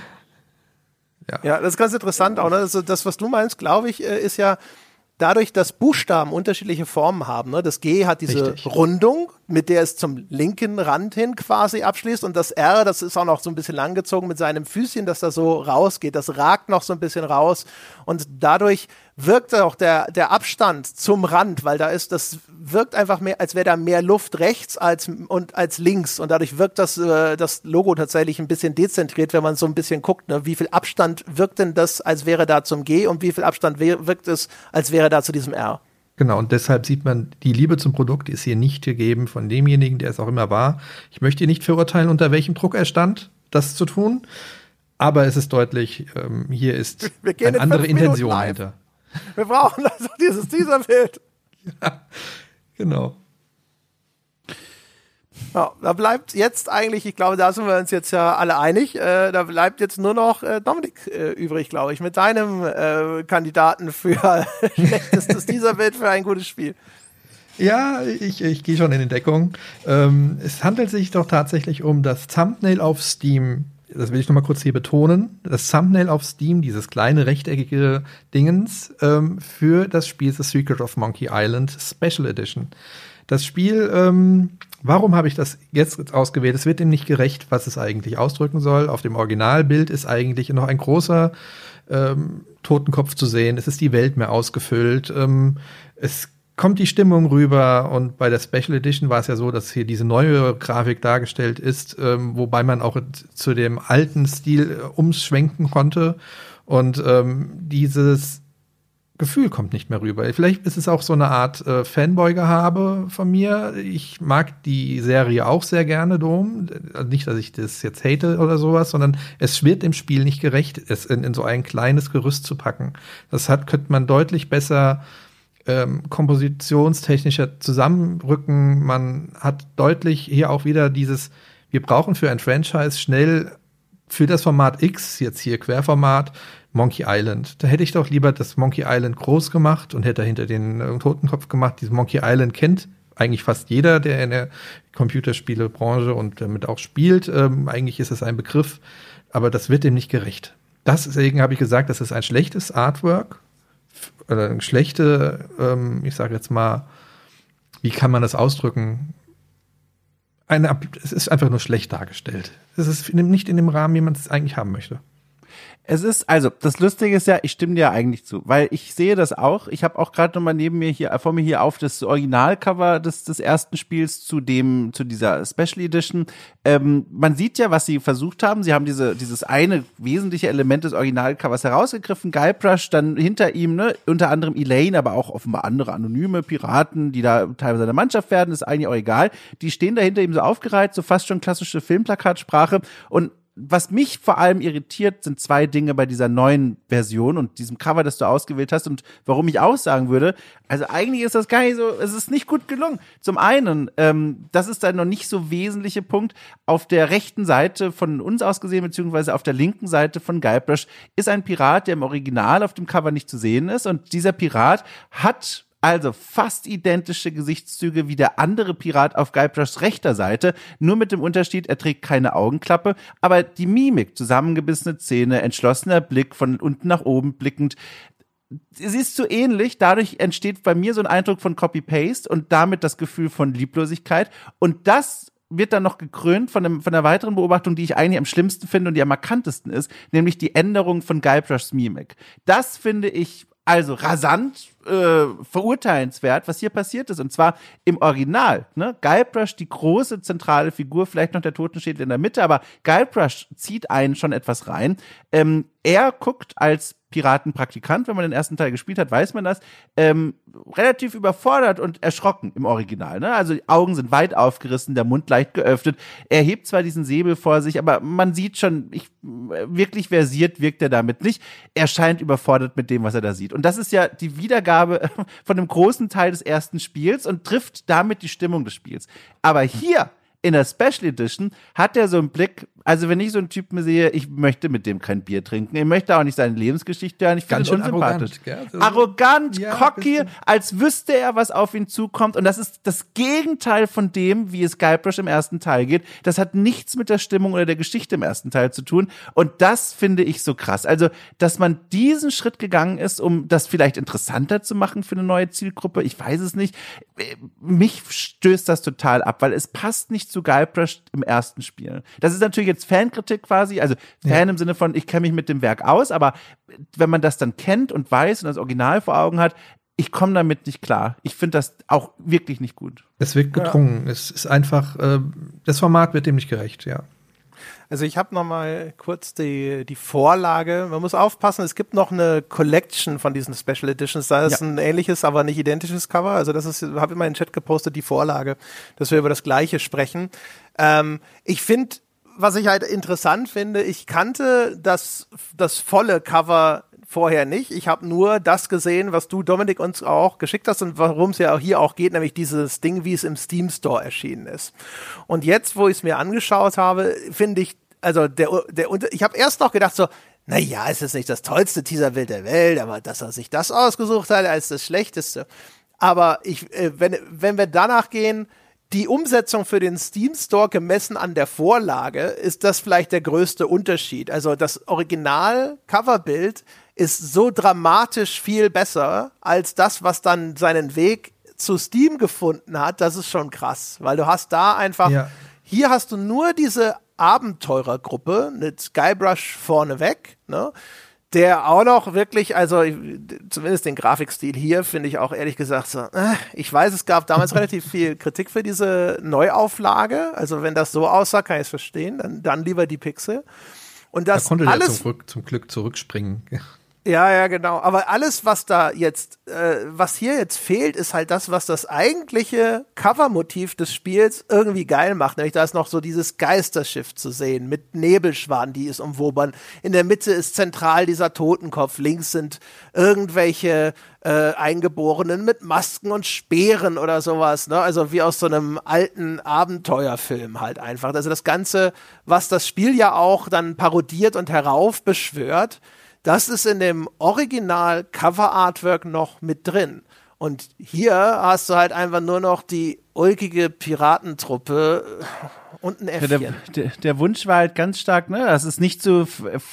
S1: Ja, das ist ganz interessant auch. Ne? Also das, was du meinst, glaube ich, ist ja dadurch, dass Buchstaben unterschiedliche Formen haben. Ne? Das G hat diese Rundung, mit der es zum linken Rand hin quasi abschließt. Und das R, das ist auch noch so ein bisschen langgezogen mit seinem Füßchen, das da so rausgeht. Das ragt noch so ein bisschen raus. Und dadurch wirkt auch der Abstand zum Rand, weil das wirkt einfach mehr, als wäre da mehr Luft rechts als links. Und dadurch wirkt das Logo tatsächlich ein bisschen dezentriert, wenn man so ein bisschen guckt, ne? Wie viel Abstand wirkt denn das, als wäre da zum G und wie viel Abstand wirkt es, als wäre da zu diesem R?
S3: Genau, und deshalb sieht man, die Liebe zum Produkt ist hier nicht gegeben von demjenigen, der es auch immer war. Ich möchte ihn nicht verurteilen, unter welchem Druck er stand, das zu tun. Aber es ist deutlich, hier ist eine andere Intention dahinter.
S1: Wir brauchen also dieses Teaserbild.
S3: Ja, genau.
S1: Ja, da bleibt jetzt eigentlich, ich glaube, da sind wir uns jetzt ja alle einig, da bleibt jetzt nur noch Dominik übrig, glaube ich, mit deinem Kandidaten für schlechtestes Teaserbild für ein gutes Spiel.
S3: Ja, ich gehe schon in die Deckung. Es handelt sich doch tatsächlich um das Thumbnail auf Steam. Das will ich noch mal kurz hier betonen. Das Thumbnail auf Steam, dieses kleine rechteckige Dingens, für das Spiel The Secret of Monkey Island Special Edition. Das Spiel, warum habe ich das jetzt ausgewählt? Es wird dem nicht gerecht, was es eigentlich ausdrücken soll. Auf dem Originalbild ist eigentlich noch ein großer Totenkopf zu sehen. Es ist die Welt mehr ausgefüllt. Es kommt die Stimmung rüber, und bei der Special Edition war es ja so, dass hier diese neue Grafik dargestellt ist, wobei man auch zu dem alten Stil umschwenken konnte, und dieses Gefühl kommt nicht mehr rüber. Vielleicht ist es auch so eine Art Fanboy-Gehabe von mir. Ich mag die Serie auch sehr gerne, Dom. Also nicht, dass ich das jetzt hate oder sowas, sondern es wird dem Spiel nicht gerecht, es in so ein kleines Gerüst zu packen. Könnte man deutlich besser kompositionstechnischer zusammenrücken. Man hat deutlich hier auch wieder dieses, wir brauchen für ein Franchise schnell für das Format X, jetzt hier Querformat, Monkey Island. Da hätte ich doch lieber das Monkey Island groß gemacht und hätte dahinter den Totenkopf gemacht. Dieses Monkey Island kennt eigentlich fast jeder, der in der Computerspielebranche und damit auch spielt. Eigentlich ist es ein Begriff, aber das wird dem nicht gerecht. Deswegen habe ich gesagt, das ist ein schlechtes Artwork, oder eine schlechte, ich sage jetzt mal, wie kann man das ausdrücken? Es ist einfach nur schlecht dargestellt. Es ist nicht in dem Rahmen, wie man es eigentlich haben möchte.
S2: Es ist, also, das Lustige ist ja, ich stimme dir eigentlich zu, weil ich sehe das auch. Ich habe auch gerade nochmal vor mir hier auf das Originalcover des ersten Spiels zu dieser Special Edition. Man sieht ja, was sie versucht haben. Sie haben dieses eine wesentliche Element des Originalcovers herausgegriffen, Guybrush, dann hinter ihm, ne, unter anderem Elaine, aber auch offenbar andere anonyme Piraten, die da teilweise eine Mannschaft werden, ist eigentlich auch egal. Die stehen da hinter ihm so aufgereiht, so fast schon klassische Filmplakatsprache, und was mich vor allem irritiert, sind zwei Dinge bei dieser neuen Version und diesem Cover, das du ausgewählt hast, und warum ich auch sagen würde, also eigentlich ist das gar nicht so, es ist nicht gut gelungen. Zum einen, das ist dann noch nicht so wesentliche Punkt, auf der rechten Seite von uns aus gesehen, beziehungsweise auf der linken Seite von Guybrush, ist ein Pirat, der im Original auf dem Cover nicht zu sehen ist, und dieser Pirat hat also fast identische Gesichtszüge wie der andere Pirat auf Guybrushs rechter Seite, nur mit dem Unterschied, er trägt keine Augenklappe, aber die Mimik, zusammengebissene Zähne, entschlossener Blick, von unten nach oben blickend, sie ist so ähnlich, dadurch entsteht bei mir so ein Eindruck von Copy-Paste und damit das Gefühl von Lieblosigkeit, und das wird dann noch gekrönt von einer weiteren Beobachtung, die ich eigentlich am schlimmsten finde und die am markantesten ist, nämlich die Änderung von Guybrushs Mimik. Das finde ich also rasant, verurteilenswert, was hier passiert ist. Und zwar im Original, ne? Guybrush, die große zentrale Figur, vielleicht noch der Totenschädel in der Mitte, aber Guybrush zieht einen schon etwas rein. Er guckt als Piratenpraktikant, wenn man den ersten Teil gespielt hat, weiß man das, relativ überfordert und erschrocken im Original. Ne? Also die Augen sind weit aufgerissen, der Mund leicht geöffnet. Er hebt zwar diesen Säbel vor sich, aber man sieht schon, wirklich versiert wirkt er damit nicht. Er scheint überfordert mit dem, was er da sieht. Und das ist ja die Wiedergabe von einem großen Teil des ersten Spiels und trifft damit die Stimmung des Spiels. Aber hier in der Special Edition hat er so einen Blick, also wenn ich so einen Typen sehe, ich möchte mit dem kein Bier trinken, ich möchte auch nicht seine Lebensgeschichte hören, ich finde ihn unsympathisch. Arrogant,
S3: ja,
S2: cocky, als wüsste er, was auf ihn zukommt, und das ist das Gegenteil von dem, wie es Guybrush im ersten Teil geht. Das hat nichts mit der Stimmung oder der Geschichte im ersten Teil zu tun, und das finde ich so krass. Also, dass man diesen Schritt gegangen ist, um das vielleicht interessanter zu machen für eine neue Zielgruppe, ich weiß es nicht. Mich stößt das total ab, weil es passt nicht zu Guybrush im ersten Spiel. Das ist natürlich jetzt Fankritik quasi, also Fan im Sinne von, ich kenne mich mit dem Werk aus, aber wenn man das dann kennt und weiß und das Original vor Augen hat, ich komme damit nicht klar. Ich finde das auch wirklich nicht gut.
S3: Es wird gedrungen. Es ist einfach, das Format wird dem nicht gerecht, ja.
S1: Also ich habe noch mal kurz die Vorlage. Man muss aufpassen, es gibt noch eine Collection von diesen Special Editions. Da ist ein ähnliches, aber nicht identisches Cover. Also das ist, habe immer in den Chat gepostet, die Vorlage, dass wir über das Gleiche sprechen. Ich finde, was ich halt interessant finde, ich kannte das volle Cover vorher nicht. Ich habe nur das gesehen, was du, Dominik, uns auch geschickt hast und worum es ja hier auch geht, nämlich dieses Ding, wie es im Steam Store erschienen ist. Und jetzt, wo ich es mir angeschaut habe, finde ich, also ich habe erst noch gedacht so, naja, es ist nicht das tollste Teaserbild der Welt, aber dass er sich das ausgesucht hat, als das Schlechteste. Aber wenn wir danach gehen, die Umsetzung für den Steam Store gemessen an der Vorlage, ist das vielleicht der größte Unterschied. Also das Original-Coverbild ist so dramatisch viel besser als das, was dann seinen Weg zu Steam gefunden hat. Das ist schon krass, weil du hast da einfach, hier hast du nur diese Abenteurergruppe mit Guybrush vorneweg, ne? Der auch noch wirklich, also zumindest den Grafikstil hier finde ich auch ehrlich gesagt so, ich weiß, es gab damals relativ viel Kritik für diese Neuauflage, also wenn das so aussah, kann ich es verstehen, dann lieber die Pixel. Und das
S3: da konnte
S1: alles,
S3: der zum Glück zurückspringen.
S1: Ja, genau. Aber alles, was da jetzt, was hier jetzt fehlt, ist halt das, was das eigentliche Covermotiv des Spiels irgendwie geil macht. Nämlich da ist noch so dieses Geisterschiff zu sehen mit Nebelschwanen, die es umwobern. In der Mitte ist zentral dieser Totenkopf. Links sind irgendwelche Eingeborenen mit Masken und Speeren oder sowas, ne? Also wie aus so einem alten Abenteuerfilm halt einfach. Also das Ganze, was das Spiel ja auch dann parodiert und heraufbeschwört, das ist in dem Original-Cover-Artwork noch mit drin. Und hier hast du halt einfach nur noch die ulkige Piratentruppe und ein Äffchen.
S2: Der Wunsch war halt ganz stark, ne, dass es nicht zu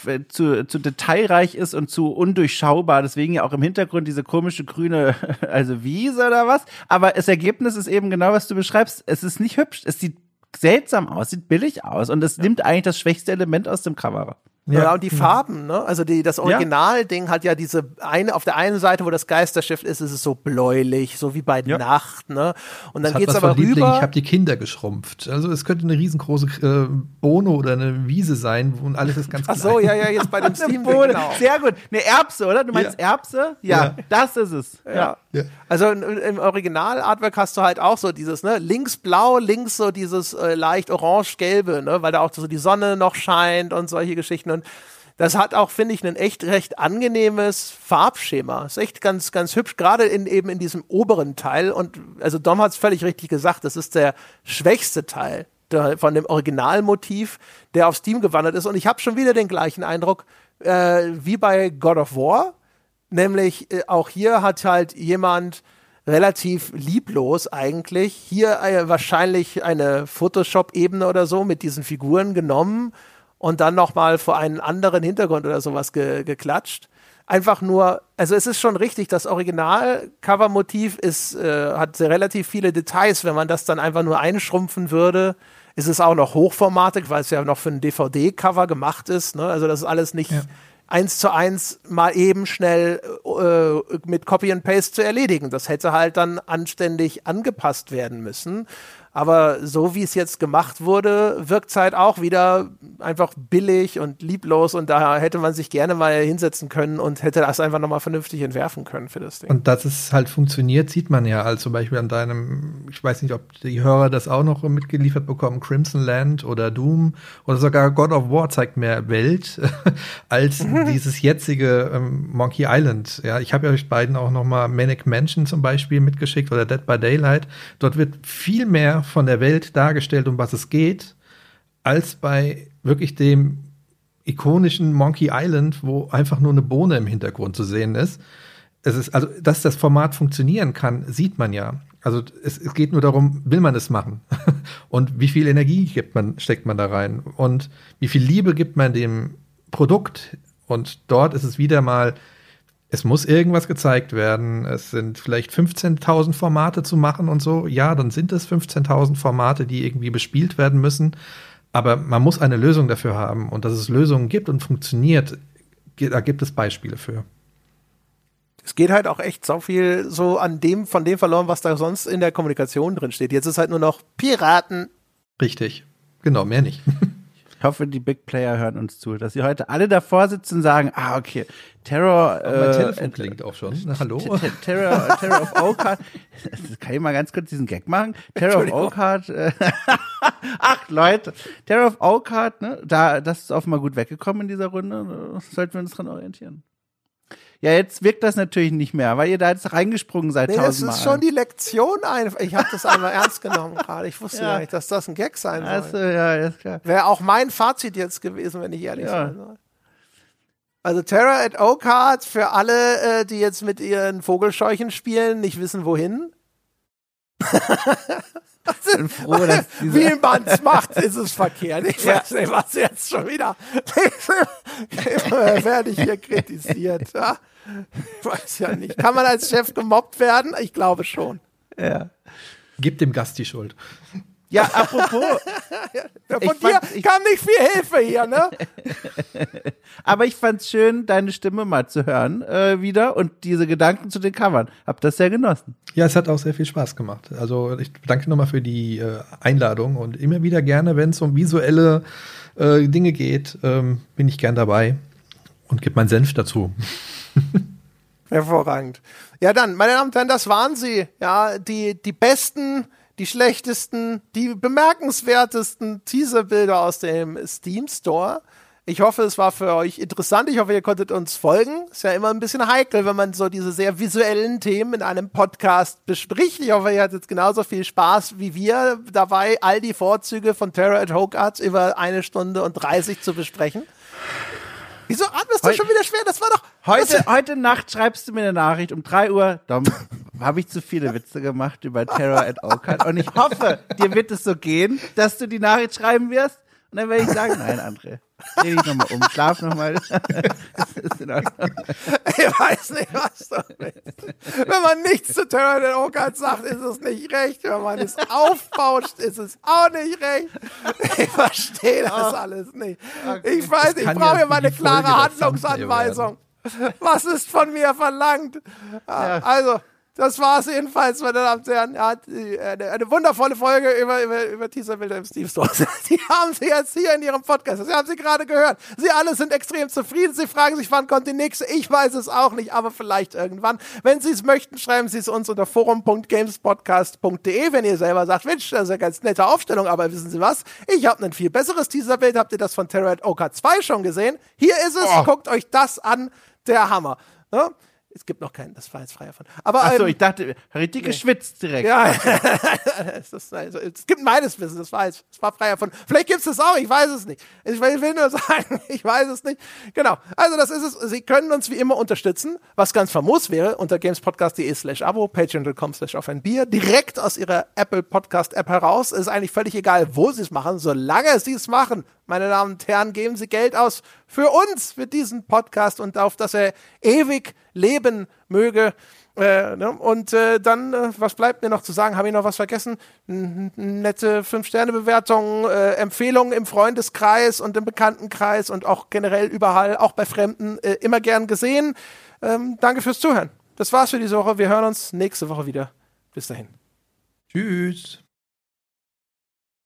S2: detailreich ist und zu undurchschaubar. Deswegen ja auch im Hintergrund diese komische grüne, also Wiese oder was. Aber das Ergebnis ist eben genau, was du beschreibst. Es ist nicht hübsch. Es sieht seltsam aus, sieht billig aus. Und es nimmt eigentlich das schwächste Element aus dem Cover.
S1: Ja, und die Farben, ne? Also das Originalding hat ja diese auf der einen Seite, wo das Geisterschiff ist es so bläulich, so wie bei Nacht, ne? Und dann geht's aber rüber.
S3: Ich habe die Kinder geschrumpft. Also es könnte eine riesengroße Bohne oder eine Wiese sein und alles ist ganz klein.
S1: Ach so, ja, jetzt bei dem Steam
S2: genau. Sehr gut. Eine Erbse, oder? Du meinst Erbse? Ja, das ist es. Ja.
S1: Also im Original-Artwork hast du halt auch so dieses, ne, links blau, links so dieses leicht orange-gelbe, ne, weil da auch so die Sonne noch scheint und solche Geschichten. Und das hat auch, finde ich, ein echt recht angenehmes Farbschema. Ist echt ganz, ganz hübsch, gerade eben in diesem oberen Teil. Und also Dom hat es völlig richtig gesagt, das ist der schwächste Teil von dem Originalmotiv, der auf Steam gewandert ist. Und ich habe schon wieder den gleichen Eindruck wie bei God of War. Nämlich auch hier hat halt jemand relativ lieblos eigentlich hier wahrscheinlich eine Photoshop-Ebene oder so mit diesen Figuren genommen und dann nochmal vor einen anderen Hintergrund oder sowas geklatscht. Einfach nur, also es ist schon richtig, das Original-Cover-Motiv hat relativ viele Details. Wenn man das dann einfach nur einschrumpfen würde, ist es auch noch hochformatig, weil es ja noch für ein DVD-Cover gemacht ist. Ne? Also das ist alles nicht 1:1 mal eben schnell mit Copy and Paste zu erledigen. Das hätte halt dann anständig angepasst werden müssen. Aber so wie es jetzt gemacht wurde, wirkt es halt auch wieder einfach billig und lieblos und da hätte man sich gerne mal hinsetzen können und hätte das einfach nochmal vernünftig entwerfen können für das Ding.
S3: Und dass es halt funktioniert, sieht man ja, also zum Beispiel an deinem, ich weiß nicht, ob die Hörer das auch noch mitgeliefert bekommen, Crimson Land oder Doom oder sogar God of War zeigt mehr Welt als dieses jetzige Monkey Island. Ja, ich habe ja euch beiden auch noch mal Manic Mansion zum Beispiel mitgeschickt oder Dead by Daylight. Dort wird viel mehr von der Welt dargestellt, um was es geht, als bei wirklich dem ikonischen Monkey Island, wo einfach nur eine Bohne im Hintergrund zu sehen ist. Es ist also, dass das Format funktionieren kann, sieht man ja. Also es geht nur darum, will man es machen? Und wie viel Energie steckt man da rein? Und wie viel Liebe gibt man dem Produkt? Und dort ist es wieder mal, es muss irgendwas gezeigt werden. Es sind vielleicht 15.000 Formate zu machen und so. Ja, dann sind es 15.000 Formate, die irgendwie bespielt werden müssen. Aber man muss eine Lösung dafür haben. Und dass es Lösungen gibt und funktioniert, da gibt es Beispiele für.
S1: Es geht halt auch echt so viel so von dem verloren, was da sonst in der Kommunikation drin steht. Jetzt ist halt nur noch Piraten.
S3: Richtig. Genau, mehr nicht.
S2: Ich hoffe, die Big Player hören uns zu, dass sie heute alle davor sitzen und sagen, okay, Terror.
S3: Mein Telefon klingt auch schon. Na, hallo?
S2: Terror of Oakheart. Kann ich mal ganz kurz diesen Gag machen? Terror of Oakheart. Ach, Leute. Terror of Oakheart, ne? Das ist offenbar gut weggekommen in dieser Runde. Sollten wir uns dran orientieren. Ja, jetzt wirkt das natürlich nicht mehr, weil ihr da jetzt reingesprungen seid tausendmal.
S1: Das ist schon die Lektion einfach. Ich habe das einmal ernst genommen gerade. Ich wusste gar nicht, dass das ein Gag sein soll.
S2: Also, ja, ist klar.
S1: Wäre auch mein Fazit jetzt gewesen, wenn ich ehrlich sein soll. Also Terror at Oakheart, für alle, die jetzt mit ihren Vogelscheuchen spielen, nicht wissen, wohin.
S2: Bin froh, dass
S1: wie man es macht, ist es verkehrt. Ich weiß nicht, was jetzt schon wieder werde ich hier kritisiert. Ja? Ich weiß ja nicht. Kann man als Chef gemobbt werden? Ich glaube schon.
S2: Ja.
S3: Gib dem Gast die Schuld.
S2: Ja, apropos.
S1: Von dir kam nicht viel Hilfe hier, ne?
S2: Aber ich fand's schön, deine Stimme mal zu hören wieder und diese Gedanken zu den Covern. Hab das sehr genossen.
S3: Ja, es hat auch sehr viel Spaß gemacht. Also ich danke nochmal für die Einladung und immer wieder gerne, wenn es um visuelle Dinge geht, bin ich gern dabei und gebe meinen Senf dazu.
S1: Hervorragend. Ja dann, meine Damen und Herren, das waren sie. Ja, die besten, die schlechtesten, die bemerkenswertesten Teaserbilder aus dem Steam Store. Ich hoffe, es war für euch interessant. Ich hoffe, ihr konntet uns folgen. Ist ja immer ein bisschen heikel, wenn man so diese sehr visuellen Themen in einem Podcast bespricht. Ich hoffe, ihr hattet genauso viel Spaß wie wir dabei, all die Vorzüge von Terror at Oakheart über 1 Stunde und 30 zu besprechen. Wieso atmest du schon wieder schwer? Das war doch...
S2: Heute Nacht schreibst du mir eine Nachricht um 3 Uhr. Dom, habe ich zu viele Witze gemacht über Terror at Oakheart. Und ich hoffe, dir wird es so gehen, dass du die Nachricht schreiben wirst. Und dann werde ich sagen, nein, André, dreh dich nochmal um, schlaf nochmal. Ich
S1: weiß nicht, was du willst. Wenn man nichts zu Terror at Oakheart sagt, ist es nicht recht. Wenn man es aufbauscht, ist es auch nicht recht. Ich verstehe das alles nicht. Ich weiß, ich brauche ja mal eine klare Handlungsanweisung. Was ist von mir verlangt? Also, das war's jedenfalls, meine Damen und Herren. Ja, eine wundervolle Folge über Teaserbilder im Steam Store. Die haben Sie jetzt hier in Ihrem Podcast. Sie haben Sie gerade gehört. Sie alle sind extrem zufrieden. Sie fragen sich, wann kommt die nächste? Ich weiß es auch nicht, aber vielleicht irgendwann. Wenn Sie es möchten, schreiben Sie es uns unter forum.gamespodcast.de. Wenn ihr selber sagt, Mensch, das ist ja ganz nette Aufstellung, aber wissen Sie was? Ich habe ein viel besseres Teaserbild. Habt ihr das von Terror at Oakheart 2 schon gesehen? Hier ist es. Guckt euch das an. Der Hammer. Ja? Es gibt noch keinen, das war jetzt frei davon. Aber,
S2: achso, ich dachte, richtig geschwitzt direkt.
S1: Ja, es gibt meines Wissens, das war frei davon. Vielleicht gibt es das auch, ich weiß es nicht. Ich will nur sagen, ich weiß es nicht. Genau, also das ist es. Sie können uns wie immer unterstützen, was ganz famos wäre, unter gamespodcast.de/abo, patreon.com/aufeinbier, direkt aus Ihrer Apple Podcast App heraus. Es ist eigentlich völlig egal, wo Sie es machen, solange Sie es machen. Meine Damen und Herren, geben Sie Geld aus für uns, für diesen Podcast und auf, dass er ewig leben möge. Und dann, was bleibt mir noch zu sagen? Habe ich noch was vergessen? Nette 5-Sterne-Bewertungen, Empfehlungen im Freundeskreis und im Bekanntenkreis und auch generell überall, auch bei Fremden, immer gern gesehen. Danke fürs Zuhören. Das war's für diese Woche. Wir hören uns nächste Woche wieder. Bis dahin.
S3: Tschüss.